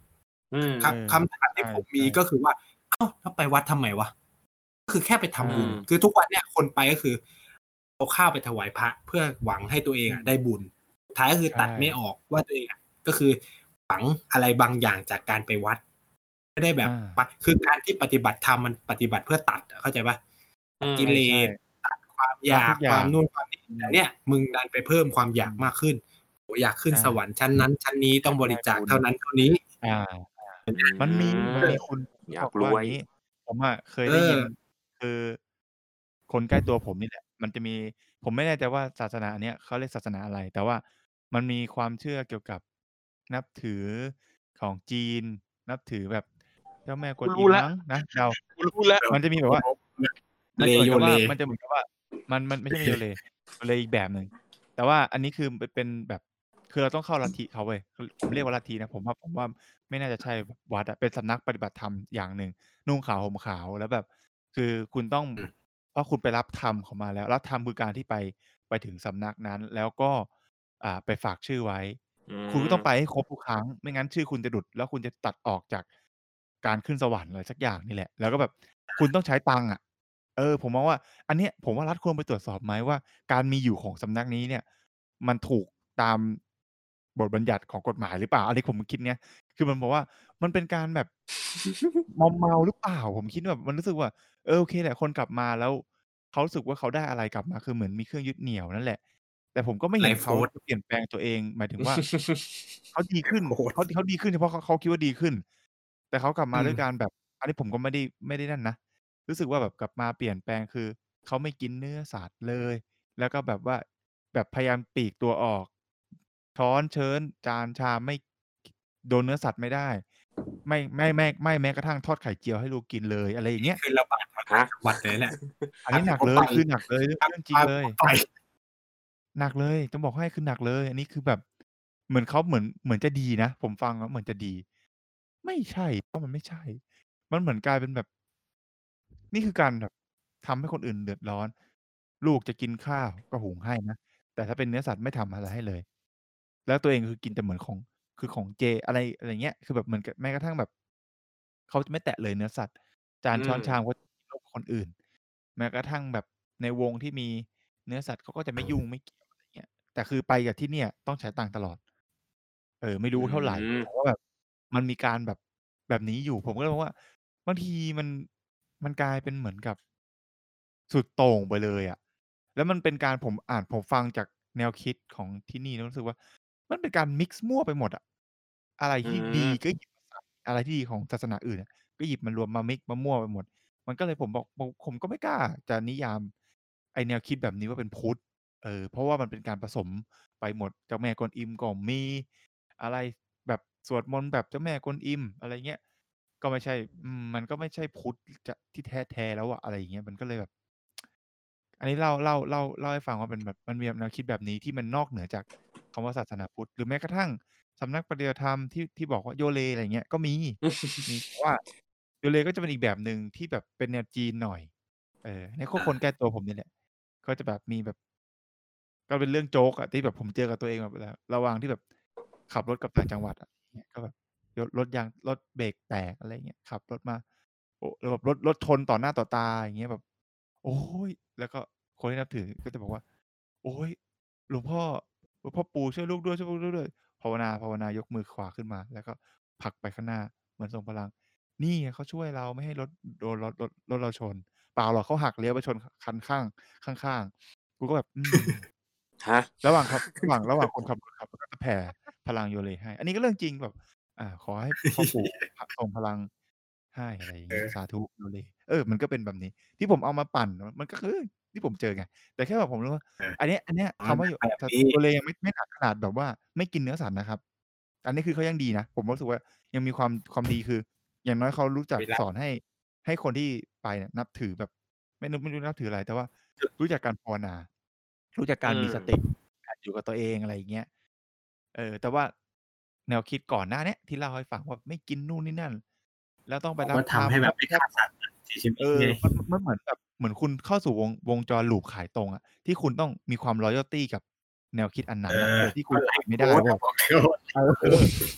ครับคำถามที่ผมมีก็คือว่าเอ้าแล้วไปวัดทำไมวะคือแค่ไปทำบุญคือทุกวันเนี่ยคนไปก็คือเอาข้าวไปถวายพระเพื่อหวังให้ตัวเองได้บุญสุดท้ายก็คือตัดไม่ออกว่าตัวเองก็คือหวังอะไรบางอย่างจากการไปวัดไม่ได้แบบคือการที่ปฏิบัติธรรมมันปฏิบัติเพื่อตัดเข้าใจป่ะกิเลสตัดความอยากความนู่นความนี้แต่เนี่ยมึงดันไปเพิ่มความอยากมากขึ้นอยากขึ้นสวรรค์ชั้นนั้นชั้นนี้ต้องบริจาคเท่านั้นเท่านี้มันมีคุณอยากรวยผมเคยได้ยินคือคนใกล้ตัวผมนี่แหละมันจะมีผมไม่แน่ใจว่าศาสนาเนี้ยเขาเรียกศาสนาอะไรแต่ว่ามันมีความเชื่อเกี่ยวกับนับถือของจีนนับถือแบบเจ้าแม่กวนอิมมั้งนะเดามันจะมีแบบว่ามันจะเหมือนกับว่ามันไม่ใช่โยเลอีกแบบหนึ่งแต่ว่าอันนี้คือเป็นแบบคือเราต้องเข้าลัทธิเขาเว้ยผมเรียกว่าลัทธินะผมว่าไม่น่าจะใช่วัดอะเป็นสำนักปฏิบัติธรรมอย่างหนึ่งนุ่งขาวห่มขาวแล้วแบบคือคุณต้องเพราะคุณไปรับธรรมเขามาแล้วรับธรรมคือการที่ไปถึงสำนักนั้นแล้วก็ไปฝากชื่อไว้คุณก็ต้องไปให้ครบทุกครั้งไม่งั้นชื่อคุณจะหลุดแล้วคุณจะตัดออกจากการขึ้นสวรรค์อะไรสักอย่างนี่แหละแล้วก็แบบคุณต้องใช้ตังค์อะผมมองว่าอันเนี้ยผมว่ารัฐควรไปตรวจสอบไหมว่าการมีอยู่ของสำนักนี้เนี่ยมันถูกตามบทบัญญัติของกฎหมายหรือเปล่าอันนี้ผมคิดเงี้ยคือมันบอกว่ามันเป็นการแบบมอมเมาหรือเปล่าผมคิดแบบมันรู้สึกว่าโอเคแหละคนกลับมาแล้วเขารู้สึกว่าเขาได้อะไรกลับมาคือเหมือนมีเครื่องยึดเหนี่ยวนั่นแหละแต่ผมก็ไม่เห็นเขาเปลี่ยนแปลงตัวเองหมายถึงว่าเขาดีขึ้นเขาดีขึ้นเฉพาะเขาคิดว่าดีขึ้นแต่เขากลับมาด้วยการแบบอันนี้ผมก็ไม่ได้นั่นนะรู้สึกว่าแบบกลับมาเปลี่ยนแปลงคือเขาไม่กินเนื้อสัตว์เลยแล้วก็แบบว่าแบบพยายามปลีกตัวออกช้อนเชิญจานชามไม่โดนเนื้อสัตว์ไม่ได้ไม่แม้กระทั่งทอดไข่เจียวให้ลูกกินเลยอะไรอย่างเงี้ยคือระบาดวัดเลยเนี่ยอันนี้หนักเลยคือหนักเลยเรื่องจริงเลยหนักเลยจะบอกให้คือหนักเลยอันนี้คือแบบเหมือนเขาเหมือนจะดีนะผมฟังแล้วเหมือนจะดีไม่ใช่เพราะมันไม่ใช่มันเหมือนกลายเป็นแบบนี่คือการแบบทำให้คนอื่นเดือดร้อนลูกจะกินข้าวก็หุงให้นะแต่ถ้าเป็นเนื้อสัตว์ไม่ทำอะไรให้เลยแล้วตัวเองคือกินแต่เหมือนของเจอะไรเงี้ยคือแบบเหมือนกับแม้กระทั่งแบบเขาจะไม่แตะเลยเนื้อสัตว์จานช้อนชามเขาร่วมกับคนอื่นแม้กระทั่งแบบในวงที่มีเนื้อสัตว์เขาก็จะไม่ยุ่งไม่เกี่ยวอะไรเงี้ยแต่คือไปกับที่เนี่ยต้องใช้ตังค์ตลอดไม่รู้เท่าไรแต่ว่าแบบมันมีการแบบนี้อยู่ผมก็เลยมองว่าบางทีมันกลายเป็นเหมือนกับสุดโต่งไปเลยอะแล้วมันเป็นการผมฟังจากแนวคิดของที่นี่แล้วรู้สึกว่ามันเป็นการมิกซ์มั่วไปหมดอะอะไรที่ดีก็หยิบมาใส่อะไรที่ดีของศาสนาอื่นอะก็หยิบมารวมมามิกซ์มามั่วไปหมดมันก็เลยผมก็ไม่กล้าจะนิยามไอ้แนวคิดแบบนี้ว่าเป็นพุทธเพราะว่ามันเป็นการผสมไปหมดเจ้าแม่กวนอิมก็มีอะไรแบบสวดมนต์แบบเจ้าแม่กวนอิมอะไรเงี้ยก็ไม่ใช่มันก็ไม่ใช่พุทธจะที่แท้ๆแล้วอะอะไรอย่างเงี้ยมันก็เลยแบบอันนี้เล่าให้ฟังว่าเป็นแบบมันมีแนวคิดแบบนี้ที่มันนอกเหนือจากคำว่าศาสนาพุทธหรือแม้กระทั่งสำนักปฏิบัติธรรมที่บอกว่าโยเลอะไรอย่างเงี้ยก็มีแต่ว่าโยเลก็จะเป็นอีกแบบหนึ่งที่แบบเป็นแนวจีนหน่อยในคนใกล้ตัวผมนี่แหละก็จะแบบมีแบบก็เป็นเรื่องโจ๊กอะที่แบบผมเจอกับตัวเองแบบระหว่างที่แบบขับรถกลับต่างจังหวัดอะเงี้ยก็แบบรถเบรกแตกอะไรเงี้ยขับรถมาโอ้แล้วแบบรถชนต่อหน้าต่อตาอย่างเงี้ยแบบโอ๊ยแล้วก็คนที่นับถือก็จะบอกว่าโอ๊ยหลวงพ่อปู่ช่วยลูกด้วยช่วยลูกด้วยภาวนายกมือขวาขึ้นมาแล้วก็ผลักไปข้างหน้าเหมือนส่งพลังนี่ไงเขาช่วยเราไม่ให้รถโดนรถเราชนเปล่าหรอกเขาหักเลี้ยวไปชนคันข้างๆกูก็แบบฮะระหว่างคนขับรถก็จะแผ่พลังโยเลให้อันนี้ก็เรื่องจริงแบบขอให้พ่อปู่ส่งพลังให้อะไรอย่างงี้สาธุโยเลมันก็เป็นแบบนี้ที่ผมเอามาปั่นมันก็คือที่ผมเจอไงแต่แค่แบบผมรู้ว่าอันเนี้ยคำว่าโยเลยังไม่หนักขนาดแบบว่าไม่กินเนื้อสัตว์นะครับอันนี้คือเขายังดีนะผมรู้สึกว่ายังมีความดีคืออย่างน้อยเขารู้จักสอนให้คนที่ไปเนี่ยนับถือแบบไม่รู้นับถืออะไรแต่ว่ารู้จักการภาวนารู้จักการมีสติอยู่กับตัวเองอะไรอย่างเงี้ยแต่ว่าแนวคิดก่อนหน้าเนี้ยที่เล่าให้ฟังว่าไม่กินนู่นนี่นั่นแล้วต้องไปรับก็ทำให้แบบไม่ฆ่าสัตว์เสียชีวิตไงมันเหมือนแบบเหมือนคุณเข้าสู่วงจร loop ขายตรงอะที่คุณต้องมีความ loyalty กับแนวคิดอันนั้นน่ะโดยที่คุณขายไม่ได้เว้ย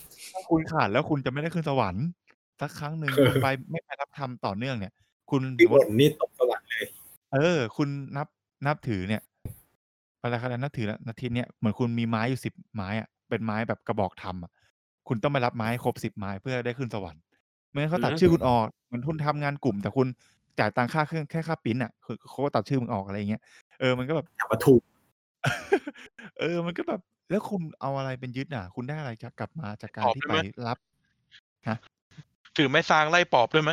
คุณขาดแล้วคุณจะไม่ได้ขึ้นสวรรค์สักครั้งหนึ่งคุณไปไม่ไปรับธรรมต่อเนื่องเนี่ย คุณสพี่มมบ่ตินนี่ตกสวรรค์เลยคุณนับถือเนี่ยอะไรเขาเรียกนับถืออาทิตย์เนี้ยเหมือนคุณมีไม้อยู่10 ไม้อะเป็นไม้แบบกระบอกธรรมอะคุณต้องไปรับไม้ให้ครบ10 ไม้เพื่อได้ขึ้นสวรรค์ไม่งั้นเขาตัดชื่อคุณออกเหมือนคุณทำงานกลุ่ม แต่คุณจ่ายตังค่าเครื่องแค่ค่าพรินต์อะคือเขาก็ตัดชื่อมึงออกอะไรอย่างเงี้ยมันก็แบบแต่ว่าถูกมันก็แบบแล้วคุณเอาอะไรเป็นยึดอะคุณได้อะไรกลับมาจากการปอบที่ได้ไปไหมรับฮะถือไม้ซางไล่ปอบด้วยไหม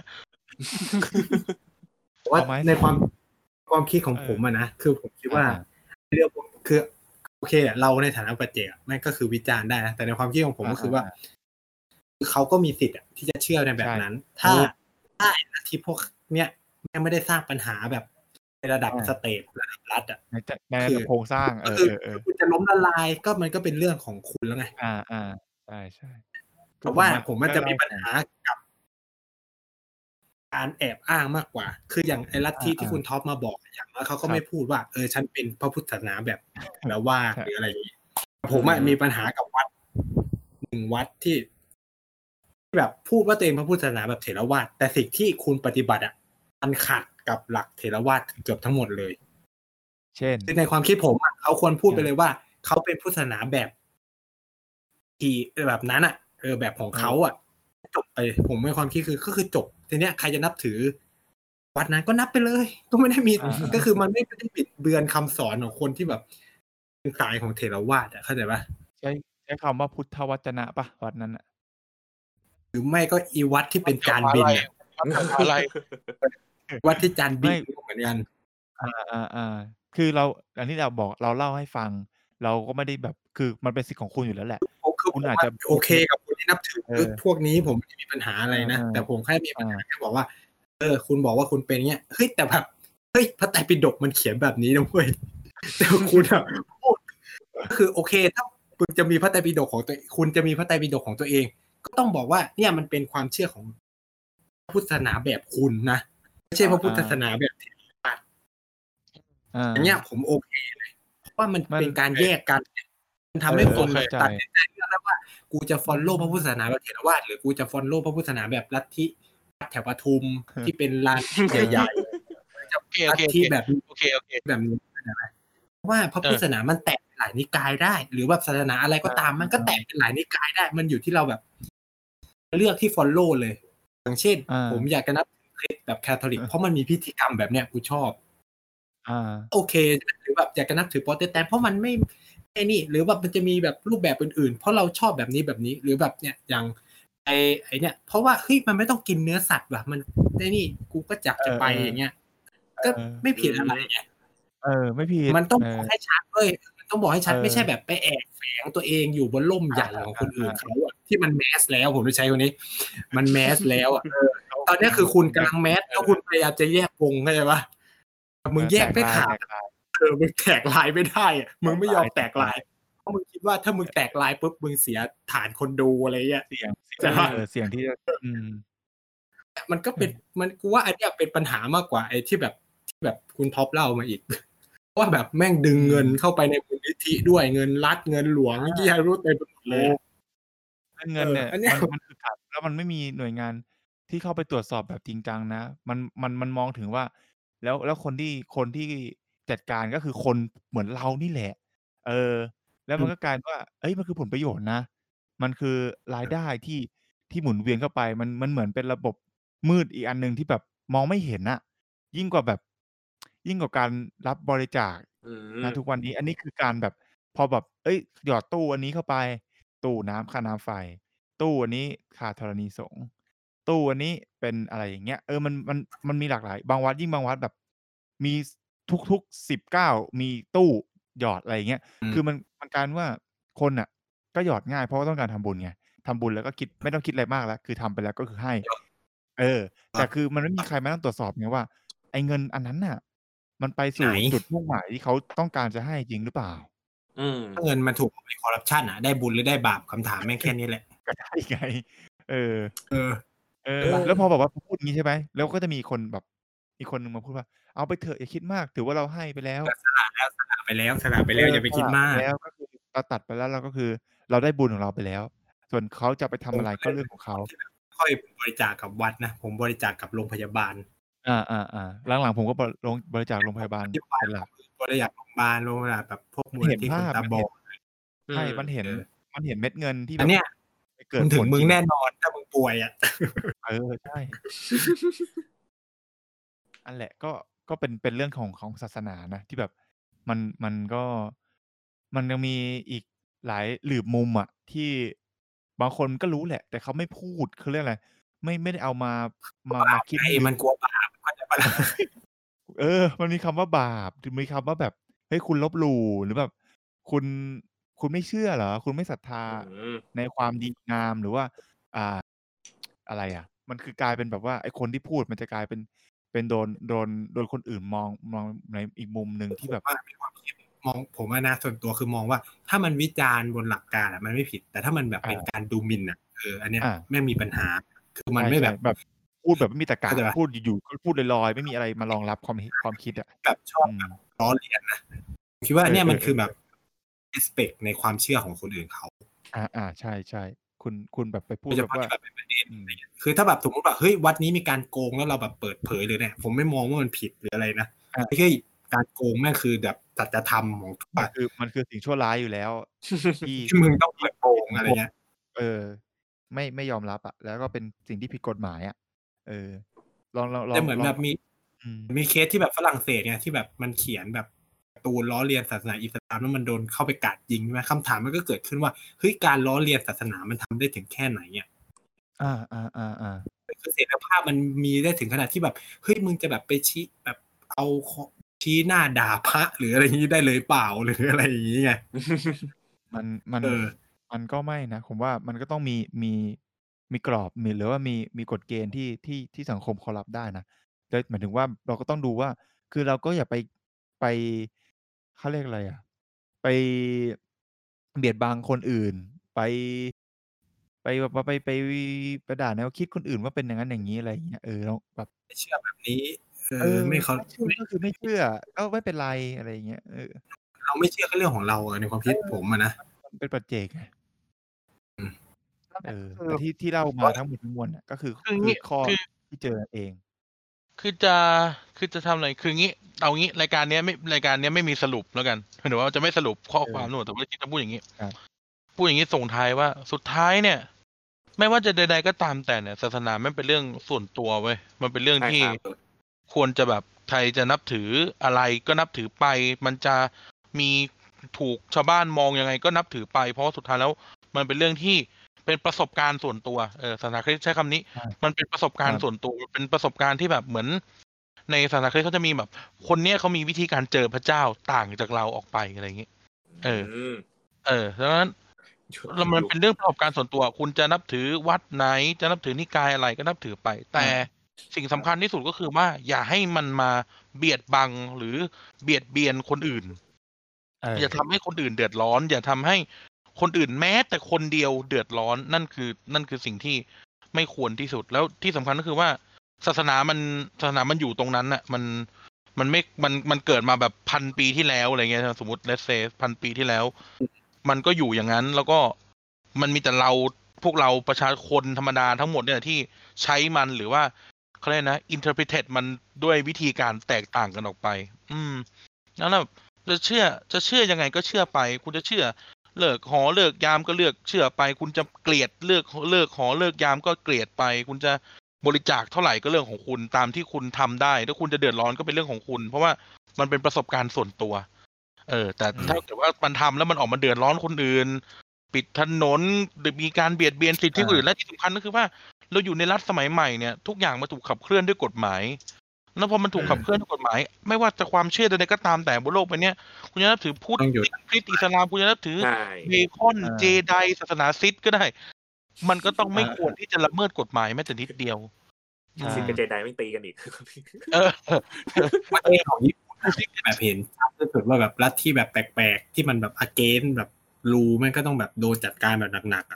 ว่าเอาไม้ในซางความคิดของผมอะนะคือผมคิดว่า เรื่องคือโอเคอะเราในฐานะปัจเจกอะมันก็คือวิจารณ์ได้นะแต่ในความคิดของผมก็คือว่าเขาก็มีสิทธิ์อะที่จะเชื่อในแบบนั้น ถ้าไอ้ลัทธิพวกเนี้ยไม่ได้สร้างปัญหาแบบในระดับสเตทระดับรัฐอะในระดับโครงสร้างก็คือคุณจะล้มละลายก็มันก็เป็นเรื่องของคุณแล้วไงใช่แต่ว่าผมมันจะมีปัญหากับการแอบอ้างมากกว่า คืออย่างไอ้ลัทธิที่คุณท็อปมาบอกอย่างน้อยเขาก็ไม่พูดว่าฉันเป็นพระพุทธศาสนาแบบแล้วว่าหรืออะไรอย่างนี้ผมมีปัญหากับวัด1 วัดที่แบบพูดว่าตัวเองพระพุทธศาสนาแบบเถรวาทแต่สิ่งที่คุณปฏิบัติอ่ะมันขัดกับหลักเถรวาทเกือบทั้งหมดเลยเช่นในความคิดผมเขาควรพูดไปเลยว่าเขาเป็นพุทธศาสนาแบบที่แบบนั้นอ่ะแบบของเขาอ่ะจบไปผมในความคิดก็คือจบทีเนี้ยใครจะนับถือวัดนั้นก็นับไปเลยก็ไม่ได้มีก็คือมันไม่ได้บิดเบือนคำสอนของคนที่แบบเป็นสายของเถรวาทเข้าใจป่ะใช้คำว่าพุทธวจนะป่ะวัดนั้นอ่ะหรือไม่ก็อีวัดที่เป็นจานบินอะไรวัดที่จานบินเหมือนกันคือเราอันนี้เราบอกเราเล่าให้ฟังเราก็ไม่ได้แบบคือมันเป็นสิทธิ์ของคุณอยู่แล้วแหละคุณอาจจะโอเคกับคนที่นับถือพวกนี้ผมไม่มีปัญหาอะไรนะแต่ผมแค่มีปัญหาแค่บอกว่าคุณบอกว่าคุณเป็นเงี้ยเฮ้ยแต่แบบเฮ้ยพระไตรปิฎกมันเขียนแบบนี้นะเว้ยแต่คุณอ่ะพูดก็คือโอเคถ้าคุณจะมีพระไตรปิฎกของตัวคุณจะมีพระไตรปิฎกของตัวเองก็ต้องบอกว่าเนี่ยมันเป็นความเชื่อของพุทธศาสนาแบบคุณนะไม่ใช่พระพุทธศาสนาแบบเถรวาทอย่างเงี้ยผมโอเคเลยเพราะว่ามันเป็นการแยกกันมันทำให้คนตัดสินใจเลือกแล้วว่ากูจะฟอลโล่พระพุทธศาสนาแบบเถรวาทหรือกูจะฟอลโล่พระพุทธศาสนาแบบลัทธิแถวปทุมที่เป็นลานใหญ่ๆลัทธิแบบแบบนี้นะเพราะว่าพระพุทธศาสนามันแตกหลายนิกายได้หรือแบบศาสนาอะไรก็ตามมันก็แตกเป็นหลายนิกายได้มันอยู่ที่เราแบบเลือกที่ฟอลโล่เลยอย่างเช่นผมอยากจะนับคริสต์แบบแคทอลิกเพราะมันมีพิธีกรรมแบบเนี้ยกูชอบโอเคหรือแบบอยากจะนับถือโปรเตสแตนต์เพราะมันไม่นี่หรือแบบมันจะมีแบบรูปแบบอื่นๆเพราะเราชอบแบบนี้หรือแบบเนี่ยอย่างไอ้เนี่ยเพราะว่าเฮ้ยมันไม่ต้องกินเนื้อสัตว์ว่ะมันได้นี่กูก็อยากจะไปอย่างเงี้ยก็ไม่ผิดอะไรไงไม่ผิดมันต้องบอกให้ชัดต้องบอกให้ชัดไม่ใช่แบบไปแอบแฝงตัวเองอยู่บนล่มใหญ่ของคนอื่นเขาอะที่มันแมสแล้วผมจะใช้คนนี้มันแมสแล้วอะตอนนี้คือคุณกำลังแมสแล้วคุณพยายามจะแยกวงเข้าใจปะมึงแยกไม่ขาดมึงแตกลายไม่ได้อะมึงไม่ยอมแตกลายเพราะมึงคิดว่าถ้ามึงแตกลายปุ๊บมึงเสียฐานคนดูอะไรเงี้ยเสียงที่มันก็เป็นมันกูว่าอันนี้เป็นปัญหามากกว่าไอ้ที่แบบคุณท็อปเล่ามาอีกว่าแบบแม่งดึงเงินเข้าไปในมูลนิธิด้วยเงินรัฐเงินหลวงที่ให้รู้เต็มไปหมดเลยเงินเนี่ยมันคือขาดแล้วมันไม่มีหน่วยงานที่เข้าไปตรวจสอบแบบจริงจังนะมันมองถึงว่าแล้วคนที่จัดการก็คือคนเหมือนเรานี่แหละแล้วมันก็กลายว่ามันคือผลประโยชน์นะมันคือรายได้ที่หมุนเวียนเข้าไปมันเหมือนเป็นระบบมืดอีกอันนึงที่แบบมองไม่เห็นน่ะยิ่งกว่าการรับบริจาคนะทุกวันนี้อันนี้คือการแบบพอแบบหยอดตู้อันนี้เข้าไปตู้น้ำค่าน้ำไฟตู้อันนี้ค่าธรณีสงฆ์ตู้อันนี้เป็นอะไรอย่างเงี้ยมันมีหลากหลายบางวัดแบบมีทุก19มีตู้หยอดอะไรอย่างเงี้ยคือมันกลายว่าคนน่ะก็หยอดง่ายเพราะว่าต้องการทำบุญไงทำบุญแล้วก็คิดไม่ต้องคิดอะไรมากแล้วคือทำไปแล้วก็คือให้แต่คือมันไม่มีใครมานั่งตรวจสอบไงว่าไอ้เงินอันนั้นน่ะมันไปสู่จุดมุ่งหมายที่เขาต้องการจะให้จริงหรือเปล่าถ้าเงินมันถูกไปคอร์รัปชันอ่ะได้บุญหรือได้บาปคำถามแม่งแค่นี้แหละก็ได้ไงแล้วพอแบบว่าพูดอย่างนี้ใช่ไหมแล้วก็จะมีคนแบบอีกคนนึงมาพูดว่าเอาไปเถอะอย่าคิดมากถือว่าเราให้ไปแล้วสละไปแล้วอย่าไปคิดมากแล้วก็คือเราตัดไปแล้วเราก็คือเราได้บุญของเราไปแล้วส่วนเขาจะไปทำอะไรก็เรื่องของเขาค่อยบริจาคกับวัดนะผมบริจาคกับโรงพยาบาลหลังๆผมก็บริจาคโรงพยาบาลเป็นหลักบริจาคโรงพยาบาลโรงพยาบาลแบบพวกมูลนิธิคนตาบอดใช่มันเห็นเม็ดเงินที่แบอับนเนี้ยเกิดมันถึผงลมึจงริงแน่นอนถ้ามึงป่วยอ่ะใช่ อันแหละก็เป็นเรื่องของศาสนานะที่แบบมันก็มันยังมีอีกหลายหลืบมุมอ่ะที่บางคนก็รู้แหละ แต่เขาไม่พูดเขาเรียกอะไรไม่ได้เอามาคิดให้ลึมันกกลัวบาปเข้าใจปะล่ะมันมีคำว่าบาปหรือมีคำว่าแบบเฮ้ยคุณลบหลู่หรือแบบคุณไม่เชื่อเหรอคุณไม่ศรัทธาในความดีงามหรือว่า อะไรอ่ะ มันคือกลายเป็นแบบว่าไอ้คนที่พูดมันจะกลายเป็นโดนคนอื่นมองในอีกมุมหนึ่งที่แบบมีความคิดมองผมว่านะส่วนตัวคือมองว่าถ้ามันวิจารณ์บนหลักการมันไม่ผิด แต่ถ้ามันแบบเป็นการดูหมิ่นอันเนี้ยไม่มีปัญหาคือมันไม่แบบพูดแบบไม่มีตรรกะพูดอยู่ๆก็พูดลอยๆไม่มีอะไรมารองรับความคิดอ่ะแบบชอบล้อเลียนนะคิดว่าเนี่ยมันคือแบบ respect ในความเชื่อของคนอื่นเขาใช่คุณแบบไปพูดแบบว่าคือถ้าแบบสมมติว่าเฮ้ยวัดนี้มีการโกงแล้วเราแบบเปิดเผยเลยเนี่ยผมไม่มองว่ามันผิดหรืออะไรนะไม่ใช่การโกงแม่งคือแบบสัจธรรมของทุกคนมันคือสิ่งชั่วร้ายอยู่แล้วที่มึงต้องเปิดโกงอะไรเงี้ยไม่ยอมรับอ่ะแล้วก็เป็นสิ่งที่ผิดกฎหมายอ่ะลองแต่เหมือนแบบมีเคสที่แบบฝรั่งเศสเนี่ยที่แบบมันเขียนแบบตูนล้อเลียนศาสนาอิสลามแล้วมันโดนเข้าไปกราดยิงใช่ไหมคำถามมันก็เกิดขึ้นว่าเฮ้ยการล้อเลียนศาสนามันทำได้ถึงแค่ไหนเนี่ยคือเสรีภาพมันมีได้ถึงขนาดที่แบบเฮ้ยมึงจะแบบไปชี้แบบเอาชี้หน้าด่าพระหรืออะไรอย่างนี้ได้เลยเปล่าหรืออะไรอย่างนี้ไงมันก็ไม่นะผมว่ามันก็ต้องมีกรอบหรือว่ามีกฎเกณฑ์ที่สังคมเขารับได้นะแต่หมายถึงว่าเราก็ต้องดูว่าคือเราก็อย่าไปเขาเรียกอะไรอ่ะไปเบียดบังคนอื่นไปด่าแนวคิดคนอื่นว่าเป็นอย่างนั้นอย่างนี้อะไรอย่างเงี้ยเราแบบไม่เชื่อแบบนี้ไม่เขาก็คือไม่เชื่อก็ไม่เป็นไรอะไรอย่างเงี้ยเราไม่เชื่อก็เรื่องของเราในความคิดผมนะเป็นปัจเจกไงแต่ที่เล่ามาทั้งหมดทั้งมวลก็คือข้อที่เจอเองคือจะทำอะไรคืองี้เอางี้รายการนี้ไม่มีสรุปแล้วกันหรือว่าจะไม่สรุปข้อความทั้งหมดแต่ว่าคิดจะพูดอย่างนี้พูดอย่างนี้ส่งท้ายว่าสุดท้ายเนี่ยไม่ว่าจะใดๆก็ตามแต่เนี่ยศาสนาไม่เป็นเรื่องส่วนตัวเว้ยมันเป็นเรื่องที่ควรจะแบบใครจะนับถืออะไรก็นับถือไปมันจะมีถูกชาวบ้านมองยังไงก็นับถือไปเพราะสุดท้ายแล้วมันเป็นเรื่องที่เป็นประสบการณ์ส่วนตัวศาสนาคริสต์ใช้คำนี้มันเป็นประสบการณ์ส่วนตัวเป็นประสบการณ์ที่แบบเหมือนในศาสนาคริสต์เขาจะมีแบบคนเนี้ยเขามีวิธีการเจอพระเจ้าต่างจากเราออกไปอะไรอย่างเงี้ยดังนั้นมันเป็นเรื่องประสบการณ์ส่วนตัวคุณจะนับถือวัดไหนจะนับถือนิกายอะไรก็นับถือไปแต่สิ่งสำคัญที่สุดก็คือว่าอย่าให้มันมาเบียดบังหรือเบียดเบียนคนอื่นอย่าทำให้คนอื่นเดือดร้อนอย่าทำให้คนอื่นแม้แต่คนเดียวเดือดร้อนนั่นคือสิ่งที่ไม่ควรที่สุดแล้วที่สำคัญก็คือว่าศาสนามันอยู่ตรงนั้นน่ะมันเกิดมาแบบ1,000 ปีที่แล้วอะไรเงี้ยสมมติเลสเซ1,000 ปีที่แล้วมันก็อยู่อย่างนั้นแล้วก็มันมีแต่พวกเราประชาชนธรรมดาทั้งหมดเนี่ยที่ใช้มันหรือว่าเขาเรียกนะ interpret มันด้วยวิธีการแตกต่างกันออกไปแล้วแบบจะเชื่อยังไงก็เชื่อไปคุณจะเชื่อเลิกหอเลิกยามก็เลือกเชื่อไปคุณจะเกลียดเลิกหอเลิกยามก็เกลียดไปคุณจะบริจาคเท่าไหร่ก็เรื่องของคุณตามที่คุณทำได้ถ้าคุณจะเดือดร้อนก็เป็นเรื่องของคุณเพราะว่ามันเป็นประสบการณ์ส่วนตัวแต่ถ้าเกิดว่ามันทำแล้วมันออกมาเดือดร้อนคนอื่นปิดถนนหรือมีการเบียดเบียนสิทธิคนอื่นและที่สำคัญก็คือว่าเราอยู่ในรัฐสมัยใหม่เนี่ยทุกอย่างมาถูกขับเคลื่อนด้วยกฎหมายแล้วพอมันถูกขับเคลื่อนด้วยกฎหมายไม่ว่าจะความเชื่อใดๆก็ตามแต่บนโลกใบนี้คุณจะนับถือพุทธคริสต์อิสลามคุณจะนับถือเบคอนเจไดศาสนาซิสก็ได้มันก็ต้องไม่ควรที่จะละเมิดกฎหมายแม้แต่นิดเดียวซิสกับเจไดไม่ตีกันอีกประเทศของญี่ปุ่นแบบเห็นชัดที่สุดว่าแบบรัฐที่แบบแปลกๆที่มันแบบagainstแบบรูมันก็ต้องแบบโดนจัดการแบบหนักๆ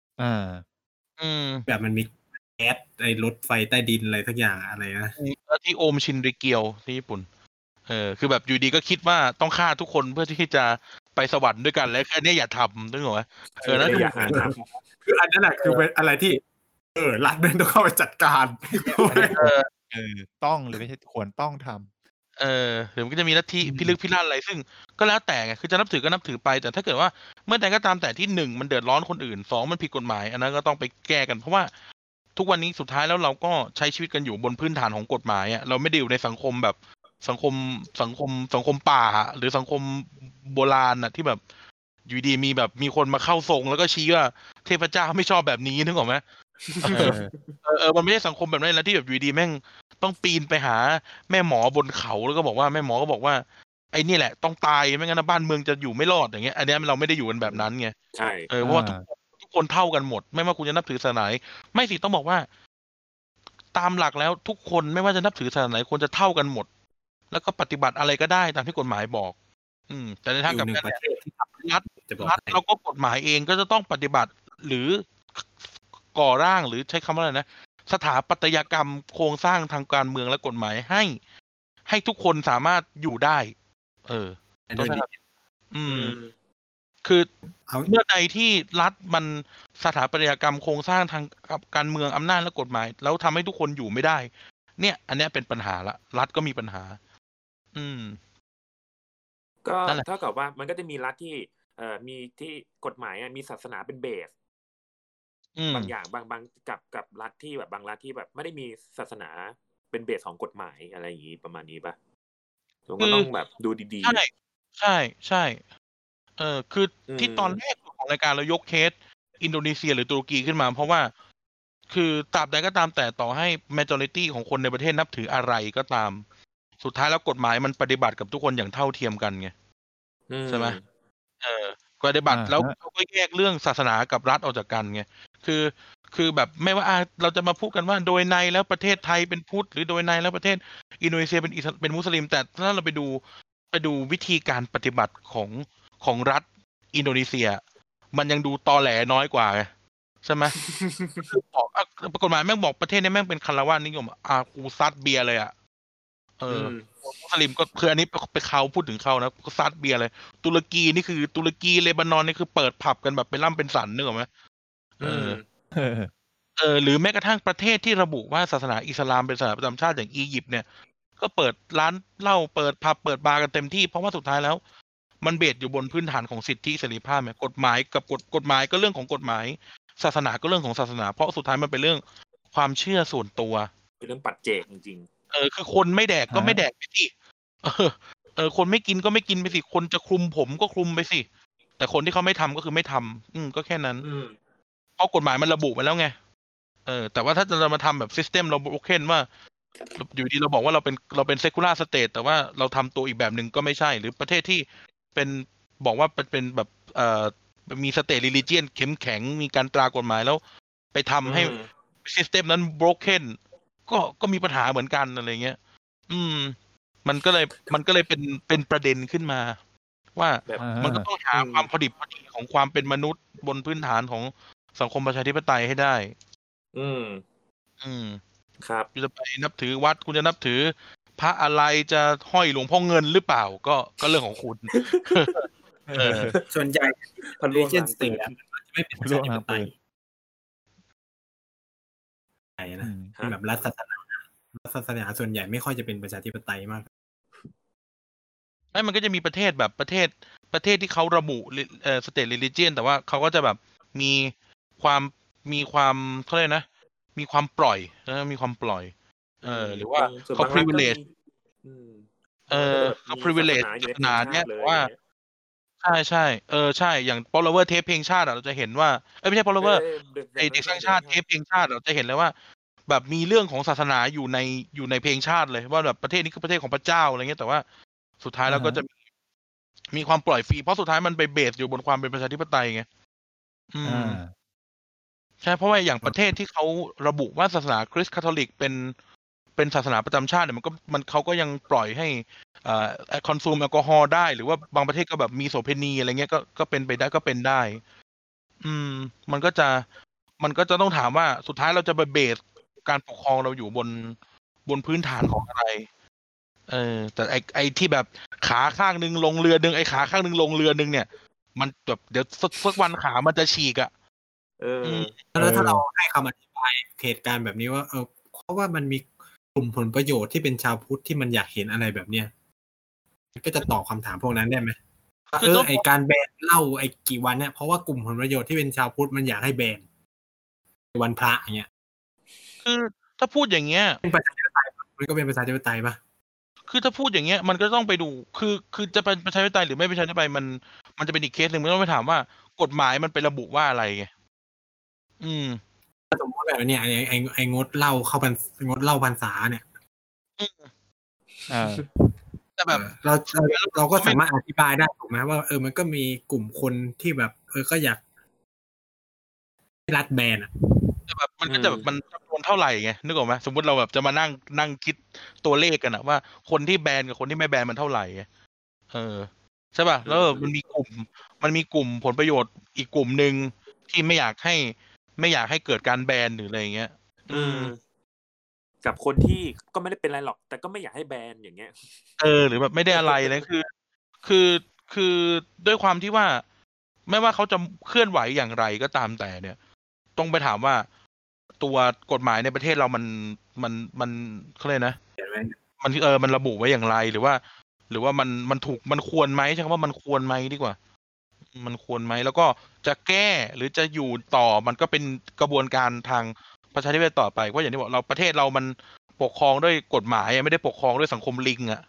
แบบมันมีแก๊สไอ้รถไฟใต้ดินอะไรสักอย่างอะไรนะที่โอมชินริเกียวที่ญี่ปุ่นคือแบบอยู่ดีก็คิดว่าต้องฆ่าทุกคนเพื่อที่จะไปสวรรค์ด้วยกันแล้วแค่นี้อย่าทำนึกออกไหมนั่นคือคืออันนั้นแหละคือเป็นอะไรที่รัฐต้องเข้าไปจัดการต้องหรือไม่ใช่ควรต้องทำหรือมันก็จะมีลัทธิพิลึกพิลั่นอะไรซึ่งก็แล้วแต่ไงคือจะนับถือก็นับถือไปแต่ถ้าเกิดว่าเมื่อใดก็ตามแต่ที่หนึ่งมันเดือดร้อนคนอื่นสองมันผิดกฎหมายอันนั้นก็ต้องไปแก้กันเพราะว่าทุกวันนี้สุดท้ายแล้วเราก็ใช้ชีวิตกันอยู่บนพื้นฐานของกฎหมายอ่ะเราไม่ได้อยู่ในสังคมแบบสังคมป่าหรือสังคมโบราณอ่ะที่แบบอยู่ดีมีคนมาเข้าทรงแล้วก็ชี้ว่าเทพเจ้าไม่ชอบแบบนี้นึกออกไหมมันไม่ใช่สังคมแบบนั้นแล้วที่แบบอยู่ดีแม่งต้องปีนไปหาแม่หมอบนเขาแล้วก็บอกว่าแม่หมอก็บอกว่าไอ้นี่แหละต้องตายไม่งั้นบ้านเมืองจะอยู่ไม่รอดอย่างเงี้ยอันนี้เราไม่ได้อยู่กันแบบนั้นไงใช่เพราะว่าทุกคนเท่ากันหมดไม่ว่าคุณจะนับถือศาสนาไหนไม่สิต้องบอกว่า ตามหลักแล้วทุกคนไม่ว่าจะนับถือศาสนาไหนควรจะเท่ากันหมด แล้วก็ปฏิบัติอะไรก็ได้ตามที่กฎหมายบอก แต่ในทางกลับกันเนี่ยรัฐแล้วก็กฎหมายเองก็จะต้องปฏิบัติหรือก่อร่างหรือใช้คำว่าอะไรนะสถาปัตยกรรมโครงสร้างทางการเมืองและกฎหมายให้ทุกคนสามารถอยู่ได้ ต้องใช้คำคือเมื่อใดที่รัฐมันสถาปัตยกรรมโครงสร้างทางการเมืองอำนาจและกฎหมายแล้วทำให้ทุกคนอยู่ไม่ได้ เนี่ยอันนี้เป็นปัญหาละรัฐก็มีปัญหาก็เท่ากับว่ามันก็จะมีรัฐที่มีที่กฎหมายมีศาสนาเป็นเบสบางอย่างบางกับรัฐที่แบบบางรัฐที่แบบไม่ได้มีศาสนาเป็นเบสของกฎหมายอะไรอย่างนี้ประมาณนี้ป่ะเราก็ต้องแบบดูดีๆใช่คือที่ตอนแรกของรายการเรายกเคสอินโดนีเซียหรือตุรกีขึ้นมาเพราะว่าคือตราบใดก็ตามแต่ต่อให้ majority ของคนในประเทศนับถืออะไรก็ตามสุดท้ายแล้วกฎหมายมันปฏิบัติกับทุกคนอย่างเท่าเทียมกันไงใช่ไหมปฏิบัติแล้วเขาก็แยกเรื่องศาสนากับรัฐออกจากกันไงคือแบบไม่ว่าเราจะมาพูดกันว่าโดยในแล้วประเทศไทยเป็นพุทธหรือโดยในแล้วประเทศอินโดนีเซียเป็นมุสลิมแต่ถ้าเราไปดูวิธีการปฏิบัติของรัฐอินโดนีเซียมันยังดูตอแหลน้อยกว่าไงใช่ไหมคือบอกกฎหมายแม่งบอกประเทศนี้แม่งเป็นคารวะนิยมกูซัดเบียร์เลยมุสลิมก็คืออันนี้ไปเขาพูดถึงเขานะก็ซัดเบียร์เลยตุรกีนี่คือตุรกีเลบานอนนี่คือเปิดผับกันแบบเป็นล่ำเป็นสันนึกออกไหมหรือแม้กระทั่งประเทศที่ระบุว่าศาสนาอิสลามเป็นศาสนาประจำชาติอย่างอียิปต์เนี่ยก็เปิดร้านเหล้าเปิดผับเปิดบาร์กันเต็มที่เพราะว่าสุดท้ายแล้วมันเบสอยู่บนพื้นฐานของสิทธิเสรีภาพเนี่ยกฎหมายกับกฎหมายก็เรื่องของกฎหมายศาสนาก็เรื่องของศาสนาเพราะสุดท้ายมันเป็นเรื่องความเชื่อส่วนตัวเป็นเรื่องปัจเจกจริงคือคนไม่แดกก็ไม่แดกไปสิคนไม่กินก็ไม่กินไปสิคนจะคลุมผมก็คลุมไปสิแต่คนที่เขาไม่ทำก็คือไม่ทำก็แค่นั้นเพราะกฎหมายมันระบุไว้แล้วไงแต่ว่าถ้าจะมาทำแบบซิสเต็มเราโอเคว่าอยู่ดีเราบอกว่าเราเป็นเซคูลาร์สเตทแต่ว่าเราทำตัวอีกแบบหนึ่งก็ไม่ใช่หรือประเทศที่เป็นบอกว่าเป็นแบบมีสเตทริลิเจียนเข้มแข็งมีการตรากฎหมายแล้วไปทำให้ซิสเต็มนั้น broken ก็มีปัญหาเหมือนกันอะไรเงี้ยมันก็เลยเป็นประเด็นขึ้นมาว่ามันก็ต้องหาความพอดิบพอดีของความเป็นมนุษย์บนพื้นฐานของสังคมประชาธิปไตยให้ได้ครับคุณจะไปนับถือวัดคุณจะนับถือพระอะไรจะห้อยหลวงพ่อเงินหรือเปล่าก็เรื่องของคุณส่วนใหญ่religion state ไม่เป็นประชาธิปไตยนะแบบรัฐศาสนาส่วนใหญ่ไม่ค่อยจะเป็นประชาธิปไตยมากมันก็จะมีประเทศแบบประเทศที่เขาระบุstate religion แต่ว่าเขาก็จะแบบมีความเขาเรียกนะมีความปล่อยมีความปล่อยหรือว่าเขา privilege เขา privilege ศาสนาเนี่ยว่าใช่ใช่อย่าง follower เทปเพลงชาติเราจะเห็นว่าไม่ใช่ follower เด็กสร้างชาติเทปเพลงชาติเราจะเห็นเลยว่าแบบมีเรื่องของศาสนาอยู่ในเพลงชาติเลยว่าแบบประเทศนี้คือประเทศของพระเจ้าอะไรเงี้ยแต่ว่าสุดท้ายแล้วก็จะมีความปล่อยฟรีเพราะสุดท้ายมันไปเบสอยู่บนความเป็นประชาธิปไตยไงใช่เพราะว่าอย่างประเทศที่เขาระบุว่าศาสนาคริสต์คาทอลิกเป็นศาสนาประจำชาติเนี่ยมันเขาก็ยังปล่อยให้คอนซูมแอลกอฮอล์ได้หรือว่าบางประเทศก็แบบมีโสเภณีอะไรเงี้ยก็เป็นไปได้ก็เป็นได้มันก็จะต้องถามว่าสุดท้ายเราจะไปเบสการปกครองเราอยู่บนพื้นฐานของอะไรแต่ไอที่แบบขาข้างนึงลงเรือนึงไอขาข้างนึงลงเรือนึงเนี่ยมันแบบเดี๋ยวสักวันขามันจะฉีกอ่ะแล้วถ้าเราให้คำอธิบายเหตุการณ์แบบนี้ว่าเพราะว่ามันมีกลุ่มผลประโยชน์ที่เป็นชาวพุทธที่มันอยากเห็นอะไรแบบเนี้ยก็จะตอบคำถามพวกนั้นได้ไหมไอการแบนเหล้าไอกี่วันเนี่ยเพราะว่ากลุ่มผลประโยชน์ที่เป็นชาวพุทธมันอยากให้แบนวันพระอย่างเงี้ยคือถ้าพูดอย่างเงี้ยเป็นประชาธิปไตยมันก็เป็นประชาธิปไตยป่ะคือถ้าพูดอย่างเงี้ยมันก็ต้องไปดูคือจะเป็นประชาธิปไตยหรือไม่ประชาธิปไตยมันจะเป็นอีกเคสหนึ่งมันต้องไปถามว่ากฎหมายมันไประบุว่าอะไรไงสมมติแบบนี้ไองดเหล้าเข้างดเหล้าพรรษาเนี่ยแต่แบบเราก็สามารถอธิบายได้ถูกไหมว่ามันก็มีกลุ่มคนที่แบบก็อยากรัฐแบนอ่ะแต่แบบมันก็จะแบบมันจำนวนเท่าไหร่ไงนึกออกไหมสมมติเราแบบจะมานั่งคิดตัวเลขกันอะว่าคนที่แบนกับคนที่ไม่แบนมันเท่าไหร่ใช่ป่ะแล้วมันมีกลุ่มผลประโยชน์อีกกลุ่มหนึ่งที่ไม่อยากให้เกิดการแบนหรืออะไรอย่างเงี้ยกับคนที่ก็ไม่ได้เป็นอะไรหรอกแต่ก็ไม่อยากให้แบนอย่างเงี้ยหรือแบบไม่ได้อะไรนะคือด้วยความที่ว่าไม่ว่าเขาจะเคลื่อนไหวอย่างไรก็ตามแต่เนี่ยต้องไปถามว่าตัวกฎหมายในประเทศเรามันเขาเลยนะมันระบุไว้อย่างไรหรือว่ามันถูกมันควรไหมใช่คำว่ามันควรไหมดีกว่ามันควรไหมแล้วก็จะแก้หรือจะอยู่ต่อมันก็เป็นกระบวนการทางประชาธิปไตยต่อไปเพราะอย่างที่บอกเราประเทศเรามันปกครองด้วยกฎหมายไม่ได้ปกครองด้วยสังคมลิงอ่ะ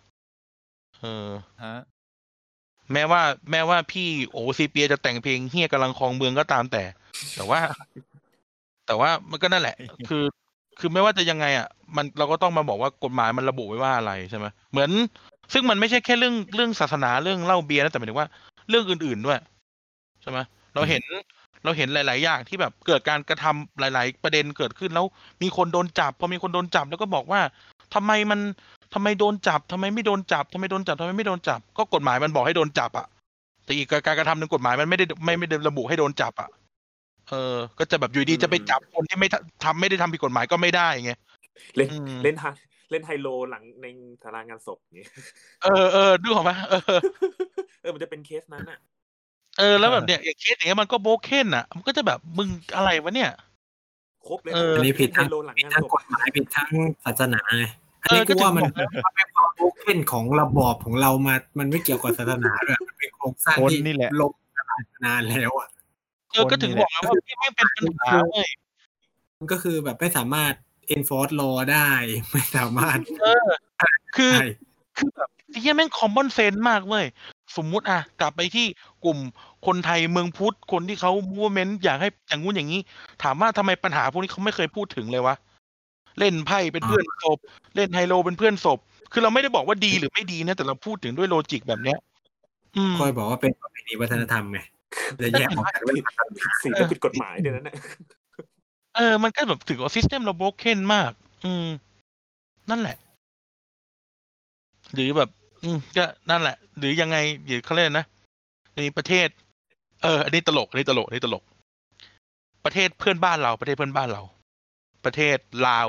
แม้ว่าพี่โอซีเปียจะแต่งเพลงเฮียกำลังครองเมืองก็ตามแต่ว่ามันก็นั่นแหละคือไม่ว่าจะยังไงอ่ะเราก็ต้องมาบอกว่ากฎหมายมันระบุไว้ว่าอะไรใช่ไหมเหมือนซึ่งมันไม่ใช่แค่เรื่องศาสนาเรื่องเหล้าเบียร์นะแต่หมายถึงว่าเรื่องอื่นๆด้วยใช่ไหมเราเห็นหลายๆอย่างที่แบบเกิดการกระทำหลายๆประเด็นเกิดขึ้นแล้วมีคนโดนจับพอมีคนโดนจับแล้วก็บอกว่าทำไมโดนจับทำไมไม่โดนจับทำไมโดนจับทำไมไม่โดนจับก็กฎหมายมันบอกให้โดนจับอ่ะแต่อีกการกระทำหนึ่งกฎหมายมันไม่ได้ระบุให้โดนจับอ่ะก็จะแบบอยู่ดีจะไปจับคนที่ไม่ได้ทำผิดกฎหมายก็ไม่ได้ไงเล่นไฮโลหลังในสารางานศพอย่างเงี้ยดูออกไหมมันจะเป็นเคสนั้นอ่ะแล้วแบบเนี้ยอย่างเคสอย่างเงี้ยมันก็โบเก้นอ่ะมันก็จะแบบมึงอะไรวะเนี่ยครบเลยอันนี้ผิดทั้งกฎหมายผิดทั้งศาสนาไงอันนี้ก็ว่ามันเป็นความโบเก้นของระบอบของเรามันไม่เกี่ยวกับศาสนาด้วยมันเป็นโครงสร้างที่ล้มนานแล้วอ่ะก็ถึงบอกแล้วว่าที่ไม่เป็นปัญหาเลยมันก็คือแบบไม่สามารถ enforce law ได้ไม่สามารถคือแบบที่แม่ง common sense มากเว้ยสมมุติกลับไปที่กลุ่มคนไทยเมืองพุทธคนที่เขา movement อยากให้อย่างงู้นอย่างนี้ถามว่าทำไมปัญหาพวกนี้เขาไม่เคยพูดถึงเลยวะเล่นไพ่เป็นเพื่อนศพเล่นไฮโลเป็นเพื่อนศพคือเราไม่ได้บอกว่าดีหรือไม่ดีนะแต่เราพูดถึงด้วยโลจิกแบบเนี้ยคอยบอกว่าเป็นประเพณีวัฒนธรรมไงจะแยกออกจากเรื่องสิ่งที่ผิดกฎหมายเดี๋ยวนั้นมันก็แบบถือว่าซิสเต็มเราโบรกเก้นมากนั่นแหละหรือแบบก็นั่นแหละหรือยังไงหรือเขาเรียกนะในประเทศอันนี้ตลกประเทศเพื่อนบ้านเราประเทศลาว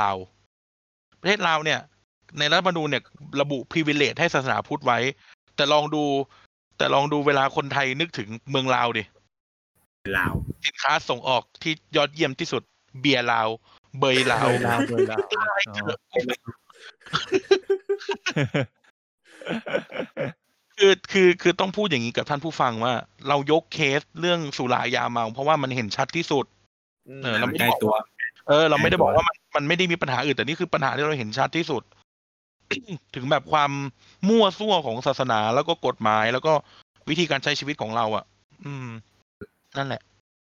เนี่ยในรัฐธรรมนูญเนี่ยระบุ privilege ให้ศาสนาพุทธไว้แต่ลองดูเวลาคนไทยนึกถึงเมืองลาวดิลาวสินค้าส่งออกที่ยอดเยี่ยมที่สุดเบียร์ลาวเบยลาวคือต้องพูดอย่างนี้กับท่านผู้ฟังว่าเรายกเคสเรื่องสุรายาเมาเพราะว่ามันเห็นชัดที่สุดเราไม่ได้ตัวเราไม่ได้บอกว่ามันไม่ได้มีปัญหาอื่นแต่นี่คือปัญหาที่เราเห็นชัดที่สุด ถึงแบบความมั่วซั่วของศาสนาแล้วก็กฎหมายแล้วก็วิธีการใช้ชีวิตของเราอ่ะนั่นแหละ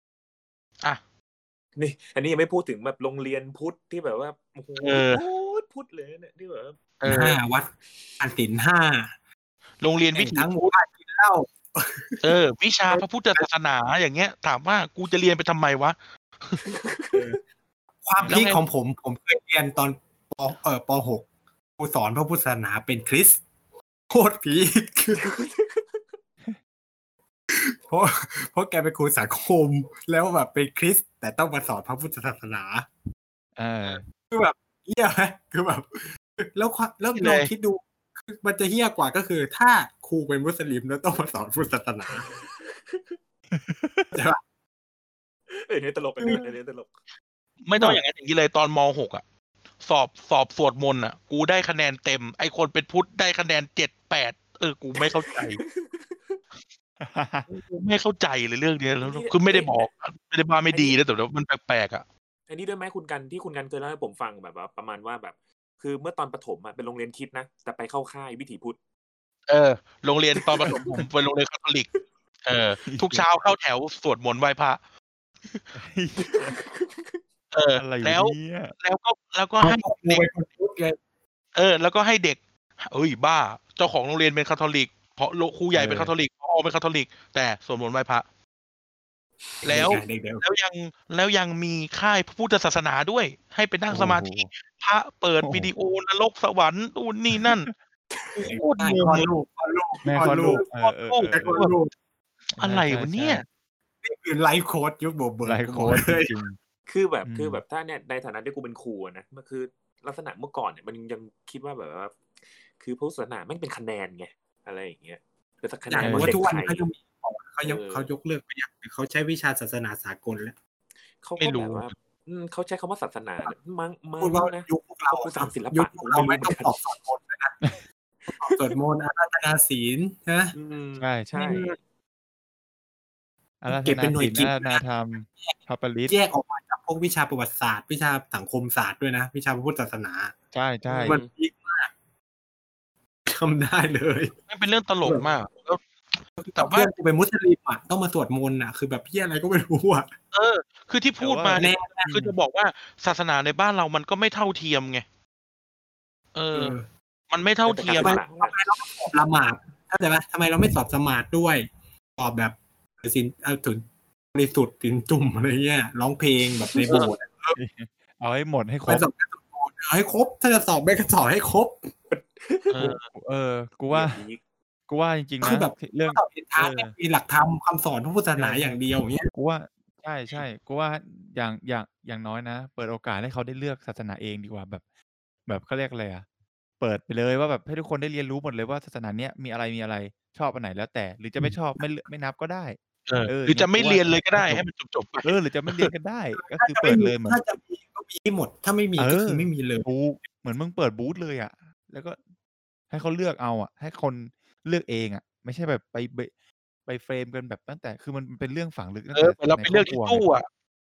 นี่อันนี้ยังไม่พูดถึงแบบโรงเรียนพุทธที่แบบว่าโอ้โหพุทธเลยเนี่ยที่แบบ 5 วัดอันศีล 5 โรงเรียนวิถีทั้งหมู่บ้านกินเหล้าวิชาพระพุทธศาสนาอย่างเงี้ยถามว่ากูจะเรียนไปทำไมวะความพีคของผมเคยเรียนตอนป.6 ครูสอนพระพุทธศาสนาเป็นคริสต์โคตรพีคเพราะแกเป็นครูสังคมแล้วแบบเป็นคริสต์แต่ต้องมาสอนพระพุทธศาสนาคือแบบเหี้ยไหมคือแบบแล้วลองคิดดูมันจะเหี้ยกว่าก็คือถ้าครูเป็นมุสลิมแล้วต้องมาสอนพุทธศาสนาใช่ป่ะเนี่ยตลกอันนี้ตลกไม่ต้องอย่างนั้นอย่างนี้เลยตอนม.6 อ่ะ สอบสวดมนต์อ่ะ กูได้คะแนนเต็ม ไอคนเป็นพุทธได้คะแนน7-8กูไม่เข้าใจไม่เข้าใจเลยเรื่องนี้แล้วคือไม่ได้บอกไม่ได้บ้าไม่ดีนะแต่ว่ามันแปลกๆอ่ะอันนี้ด้วยไหมคุณกันที่คุณกันเคยเล่าให้ผมฟังแบบว่าประมาณว่าแบบ คือเมื่อตอนประถมอ่ะเป็นโรงเรียนคริสต์นะแต่ไปเข้าค่ายวิถีพุทธโรงเรียนตอนประถมผมเป็นโรงเรียนคาทอลิก ทุกเช้าเข้าแถวสวดมนต์ไหว้พระอะไรอยู่แล้วเนี่ยแล้วก็ให้เด็กแล้วก็ให้เด็กบ้า เจ้าของโรงเรียนเป็นคาทอลิกเพราะครูใหญ่เป็นคาทอลิกพ่อเป็นคาทอลิก แต่สวดมนต์ไหว้พระแล้วยังมีค่ายพระพุทธศาสนาด้วย ให้ไปนั่งสมาธิพระเปิดวิดีโอนรกสวรรค์นู่นนี่นั่นโคตรงงเลยแม่คลอดลูกอะไรวะเนี่ยนี่คือไลฟ์โค้ดยุคโบเบิร์ไลฟ์โค้ดจริงคือแบบถ้าเนี่ยในฐานะที่กูเป็นครูนะมันคือลักษณะเมื่อก่อนเนี่ยมันยังคิดว่าแบบว่าคือพุทธศาสนาไม่เป็นคะแนนไงอะไรอย่างเงี้ยคือสักคะแนนว่าเด็กทุกวันไทยเขายกเลิกไปอย่างเขาใช้วิชาศาสนาสากลแล้วเขาก็แบบว่าเขาใช้คำว่าศาสนามั้งพูดว่านะยุคพวกเราคือสามศิลยุปะคพวกเราไม่ต้องสอบสวดมนต์นะสวดมนต์อาราธนาศีลนะใช่อาราธเก็บนาเป็นหน่วยศีลกิจอาราธนาธรรมพระปริตแยกออกมาจากพวกวิชาประวัติศาสตร์วิชาสังคมศาสตร์ด้วยนะวิชาพระพุทธศาสนาใช่ใช่มันพีคมากทำได้เลยมันเป็นเรื่องตลกมากแล้วแต่เพื่อนกูเป็นมุสลิมอ่ะต้องมาสวดมนต์อ่ะคือแบบพี่อะไรก็ไม่รู้อ่ะคือที่พูดมาเนี่ยคือจะบอกว่าศาสนาในบ้านเรามันก็ไม่เท่าเทียมไงมันไม่เท่าเทียมทำไมเราสอบละหมาดเข้าใจไหมทำไมเราไม่สอบสมาธิด้วยสอบแบบศีลถึงบริสุทธิ์ศีลจุ่มอะไรเงี้ยร้องเพลงแบบในโบสถ์เอาให้หมดให้ครไปบสอบเอาให้ครบถ้าจะสอบไม่ก็สอบให้ครบกูว่าจริงๆคือนะแบบเรื่องสอบทางมีหลักธรรมคำสอนพระพุทธศาสนาอย่างเดียวอย่างเงี้ยกูว่าใช่กูว่าอย่างน้อยนะเปิดโอกาสให้เขาได้เลือกศาสนาเองดีกว่าแบบเขาเรียกอะไรอ่ะเปิดไปเลยว่าแบบให้ทุกคนได้เรียนรู้หมดเลยว่าศาสนาเนี้ยมีอะไรชอบอันไหนแล้วแต่หรือจะไม่ชอบไม่นับก็ได้หรือจะไม่เรียนเลยก็ได้ให้มันจบๆไปหรือจะไม่เรียนกันได้ ก็คือเปิดเลยเหมือนถ้าจะมีก็มีหมดถ้าไม่มีก็คือไม่มีเลยเหมือนมึงเปิดบูธเลยอ่ะแล้วก็ให้เขาเลือกเอาอ่ะให้คนเลือกเองอ่ะไม่ใช่แบบไปเฟรมกันแบบตั้งแต่คือมันเป็นเรื่องฝังลึกตั้งแต่เราไปเลือกที่ตู้อ่ะ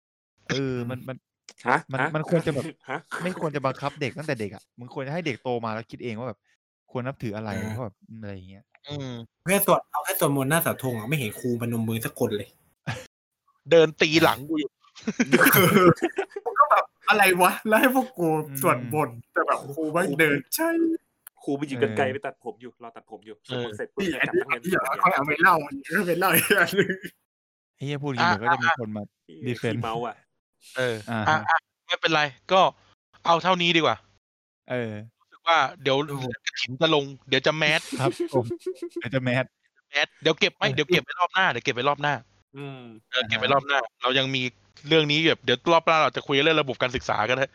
มันควรจะแบบไม่ควรจะบังคับเด็กตั้งแต่เด็กอ่ะมึงควรจะให้เด็กโตมาแล้วคิดเองว่าแบบควรนับถืออะไรเพราะแบบอะไรอย่างเงี้ยแค่สวดมนต์หน้าเสาธงอ่ะไม่เห็นครูพนมมือสักคนเลยเดินตีหลังกูอยู่ก็แบบอะไรวะแล้วให้พวกกูสวดมนต์แต่แบบครูไม่เดินใช่ครูไปหยิบกรรไกรไปตัดผมอยู่รอตัดผมอยู่เสร็จปุ๊บนี่เนี่ยอันจับนี้นักเรียนเขาเอาไปเล่าอันนี้ก็เป็นเล่าอีกอันนึงไอ้เหี้ยพูดอย่างนี้เดี๋ยวก็จะมีคนมาดีเฟนเมาอ่ะไม่เป็นไรก็เอาเท่านี้ดีกว่ารู้สึกว่าเดี๋ยวกระถิ่นจะลงเดี๋ยวจะแมสครับผมเดี๋ยวจะแมสเดี๋ยวเก็บไว้รอบหน้าเดี๋ยวเก็บไว้รอบหน้าเก็บไว้รอบหน้าเรายังมีเรื่องนี้แบบเดี๋ยวรอบหน้าเราจะคุยเรื่องระบบการศึกษากันนะ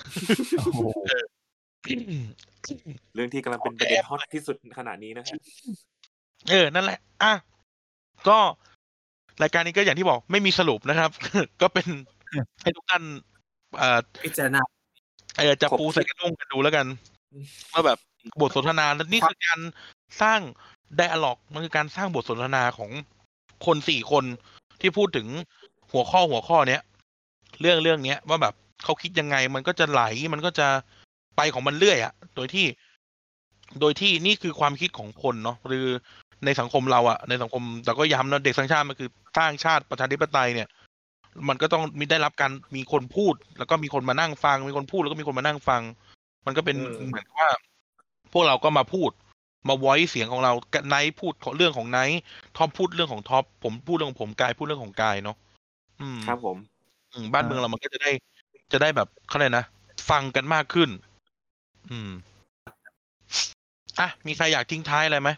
เรื่องที่กำลังเป็นประเด็นฮอตที่สุดขณะนี้นะฮะนั่นแหละก็รายการนี้ก็อย่างที่บอกไม่มีสรุปนะครับ ก็เป็นให้ทุกท่านพิจารณาจะปูใส่กระด้งกันดูแล้วกันว่าแบบบทสนทนานี่คือการสร้างไดอะล็อกมันคือการสร้างบทสนทนาของคน4คนที่พูดถึงหัวข้อเนี้ยเรื่องเนี้ยว่าแบบเขาคิดยังไงมันก็จะไหลมันก็จะไปของมันเรื่อยอ่ะโดยที่นี่คือความคิดของคนเนาะหรือในสังคมเราอ่ะในสังคมแต่ก็ย้ำนะเด็กสร้างชาติมันคือสร้างชาติประชาธิปไตยเนี่ยมันก็ต้องมีได้รับการมีคนพูดแล้วก็มีคนมานั่งฟังมีคนพูดแล้วก็มีคนมานั่งฟังมันก็เป็นเหมือนว่าพวกเราก็มาพูดมา voice เสียงของเราไนท์พูดเรื่องของไนท์ท็อปพูดเรื่องของท็อปผมพูดเรื่องของผมกายพูดเรื่องของกายเนาะครับผมบ้านเมืองเรามันก็จะได้แบบเขาเรียกนะฟังกันมากขึ้นมีใครอยากทิ้งท้ายอะไรไหม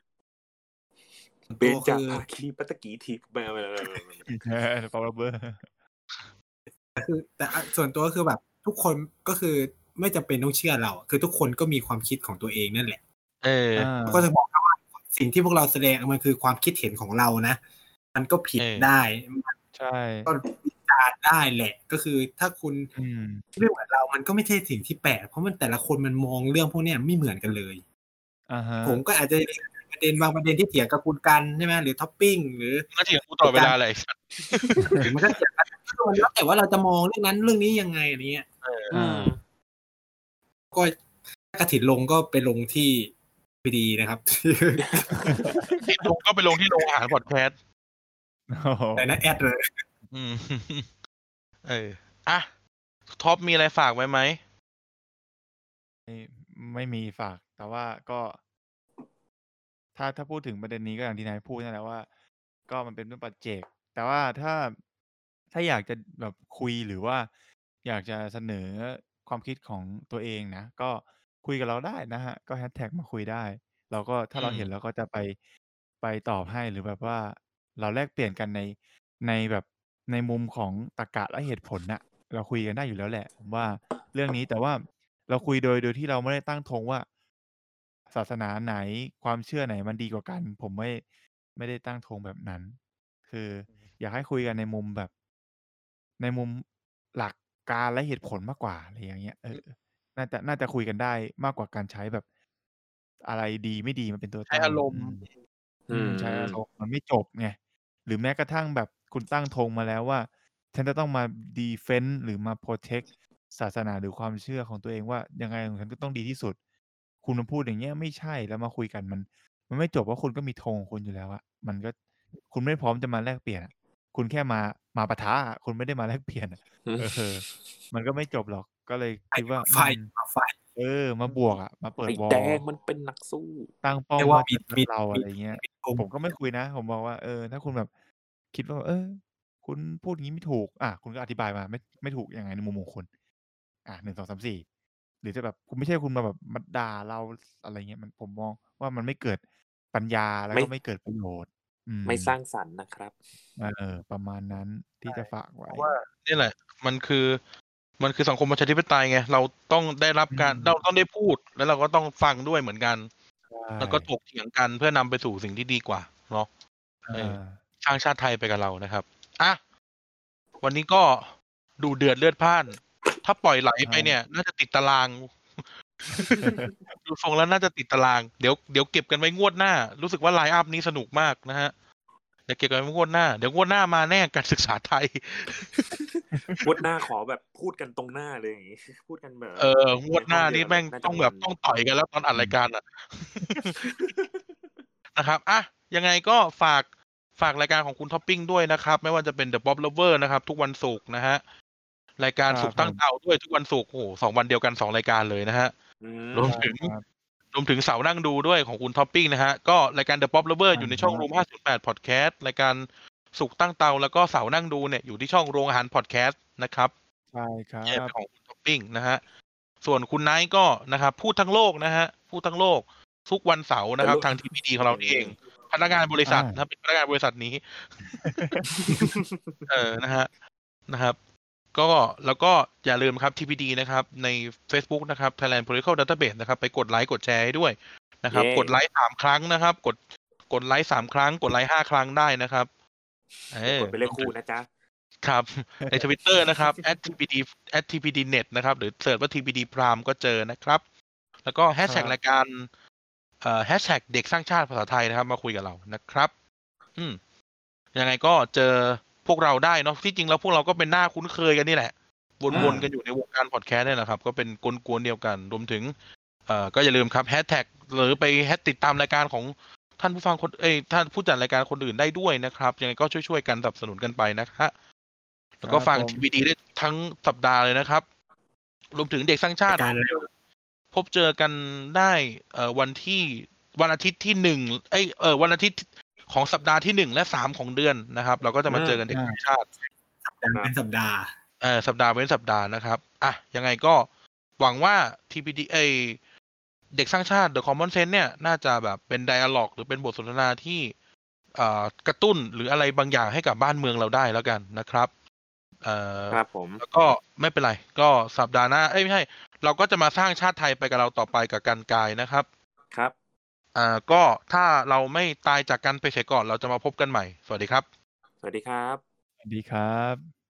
เป็นจากภาคีปัตตกีทีปปาเบอร์คือแต่ส่วนตัวก็คือแบบทุกคนก็คือไม่จำเป็นต้องเชื่อเราคือทุกคนก็มีความคิดของตัวเองนั่นแหละก็จะบอกว่าสิ่งที่พวกเราแสดงมันคือความคิดเห็นของเรานะมันก็ผิดได้ใช่ก็วิจารณ์ได้แหละก็คือถ้าคุณอืมไม่เหมือนเรามันก็ไม่ใช่สิ่งที่แปลกเพราะมันแต่ละคนมันมองเรื่องพวกเนี้ยไม่เหมือนกันเลยฮะผมก็อาจจะมีประเด็นบางประเด็นที่เถียงกับคุณกันใช่ไหมหรือท็อปปิ้งหรือก็เถียงกูตลอดเวลาเลยหรือมันก็เถียงกันมันแล้วแต่ว่าเราจะมองเรื่องนั้นเรื่องนี้ยังไงอะไรเงี้ย ก็กระถิ่นลงก็ไปลงที่พีดีนะครับติดลงก็ไปลงที่โรงอาหารพอดแคสต์โอ้โหแต่นั้นแอดเลยอ่ะท็อปมีอะไรฝากไว้ไหมไม่มีฝากแต่ว่าก็ ถ้าพูดถึงประเด็นนี้ก็อย่างที่นายพูดนั่นแหละว่า ก็มันเป็นเรื่องปัจเจกแต่ว่าถ้าอยากจะแบบคุยหรือว่า อยากจะเสนอความคิดของตัวเองนะก็คุยกับเราได้นะฮะก็แฮชแท็กมาคุยได้ เราก็ถ้าเราเห็นเราก็จะไปตอบให้หรือแบบว่า เราแลกเปลี่ยนกันในแบบในมุมของตรรกะและเหตุผลน่ะ เราคุยกันได้อยู่แล้วแหละผมว่าเรื่องนี้แต่ว่าเราคุยโดยที่เราไม่ได้ตั้งธงว่า ศาสนาไหนความเชื่อไหนมันดีกว่ากัน ผมไม่ได้ตั้งธงแบบนั้น คืออยากให้คุยกันในมุมแบบ ในมุมหลักการและเหตุผลมากกว่าอะไรอย่างเงี้ยน่าจะคุยกันได้มากกว่าการใช้แบบ อะไรดีไม่ดีมาเป็นตัวใช้ตั้งอารมณ์ใช้อารมณ์มันไม่จบไงหรือแม้กระทั่งแบบคุณตั้งธงมาแล้วว่า ฉันจะต้องมา defend หรือมา protect ศาสนาหรือความเชื่อของตัวเองว่ายังไงของฉันก็ต้องดีที่สุด คุณมาพูดอย่างเงี้ยไม่ใช่แล้วมาคุยกันมันไม่จบว่าคุณก็มีธงของคุณอยู่แล้วอะมันก็คุณไม่พร้อมจะมาแลกเปลี่ยนอะคุณแค่มาปะทะอะคุณไม่ได้มาแลกเปลี่ยนอะมันก็ไม่จบหรอกก็เลยคิดว่าไฟมาบวกอะมาเปิดไอ้วอแดลงมันเป็นนักสู้ตั้งเป้าเรียกว่าว่าจะมีเราอะไรเงี้ยมีผมก็ไม่คุยนะผมบอกว่าถ้าคุณแบบคิดว่าคุณพูดอย่างงี้ไม่ถูกคุณก็อธิบายมาไม่ถูกยังไงในมุมของคุณ1 2 3 4หรือจะแบบคุณไม่ใช่คุณมาแบบมาด่าเราอะไรเงี้ยผมมองว่ามันไม่เกิดปัญญาแล้วก็ไม่เกิดประโยชน์ไม่สร้างสรรค์นะครับประมาณนั้นที่จะฝากไว้เพราะว่านี่แหละมันคือสังคมประชาธิปไตยไงเราต้องได้รับการเราต้องได้พูดแล้วเราก็ต้องฟังด้วยเหมือนกัน แล้วก็ถกเถียงกันเพื่อนำไปสู่สิ่งที่ดีกว่าเนาะสร้างชาติไทยไปกับเรานะครับวันนี้ก็ดูเดือดเลือดพล่าน ถ้าปล่อยไหลไปเนี่ย น่าจะติดตาราง ดูทรงแล้วน่าจะติดตารางเดี๋ยวเก็บกันไว้งวดหน้า รู้สึกว่าไลน์อัพนี้สนุกมากนะฮะเดี๋ยวเก็บกันไว้งวดหน้าเดี๋ยวงวดหน้ามาแน่การศึกษาไทยงวดหน้าขอแบบพูดกันตรงหน้าเลยอย่างงี้พูดกันแบบงวดหน้านี่แม่งต้องแบบต้องต่อยกันแล้วตอนอัดรายการนะครับยังไงก็ฝากรายการของคุณท็อปปิ้งด้วยนะครับไม่ว่าจะเป็น The Pop Lover นะครับทุกวันศุกร์นะฮะรายการสุขตั้งเตาด้วยทุกวันศุกร์โอ้โห2 วันเดียวกัน2 รายการเลยนะฮะรวมถึงเสานั่งดูด้วยของคุณท็อปปิ้งนะฮะก็รายการ The Pop Lover อยู่ในช่อง Room 508 Podcast รายการสุขตั้งเตาแล้วก็เสานั่งดูเนี่ยอยู่ที่ช่องโรงอาหาร Podcast นะครับใช่ครับของคุณท็อปปิ้งนะฮะส่วนคุณไนท์ก็นะครับพูดทั้งโลกนะฮะพูดทั้งโลกทุกวันเสาร์นะครับทาง TPD ของเราเองพนักงานบริษัทนะเป็นพนักงานบริษัทนี้ นะครับก็แล้วก็อย่าลืมครับ TPD นะครับใน Facebook นะครับ Thailand Political Database นะครับไปกดไลค์กดแชร์ให้ด้วยนะครับกดไลค์3 ครั้งนะครับกดไลค์3 ครั้งกดไลค์5 ครั้งได้นะครับกดไปเลขคู่นะจ๊ะครับใน Twitter นะครับ @tpdnet นะครับหรือเสิร์ชว่า TPD Prime ก็เจอนะครับแล้วก็แฮชแท็กรายการแฮชแท็กเด็กสร้างชาติภาษาไทยนะครับมาคุยกับเรานะครับยังไงก็เจอพวกเราได้เนาะที่จริงแล้วพวกเราก็เป็นหน้าคุ้นเคยกันนี่แหละวนๆกันอยู่ในวงการพอดแคสต์นี่แหละครับก็เป็นกวนๆเดียวกันรวมถึงก็อย่าลืมครับแฮชแท็กหรือไปติดตามรายการของท่านผู้ฟังท่านผู้จัดรายการคนอื่นได้ด้วยนะครับยังไงก็ช่วยๆกันสนับสนุนกันไปนะฮะแล้วก็ฟัง TPD ได้ทั้งสัปดาห์เลยนะครับรวมถึงเด็กสร้างชาติพบเจอกันได้วันอาทิตย์ที่1วันอาทิตย์ของสัปดาห์ที่1และ3ของเดือนนะครับเราก็จะมาเจอกันเด็กสร้างชาติเป็นสัปดาห์สัปดาห์เป็นสัปดาห์นะครับยังไงก็หวังว่า TPD เด็กสร้างชาติ The Common Sense เนี่ยน่าจะแบบเป็น dialogue หรือเป็นบทสนทนาที่กระตุ้นหรืออะไรบางอย่างให้กับบ้านเมืองเราได้แล้วกันนะครับครับผมแล้วก็ไม่เป็นไรก็สัปดาห์หน้าไม่ใช่เราก็จะมาสร้างชาติไทยไปกับเราต่อไปกับกันกายนะครับครับก็ถ้าเราไม่ตายจากกันไปเสียก่อนเราจะมาพบกันใหม่สวัสดีครับสวัสดีครับ